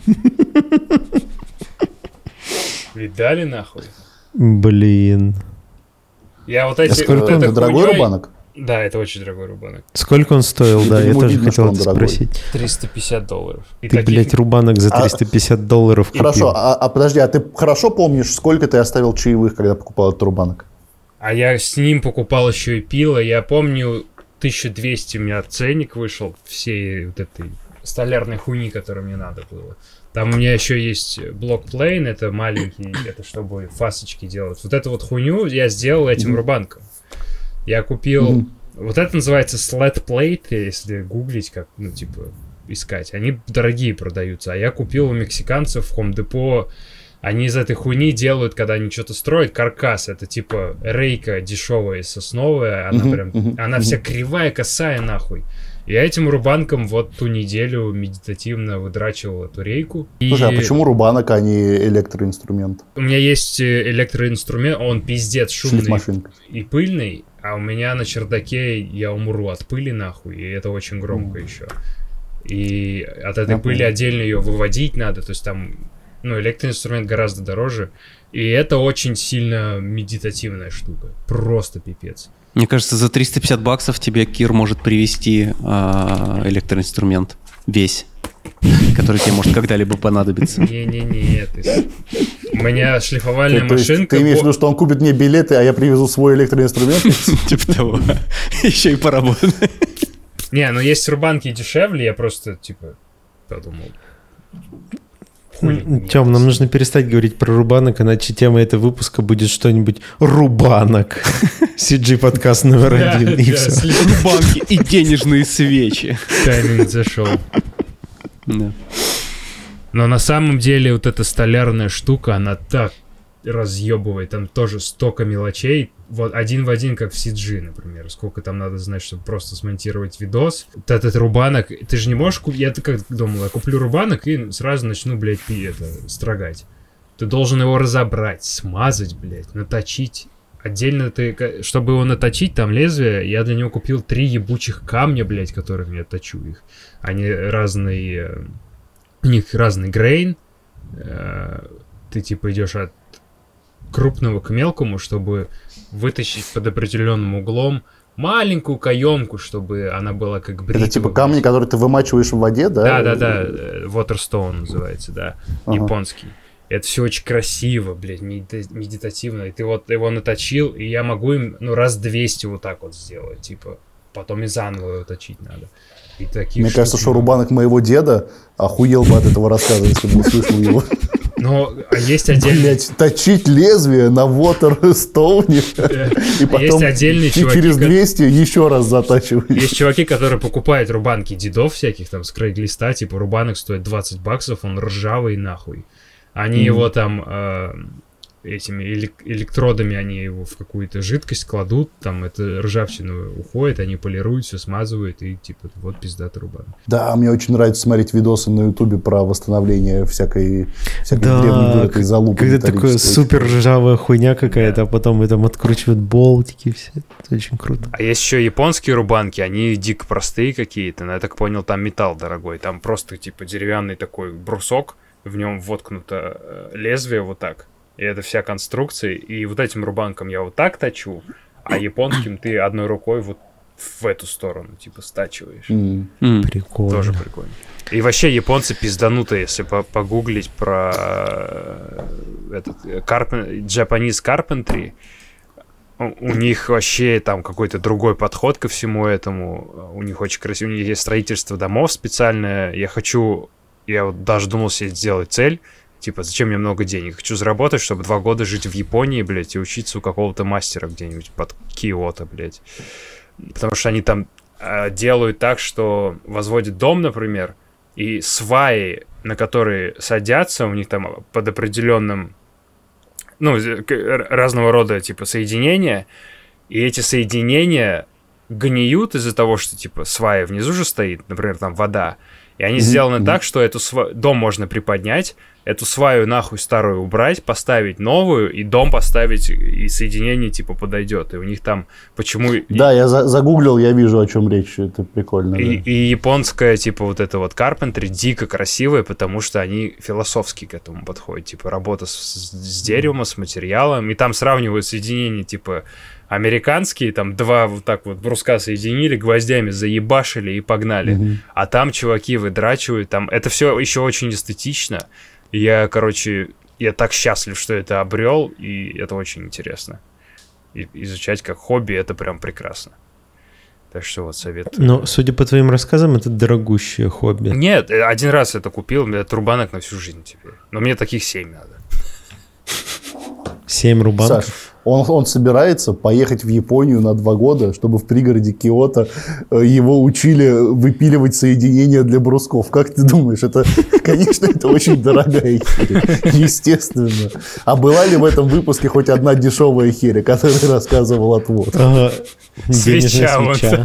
Видали нахуй? Блин. Я вот эти... сколько вот он? этой Это дорогой хуйнёй- рубанок? Да, это очень дорогой рубанок. Сколько он стоил, Ну, да, по я нему тоже видно, хотел что он это дорогой. спросить. $350. И Ты, таких- блядь, рубанок за $350 купил. Хорошо, а подожди, а ты хорошо помнишь, сколько ты оставил чаевых, когда покупал этот рубанок? А я с ним покупал еще и пиво. Я помню, 1200 у меня ценник вышел всей вот этой столярной хуйни, которая мне надо было. Там у меня еще есть блокплейн, это маленький, это чтобы фасочки делать. Вот эту вот хуйню я сделал этим рубанком. Я купил... Вот это называется sled plate, если гуглить, как, ну, типа, искать. Они дорогие продаются. А я купил у мексиканцев в Home Depot. Они из этой хуйни делают, когда они что-то строят, каркас. Это типа рейка дешевая сосновая. Она прям... Она вся кривая, косая, нахуй. Я этим рубанком вот ту неделю медитативно выдрачивал эту рейку. Слушай, а почему рубанок, а не электроинструмент? У меня есть электроинструмент, он пиздец шумный Шлифмашинка. и пыльный. А у меня на чердаке я умру от пыли нахуй, и это очень громко еще. И от этой пыли отдельно ее выводить надо, то есть там, ну, электроинструмент гораздо дороже, и это очень сильно медитативная штука, просто пипец. Мне кажется, за $350 тебе Кир может привезти электроинструмент весь, который тебе может когда-либо понадобиться. Не-не-не, у меня шлифовальная машинка... Ты имеешь в виду, что он купит мне билеты, а я привезу свой электроинструмент? Типа того. Еще и поработаю. Не, ну есть рубанки дешевле, я просто, типа, подумал... Тём, нам нужно перестать говорить про рубанок, иначе тема этого выпуска будет что-нибудь рубанок. CG-подкаст номер 1, и все. Рубанки и денежные свечи. Тайминг зашел. Да. Но на самом деле вот эта столярная штука, она так разъебывает. Там тоже столько мелочей. Вот один в один, как в CG, например. Сколько там надо знать, чтобы просто смонтировать видос. Вот этот рубанок. Ты же не можешь купить... Я как думал, я куплю рубанок и сразу начну, блядь, строгать. Ты должен его разобрать, смазать, блядь, наточить. Отдельно ты... Чтобы его наточить, там лезвие, я для него купил 3 ебучих камня, блядь, которыми я точу их. Они разные... У них разный грейн. Ты типа идешь от крупного к мелкому, чтобы вытащить под определенным углом маленькую каемку, чтобы она была как бритва. Это типа камни, которые ты вымачиваешь в воде, да? Да. Waterstone называется, да. Японский. Это все очень красиво, блядь, медитативно. И ты вот его наточил, и я могу им, раз 200 вот так вот сделать. Типа, потом и заново его точить надо. И таких Мне кажется, что рубанок моего деда охуел бы от этого рассказа, если бы услышал его. Но есть отдельно... Блять, точить лезвие на Waterstone, и потом через 200 еще раз затачивать. Есть чуваки, которые покупают рубанки дедов всяких, там, с Крейглиста, типа, рубанок стоит $20, он ржавый нахуй. Они его там... этими электродами они его в какую-то жидкость кладут, там это ржавчина уходит, они полируют, все смазывают, и типа вот пиздатый рубанок. Да, мне очень нравится смотреть видосы на Ютубе про восстановление всякой древней дыркой залупы. Когда такая супер ржавая хуйня какая-то, а потом и там откручивают болтики, все. Это очень круто. А есть еще японские рубанки, они дико простые какие-то, но я так понял, там металл дорогой, там просто типа деревянный такой брусок, в нем воткнуто лезвие вот так. И это вся конструкция. И вот этим рубанком я вот так точу, а японским ты одной рукой вот в эту сторону, типа, стачиваешь. Прикольно. Тоже прикольно. И вообще японцы пизданутые, если погуглить про этот Japanese Carpentry. У них вообще там какой-то другой подход ко всему этому. У них очень красиво. У них есть строительство домов специальное. Я вот даже думал себе сделать цель. Типа, зачем мне много денег? Хочу заработать, чтобы 2 года жить в Японии, блядь, и учиться у какого-то мастера где-нибудь под Киото, блядь. Потому что они там делают так, что возводят дом, например, и сваи, на которые садятся, у них там под определенным, разного рода, типа, соединения, и эти соединения гниют из-за того, что, типа, свая внизу же стоит, например, там вода, и они сделаны так, что дом можно приподнять, эту сваю нахуй старую убрать, поставить новую, и дом поставить, и соединение типа подойдет. И у них там почему... Да, я загуглил, я вижу, о чем речь. Это прикольно. И японская, типа, вот эта вот Carpentry дико красивая, потому что они философски к этому подходят. Типа, работа с деревом, с материалом. И там сравнивают соединения, типа, американские, там 2 вот так вот бруска соединили, гвоздями заебашили и погнали. А там чуваки выдрачивают, там... Это все еще очень эстетично. Я так счастлив, что это обрел, и это очень интересно. И изучать как хобби, это прям прекрасно. Так что вот советую. Но, судя по твоим рассказам, это дорогущее хобби. Нет, 1 раз это купил, это рубанок на всю жизнь теперь. Но мне таких 7 надо. 7 рубанков? Саш, он собирается поехать в Японию на 2 года, чтобы в пригороде Киото его учили выпиливать соединения для брусков. Как ты думаешь, это, конечно, это очень дорогая херь, естественно. А была ли в этом выпуске хоть одна дешевая херь, о которой рассказывал Отвод? Свеча.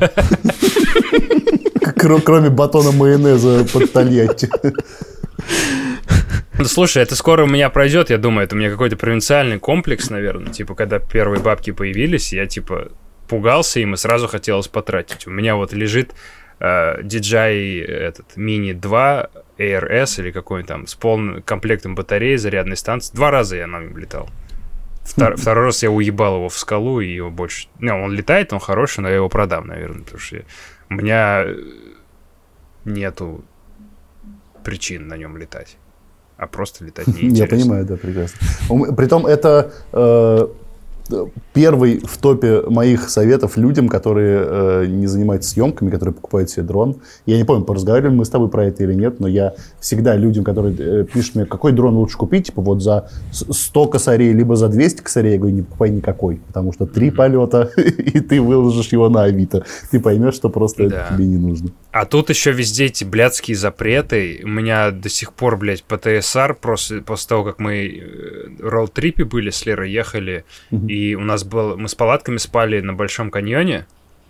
Кроме батона майонеза под Тольятти. Ну, слушай, это скоро у меня пройдет, я думаю, это у меня какой-то провинциальный комплекс, наверное, типа, когда первые бабки появились, я, типа, пугался им и сразу хотелось потратить. У меня вот лежит DJI этот Mini 2 ARS или какой-нибудь там с полным комплектом батареи, зарядной станции. 2 раза я на нем летал. Второй раз я уебал его в скалу, и его больше... Ну, он летает, он хороший, но я его продам, наверное, потому что у меня нету причин на нем летать. А просто летать неинтересно. Я понимаю, да, прекрасно. Притом это первый в топе моих советов людям, которые не занимаются съемками, которые покупают себе дрон. Я не помню, поразговаривали мы с тобой про это или нет, но я всегда людям, которые пишут мне, какой дрон лучше купить, типа вот за 100 косарей, либо за 200 косарей, я говорю, не покупай никакой, потому что 3 полета, и ты выложишь его на Авито. Ты поймешь, что просто это тебе не нужно. А тут еще везде эти блядские запреты. У меня до сих пор, блядь, ПТСР после того, как мы в роуд-трипе были с Лерой, ехали, и у нас мы с палатками спали на Большом каньоне.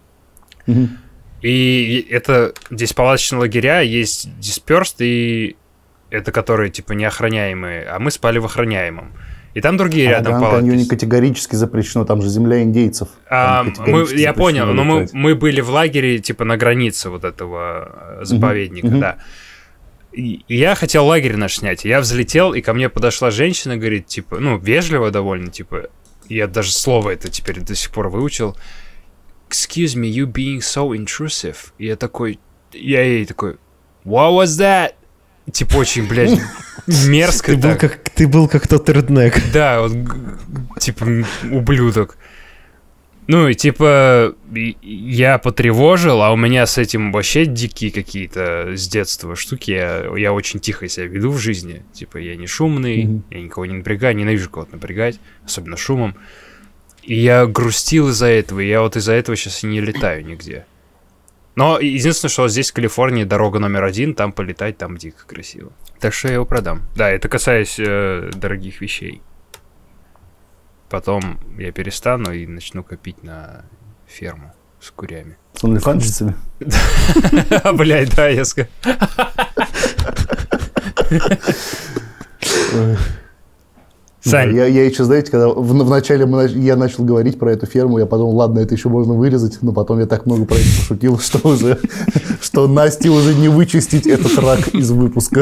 И это здесь палаточные лагеря, есть dispersed, и это которые, типа, неохраняемые, а мы спали в охраняемом. И там другие рядом палатки. В каньоне категорически запрещено, там же земля индейцев. Я понял, но мы были в лагере, типа, на границе вот этого заповедника, да. И я хотел лагерь наш снять. Я взлетел, и ко мне подошла женщина, говорит, типа, ну, вежливо довольно, типа, я даже слово это теперь до сих пор выучил. Excuse me, you being so intrusive. И я ей такой, what was that? Типа, очень, блядь, мерзко. Ты был как тот реднек. Да, вот, типа, ублюдок. Ну, и типа, я потревожил, а у меня с этим вообще дикие какие-то с детства штуки. Я очень тихо себя веду в жизни. Типа, я не шумный, я никого не напрягаю, ненавижу кого-то напрягать, особенно шумом. И я грустил из-за этого, и я вот из-за этого сейчас и не летаю нигде. Но единственное, что здесь в Калифорнии дорога номер 1, там полетать, там дико красиво. Так что я его продам. Да, это касаясь дорогих вещей. Потом я перестану и начну копить на ферму с курями. С онлифанщицами? Блядь, да, я сказал. Сань. Я еще, знаете, когда вначале я начал говорить про эту ферму, я подумал, ладно, это еще можно вырезать, но потом я так много про это пошутил, что Насте уже не вычистить этот рак из выпуска.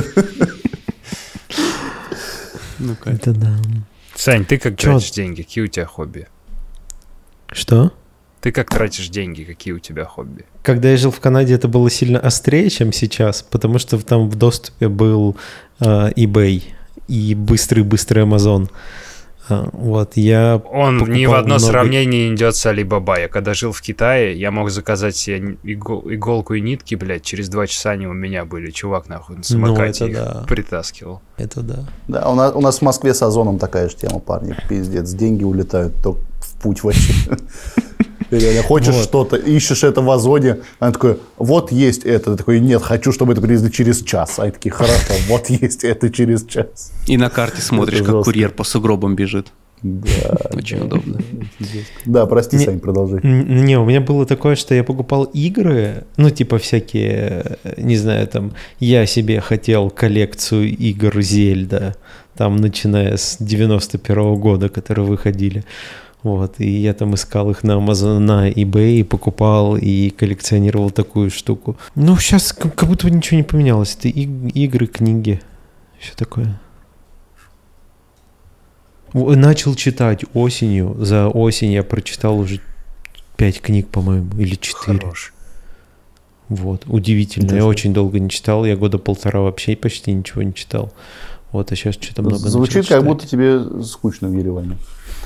Ну-ка. Это да. Сань, ты как тратишь деньги? Какие у тебя хобби? Что? Ты как тратишь деньги? Какие у тебя хобби? Когда я жил в Канаде, это было сильно острее, чем сейчас, потому что там в доступе был eBay и быстрый Amazon. Вот, Он ни в одно сравнение не идет с Alibaba. Я когда жил в Китае, я мог заказать себе иголку и нитки, блядь, через 2 часа они у меня были. Чувак, нахуй, на самокате их притаскивал. Это да. Да, у нас в Москве с Озоном такая же тема, парни. Пиздец, деньги улетают только в путь вообще. Ты реально хочешь что-то, ищешь это в Озоне, она такой, вот есть это. Ты такой, нет, хочу, чтобы это привезли через час. А они такие, хорошо, вот есть это через час. И на карте смотришь, как курьер по сугробам бежит. Да. Очень удобно. Да, прости, Сань, продолжай. Не, у меня было такое, что я покупал игры, ну, типа всякие, не знаю, там, я себе хотел коллекцию игр Зельда, там, начиная с 91-го года, которые выходили. Вот, и я там искал их на Amazon, на eBay, покупал и коллекционировал такую штуку. Ну, сейчас как будто бы ничего не поменялось. Это игры, книги, все такое. Начал читать осенью. За осень я прочитал уже 5 книг, по-моему, или 4. Хорош. Вот, удивительно. Я очень долго не читал. Я 1.5 года вообще почти ничего не читал. Вот, а сейчас что-то много начал читать. Звучит, как будто тебе скучно в Ереване.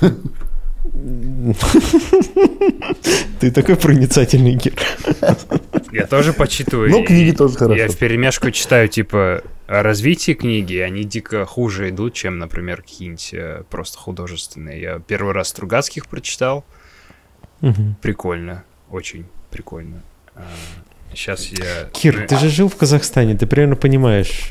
Ты такой проницательный, Кир. Я тоже почитываю. Ну, книги тоже хорошо. Я вперемешку читаю, типа, о развитии книги, они дико хуже идут, чем, например, какие-нибудь просто художественные. Я первый раз Стругацких прочитал. Прикольно. Очень прикольно. Сейчас я... Кир, ты же жил в Казахстане, ты примерно понимаешь...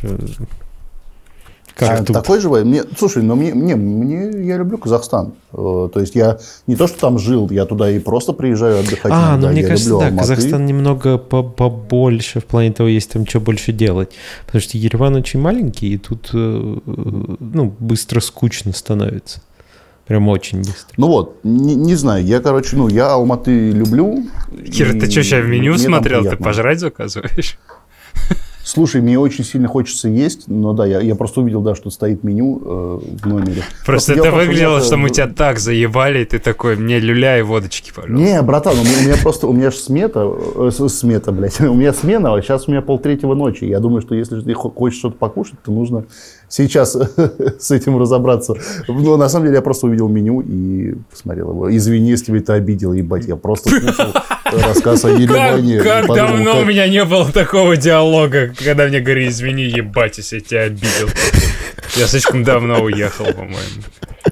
Такой же, слушай, но я люблю Казахстан. То есть я не то, что там жил, я туда и просто приезжаю отдыхать. Ну мне кажется, да, Казахстан немного побольше в плане того, есть там что больше делать. Потому что Ереван очень маленький, и тут быстро скучно становится. Прям очень быстро. Ну вот, не знаю, я, короче, я Алматы люблю. Кира, ты что, сейчас в меню мне там смотрел? Ты приятно. пожрать заказываешь? Слушай, мне очень сильно хочется есть, но да, я просто увидел, да, что стоит меню в номере. Просто дело это в том, выглядело, я- что мы тебя так заебали, и ты такой, мне люля и водочки, пожалуйста. Не, братан, у меня же смета, блядь. У меня смена, а сейчас у меня 2:30 ночи. Я думаю, что если ты хочешь что-то покушать, то нужно сейчас с этим разобраться. Но на самом деле я просто увидел меню и посмотрел его. Извини, если тебя это обидел, ебать. Я просто слушал рассказ о Ереване. Как Подумал, давно как- у меня не было такого диалога, когда мне говорили, извини, ебать, если я тебя обидел. Я слишком давно уехал, по-моему.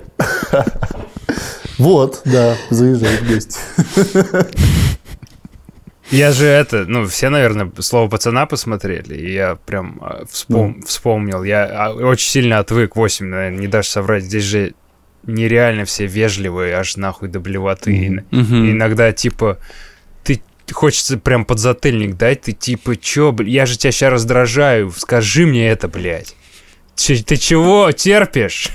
Вот, да, заезжай в гости. Я же все, наверное, «Слово пацана» посмотрели, и я прям вспомнил. Я очень сильно отвык, 8, наверное, не дашь соврать. Здесь же нереально все вежливые, аж нахуй до блевоты. И иногда, типа, ты хочется прям подзатыльник дать, ты типа, чё, я же тебя сейчас раздражаю, скажи мне это, блядь. Ты чего, терпишь?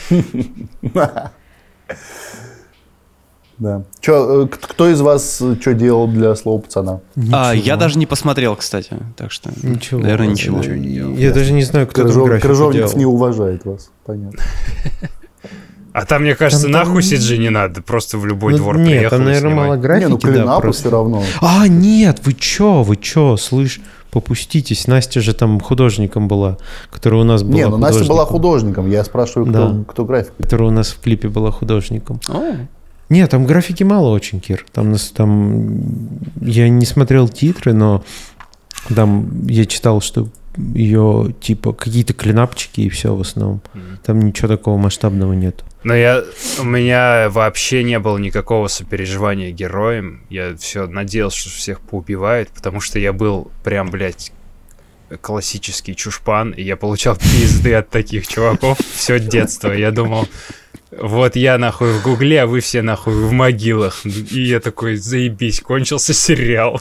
Да. Кто из вас что делал для «Слова пацана»? Я даже не посмотрел, кстати. Так что, Ничего. наверное, ничего. Я даже не знаю, кто там графику Крыжовников не делал. уважает вас, понятно. А там, мне кажется, Там- нахуй CG не надо, просто в любой Ну, двор нет, приехал там, и наверное, снимай. мало графики, да, клинапы просто. все равно. Нет, вы чё, слышь, попуститесь. Настя же там художником была, которая у нас была Не, Настя была художником. художником. Я спрашиваю, Да. кто график. Которая у нас в клипе была художником. О, Нет, там графики мало очень, Кир. Там я не смотрел титры, но там я читал, что ее типа какие-то клинапчики и все в основном. Там ничего такого масштабного нету. Но у меня вообще не было никакого сопереживания героям. Я все надеялся, что всех поубивают, потому что я был прям, блядь, классический чушпан, и я получал пизды от таких чуваков все детство. Я думал, вот я нахуй в Гугле, а вы все нахуй в могилах. И я такой, заебись, кончился сериал.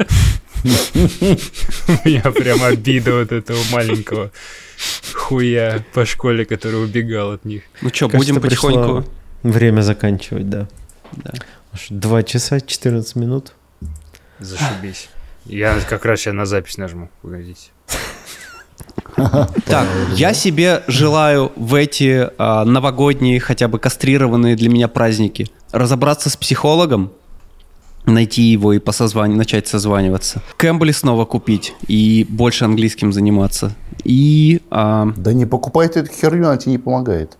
У меня прям обида вот этого маленького хуя по школе, который убегал от них. ну что, Кажется, будем пришло потихоньку... время заканчивать, да. Да. 2 часа 14 минут. Зашибись. Я как раз сейчас на запись нажму. Погодите. Так, я себе желаю в эти новогодние, хотя бы кастрированные для меня праздники разобраться с психологом, найти его и начать созваниваться. Кэмбли снова купить и больше английским заниматься. И... Да не покупайте эту херню, она тебе не помогает.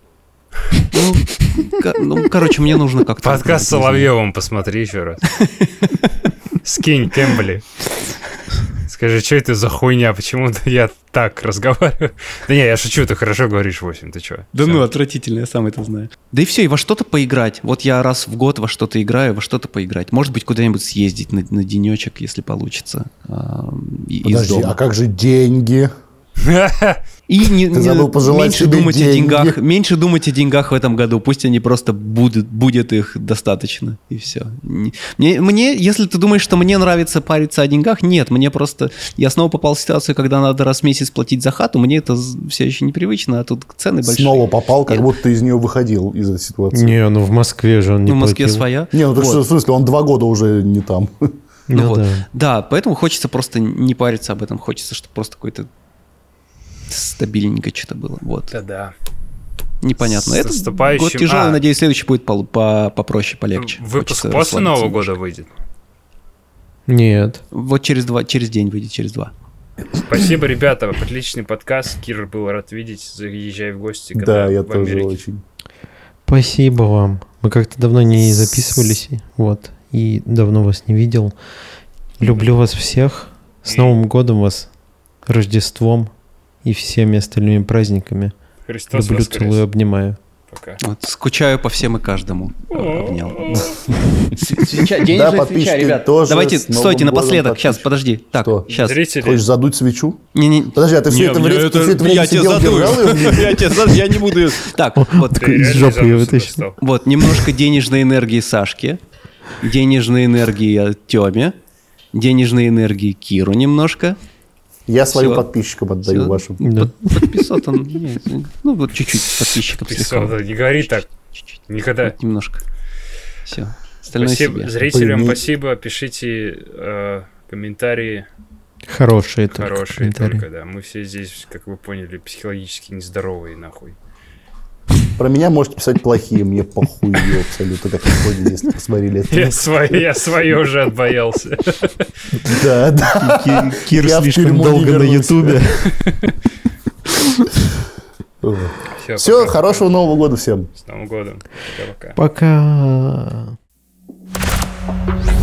короче, мне нужно как-то... Подкаст с Соловьевым посмотри еще раз. Скинь Кэмбли. Скажи, что это за хуйня? Почему-то я так разговариваю. Да не, я шучу, ты хорошо говоришь, 8, ты чё? Да Всё. ну, отвратительно, я сам это знаю. Да и все, и во что-то поиграть. Вот я раз в год во что-то играю, во что-то поиграть. Может быть, куда-нибудь съездить на денечек, если получится. Из Подожди, дома. а как же деньги? И Ты забыл пожелать меньше себе думать о деньги. деньгах. Меньше думать о деньгах в этом году. Пусть они просто будет их достаточно. И все. Мне, если ты думаешь, что мне нравится париться о деньгах, нет, мне просто... Я снова попал в ситуацию, когда надо раз в месяц платить за хату. Мне это все еще непривычно, а тут цены большие. Снова попал, как Нет. будто ты из нее выходил из этой ситуации. Не, ну в Москве же он не Ну, в Москве платил. своя. Не, ну ты Вот. что, в смысле, он 2 года уже не там. Ну вот. да. Да, поэтому хочется просто не париться об этом. Хочется, чтобы просто какой-то стабильненько что-то было. Вот. Да-да. Непонятно. С Это наступающим- год тяжелый, надеюсь, следующий будет попроще, полегче. Выпуск Хочется после расслабиться Нового немножко. года выйдет. Нет. Вот через день выйдет, через 2. Спасибо, ребята, отличный подкаст. Кир был рад видеть. Заезжай в гости. Да, когда я в тоже Америке. очень. Спасибо вам. Мы как-то давно не записывались. Вот. И давно вас не видел. Люблю вас всех. С Новым годом вас. Рождеством. И всеми остальными праздниками. Христос Люблю, воскрес. целую, обнимаю. Пока. Вот, скучаю по всем и каждому. Обнял. Да, Денежная подписчики свеча, ребят. тоже Давайте, с Новым стойте годом, напоследок. Сейчас, подписчики. подожди. Так, Что? сейчас. Зрители. Хочешь задуть свечу? Не-не. Подожди, а ты все это время сидел, держал ее? Я не буду. Так, вот. Ты реально из жопы её зануда вытащил. стал. Вот, немножко денежной энергии Сашке, денежной энергии Тёме, денежной энергии Киру немножко. Я своим Всё. подписчикам отдаю Всё. вашим. Да. Подписот он, ну вот чуть-чуть подписчиков Ты слегка. что, не говори так. Чуть-чуть. Никогда. Вот немножко. Все. Остальное Спасибо. себе. Зрителям Блин. спасибо. Пишите комментарии. Хорошие только Хорошие комментарии. только, да. Мы все здесь, как вы поняли, психологически нездоровые, нахуй. Про меня можете писать плохие, мне похуй абсолютно, как сегодня, если посмотрели это. Я свое уже отбоялся. Да, да. Кир Я в слишком тюрьму не долго на вернусь. Ютубе. Все, хорошего Нового года всем. С Новым годом. Пока-пока. Пока.